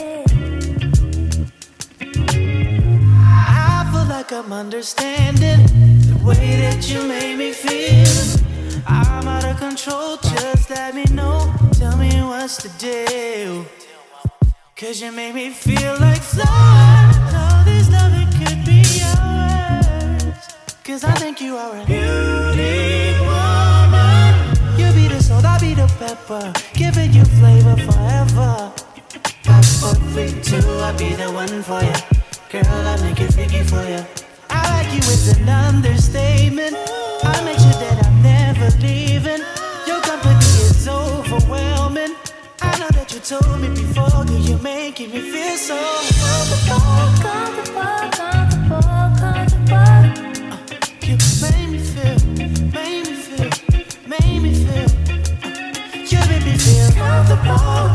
I feel like I'm understanding the way that you made me feel. I'm out of control, just let me know. Tell me what's the deal. Cause you make me feel like flowers. All this loving could be yours. Cause I think you are a beauty woman. You be the salt, I be the pepper, giving you flavor forever. Passport free too, I'll be the one for ya. Girl, I make it freaky for ya. I like you, it's an understatement. I make sure that I'm never leaving. Your company is overwhelming. I know that you told me before, cause you're making me feel so comfortable. You made me feel. You made me feel comfortable.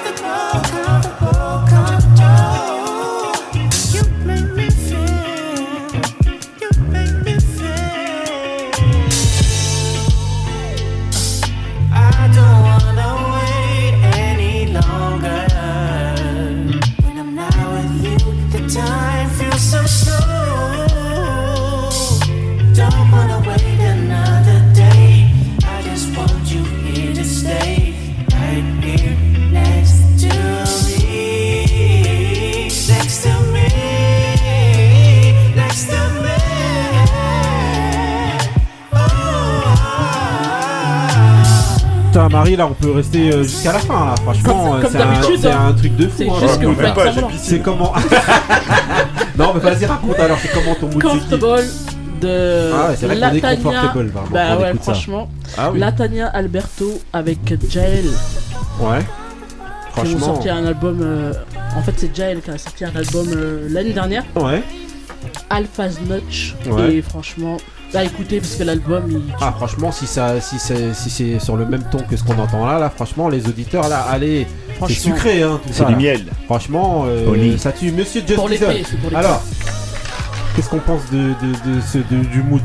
You make me feel. I don't wanna wait any longer. When I'm not with you, the time feels so slow. Don't wanna wait another day. I just want you here to stay, right here next to me, next to me, next to me. Putain, Marie, là, on peut rester jusqu'à la fin, là. Franchement, c'est un truc de fou. C'est comment. Non, mais vas-y, raconte alors, c'est comment ton mood Comfortable de c'est vrai qu'on est confortable, vraiment. Bah ouais, franchement. Latania Alberto avec Jael. Ouais. Franchement. Ils ont sorti un album. En fait, c'est Jael qui a sorti un album l'année dernière. Ouais. Alpha's Notch. Ouais. Et franchement, à écouter parce que l'album. Franchement, si c'est sur le même ton que ce qu'on entend là, franchement, les auditeurs là, allez. C'est sucré, hein, tout ça. C'est du miel. Franchement, ça tue. Monsieur Just Diesel. Alors. Qu'est-ce qu'on pense du mood?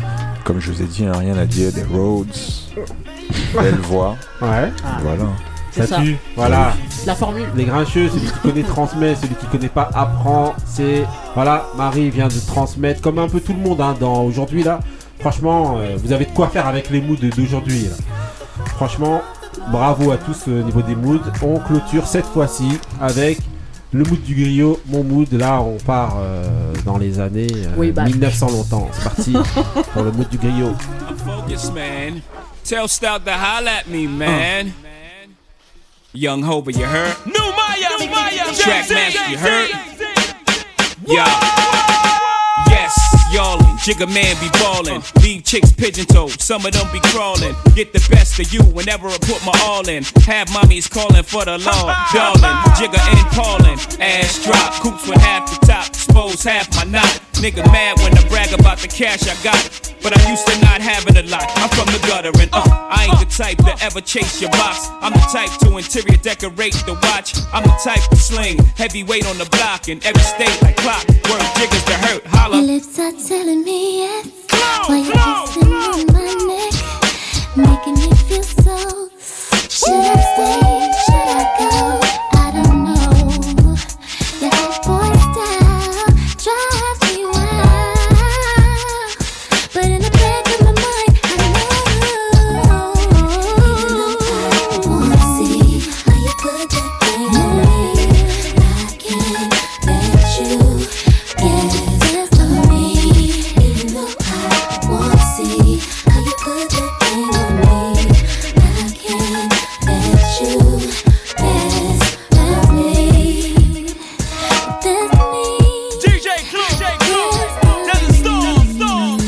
Comme je vous ai dit, rien à dire des Rhodes. Belle voix. Ouais. Voilà. Ça tue, voilà. La formule. Les grincheux, celui qui connaît transmet, celui qui connaît pas apprend. C'est voilà, Marie vient de transmettre comme un peu tout le monde hein, dans aujourd'hui là. Franchement, vous avez de quoi faire avec les moods d'aujourd'hui. Là. Franchement, bravo à tous au niveau des moods. On clôture cette fois-ci avec le mood du griot, mon mood. Là, on part dans les années 1900 longtemps. C'est parti pour le mood du griot. Focus, man. Tell Stout to holla at me, man. Young Hova, you heard? New Maya, Track Master, you heard? Yeah. Yes, y'allin', Jigga man be ballin'. Leave chicks pigeon-toed, some of them be crawlin'. Get the best of you whenever I put my all in. Have mommies callin' for the law, darling. Jigga and Paulin', ass drop, coops with half the top, expose half my knot. Nigga mad when I brag about the cash I got, but I'm used to not having a lot. I'm from the gutter and I ain't the type to ever chase your box. I'm the type to interior decorate the watch. I'm the type to sling heavyweight on the block in every state like clock. Word jiggers to hurt, holla. Your lips are telling me yes, while you're kissing on my neck, making me feel so. Should I stay? Should I go? I don't know. Your hot boy style drives me wild, but in the back of my mind, I know. Even though I wanna see how you put that thing on me, I can't let you get the best of me. Even though I wanna see how you put that thing on me, I can't let you best of me. That's me. DJ Clue, that's a storm.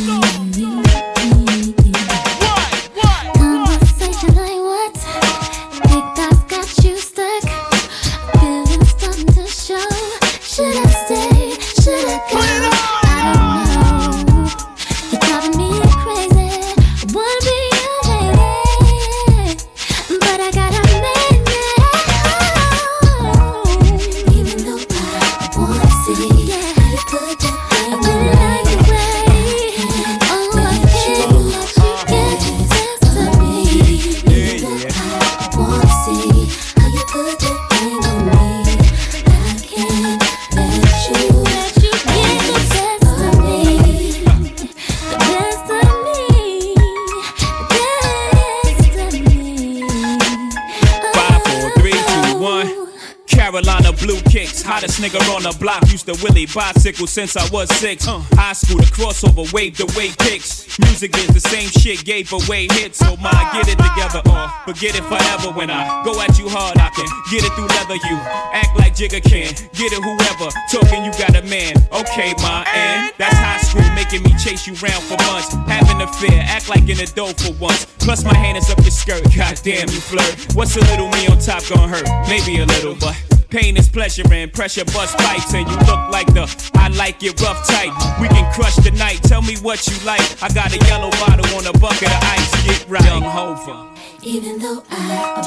Conversation like what? Big thoughts got you stuck. Feelings starting to show. Should I stay? Should I go? I don't know. You're driving me crazy. I wanna be your lady, but I gotta make it. Even though I wanna see how you put that thing on me, I really like the way. Oh, I can't let you get the best of me. Even though I wanna see how you put that thing on me, I can't let you get the best of me. The best of me. The best of me. 5, 4, 3, 2, 1. Carolina blue kicks, hottest nigga on the block. Used to Willie bicycle since I was 6. High school, the crossover, waved away pics. Music is the same shit, gave away hits. So my get it together or forget it forever. When I go at you hard, I can get it through leather. You act like Jigga can, get it whoever. Talking you got a man, okay, my and that's high school, making me chase you round for months. Having a fear, act like an adult for once. Plus my hand is up your skirt, goddamn you flirt. What's a little me on top gonna hurt? Maybe a little, but pain is pleasure and pressure bust pipes. And you look like the I like it rough tight. We can crush the night, tell me what you like. I got a yellow bottle on a bucket of ice, get right. Young Hova. Even though I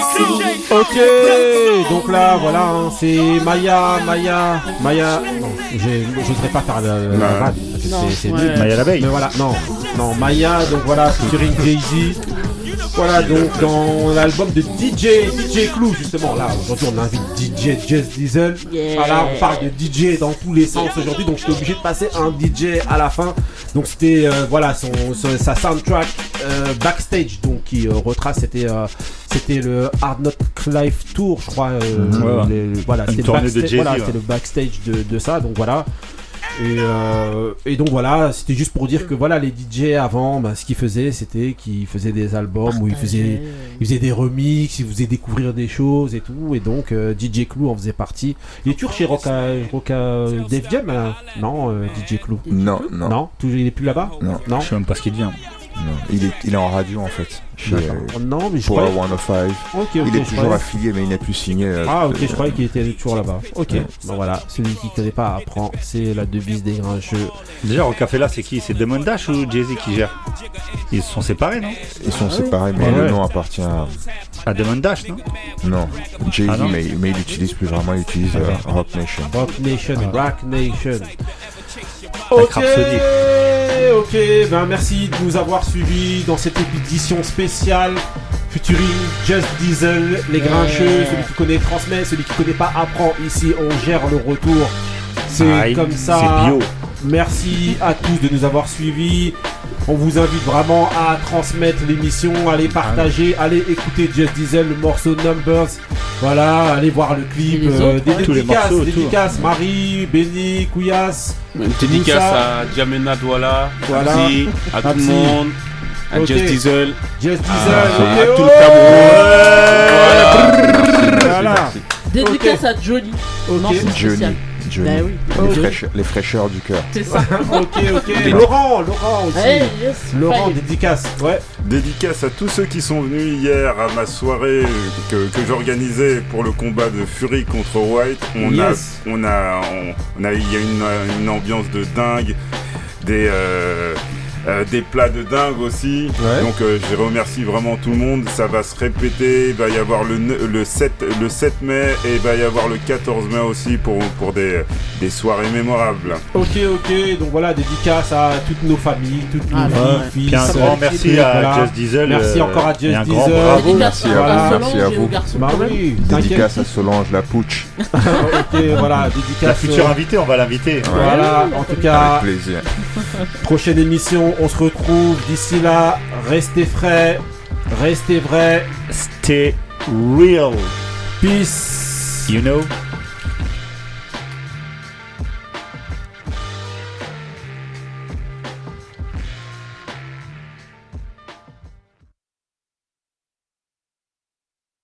Ok, donc là voilà, hein, c'est Maya. Non, j'oserais pas faire la vanne. C'est nul. Maya l'abeille. Mais voilà, non, Maya. Donc voilà, featuring Jay-Z. Voilà, donc dans l'album de DJ Clue, justement, là, aujourd'hui on invite DJ Just Diesel. Yeah. Voilà, on parle de DJ dans tous les sens aujourd'hui, donc j'étais obligé de passer un DJ à la fin. Donc c'était, voilà, sa soundtrack Backstage, donc qui retrace, c'était le Hard Knock Life Tour, je crois. Voilà, c'était le backstage de ça, donc voilà. Et donc voilà, c'était juste pour dire que voilà, les DJ avant, bah, ce qu'ils faisaient, c'était qu'ils faisaient des albums où ils faisaient des remixes, ils faisaient découvrir des choses et tout. Et donc DJ Clue en faisait partie. Il est toujours chez Roca Def Jam, non, DJ Clue. Non. Toujours, il est plus là-bas. Non. Je sais même pas ce qu'il devient. Non, il est en radio en fait. Non, mais je Power croyais... 105. Il est toujours affilié, mais il n'est plus signé. Ok, je croyais qu'il était toujours là-bas. Ok, bon voilà, celui qui connaît pas apprend, c'est la devise des grincheux. Déjà, au café là, c'est qui? C'est Demon Dash ou Jay-Z qui gère? Ils sont séparés, non? Ils sont séparés, mais le nom appartient à Demon Dash, non? Non, Jay-Z, mais il n'utilise plus vraiment, il utilise Rock Nation. Rock Nation. Ok, ben merci de nous avoir suivis dans cette édition spéciale Featuring Just Diesel, les grincheux, celui qui connaît transmet, celui qui connaît pas apprend. Ici, on gère le retour. C'est comme ça. C'est bio. Merci à tous de nous avoir suivis. On vous invite vraiment à transmettre l'émission, à les partager, allez écouter Just Diesel, le morceau Numbers. Voilà, allez voir le clip. Des dédicaces, Marie, Benny, Kouyas. Dédicace à Jamena Douala, voilà, à tout le monde. À Just Diesel. Just Diesel, à tout le Cameroun. Voilà. Dédicace à Johnny. Johnny. Ben oui. Les fraîcheurs du cœur. C'est ça. ok. Laurent aussi. Hey, yes, Laurent, dédicace. Ouais. Dédicace à tous ceux qui sont venus hier à ma soirée que j'organisais pour le combat de Fury contre White. Il y a une ambiance de dingue, des plats de dingue aussi. Ouais. Donc je remercie vraiment tout le monde. Ça va se répéter. Il va y avoir le 7 mai et il va y avoir le 14 mai aussi pour des soirées mémorables. Ok. Donc voilà, dédicace à toutes nos familles, toutes nos filles. Puis un grand merci à Just Diesel. Merci encore à Just Diesel. Bravo. Merci à vous. Dédicace à Solange la Pouche. Ok, voilà, dédicace. La future invitée, on va l'inviter. Voilà, en tout cas. Avec plaisir. Prochaine émission. On se retrouve d'ici là. Restez frais, restez vrais, stay real. Peace. You know.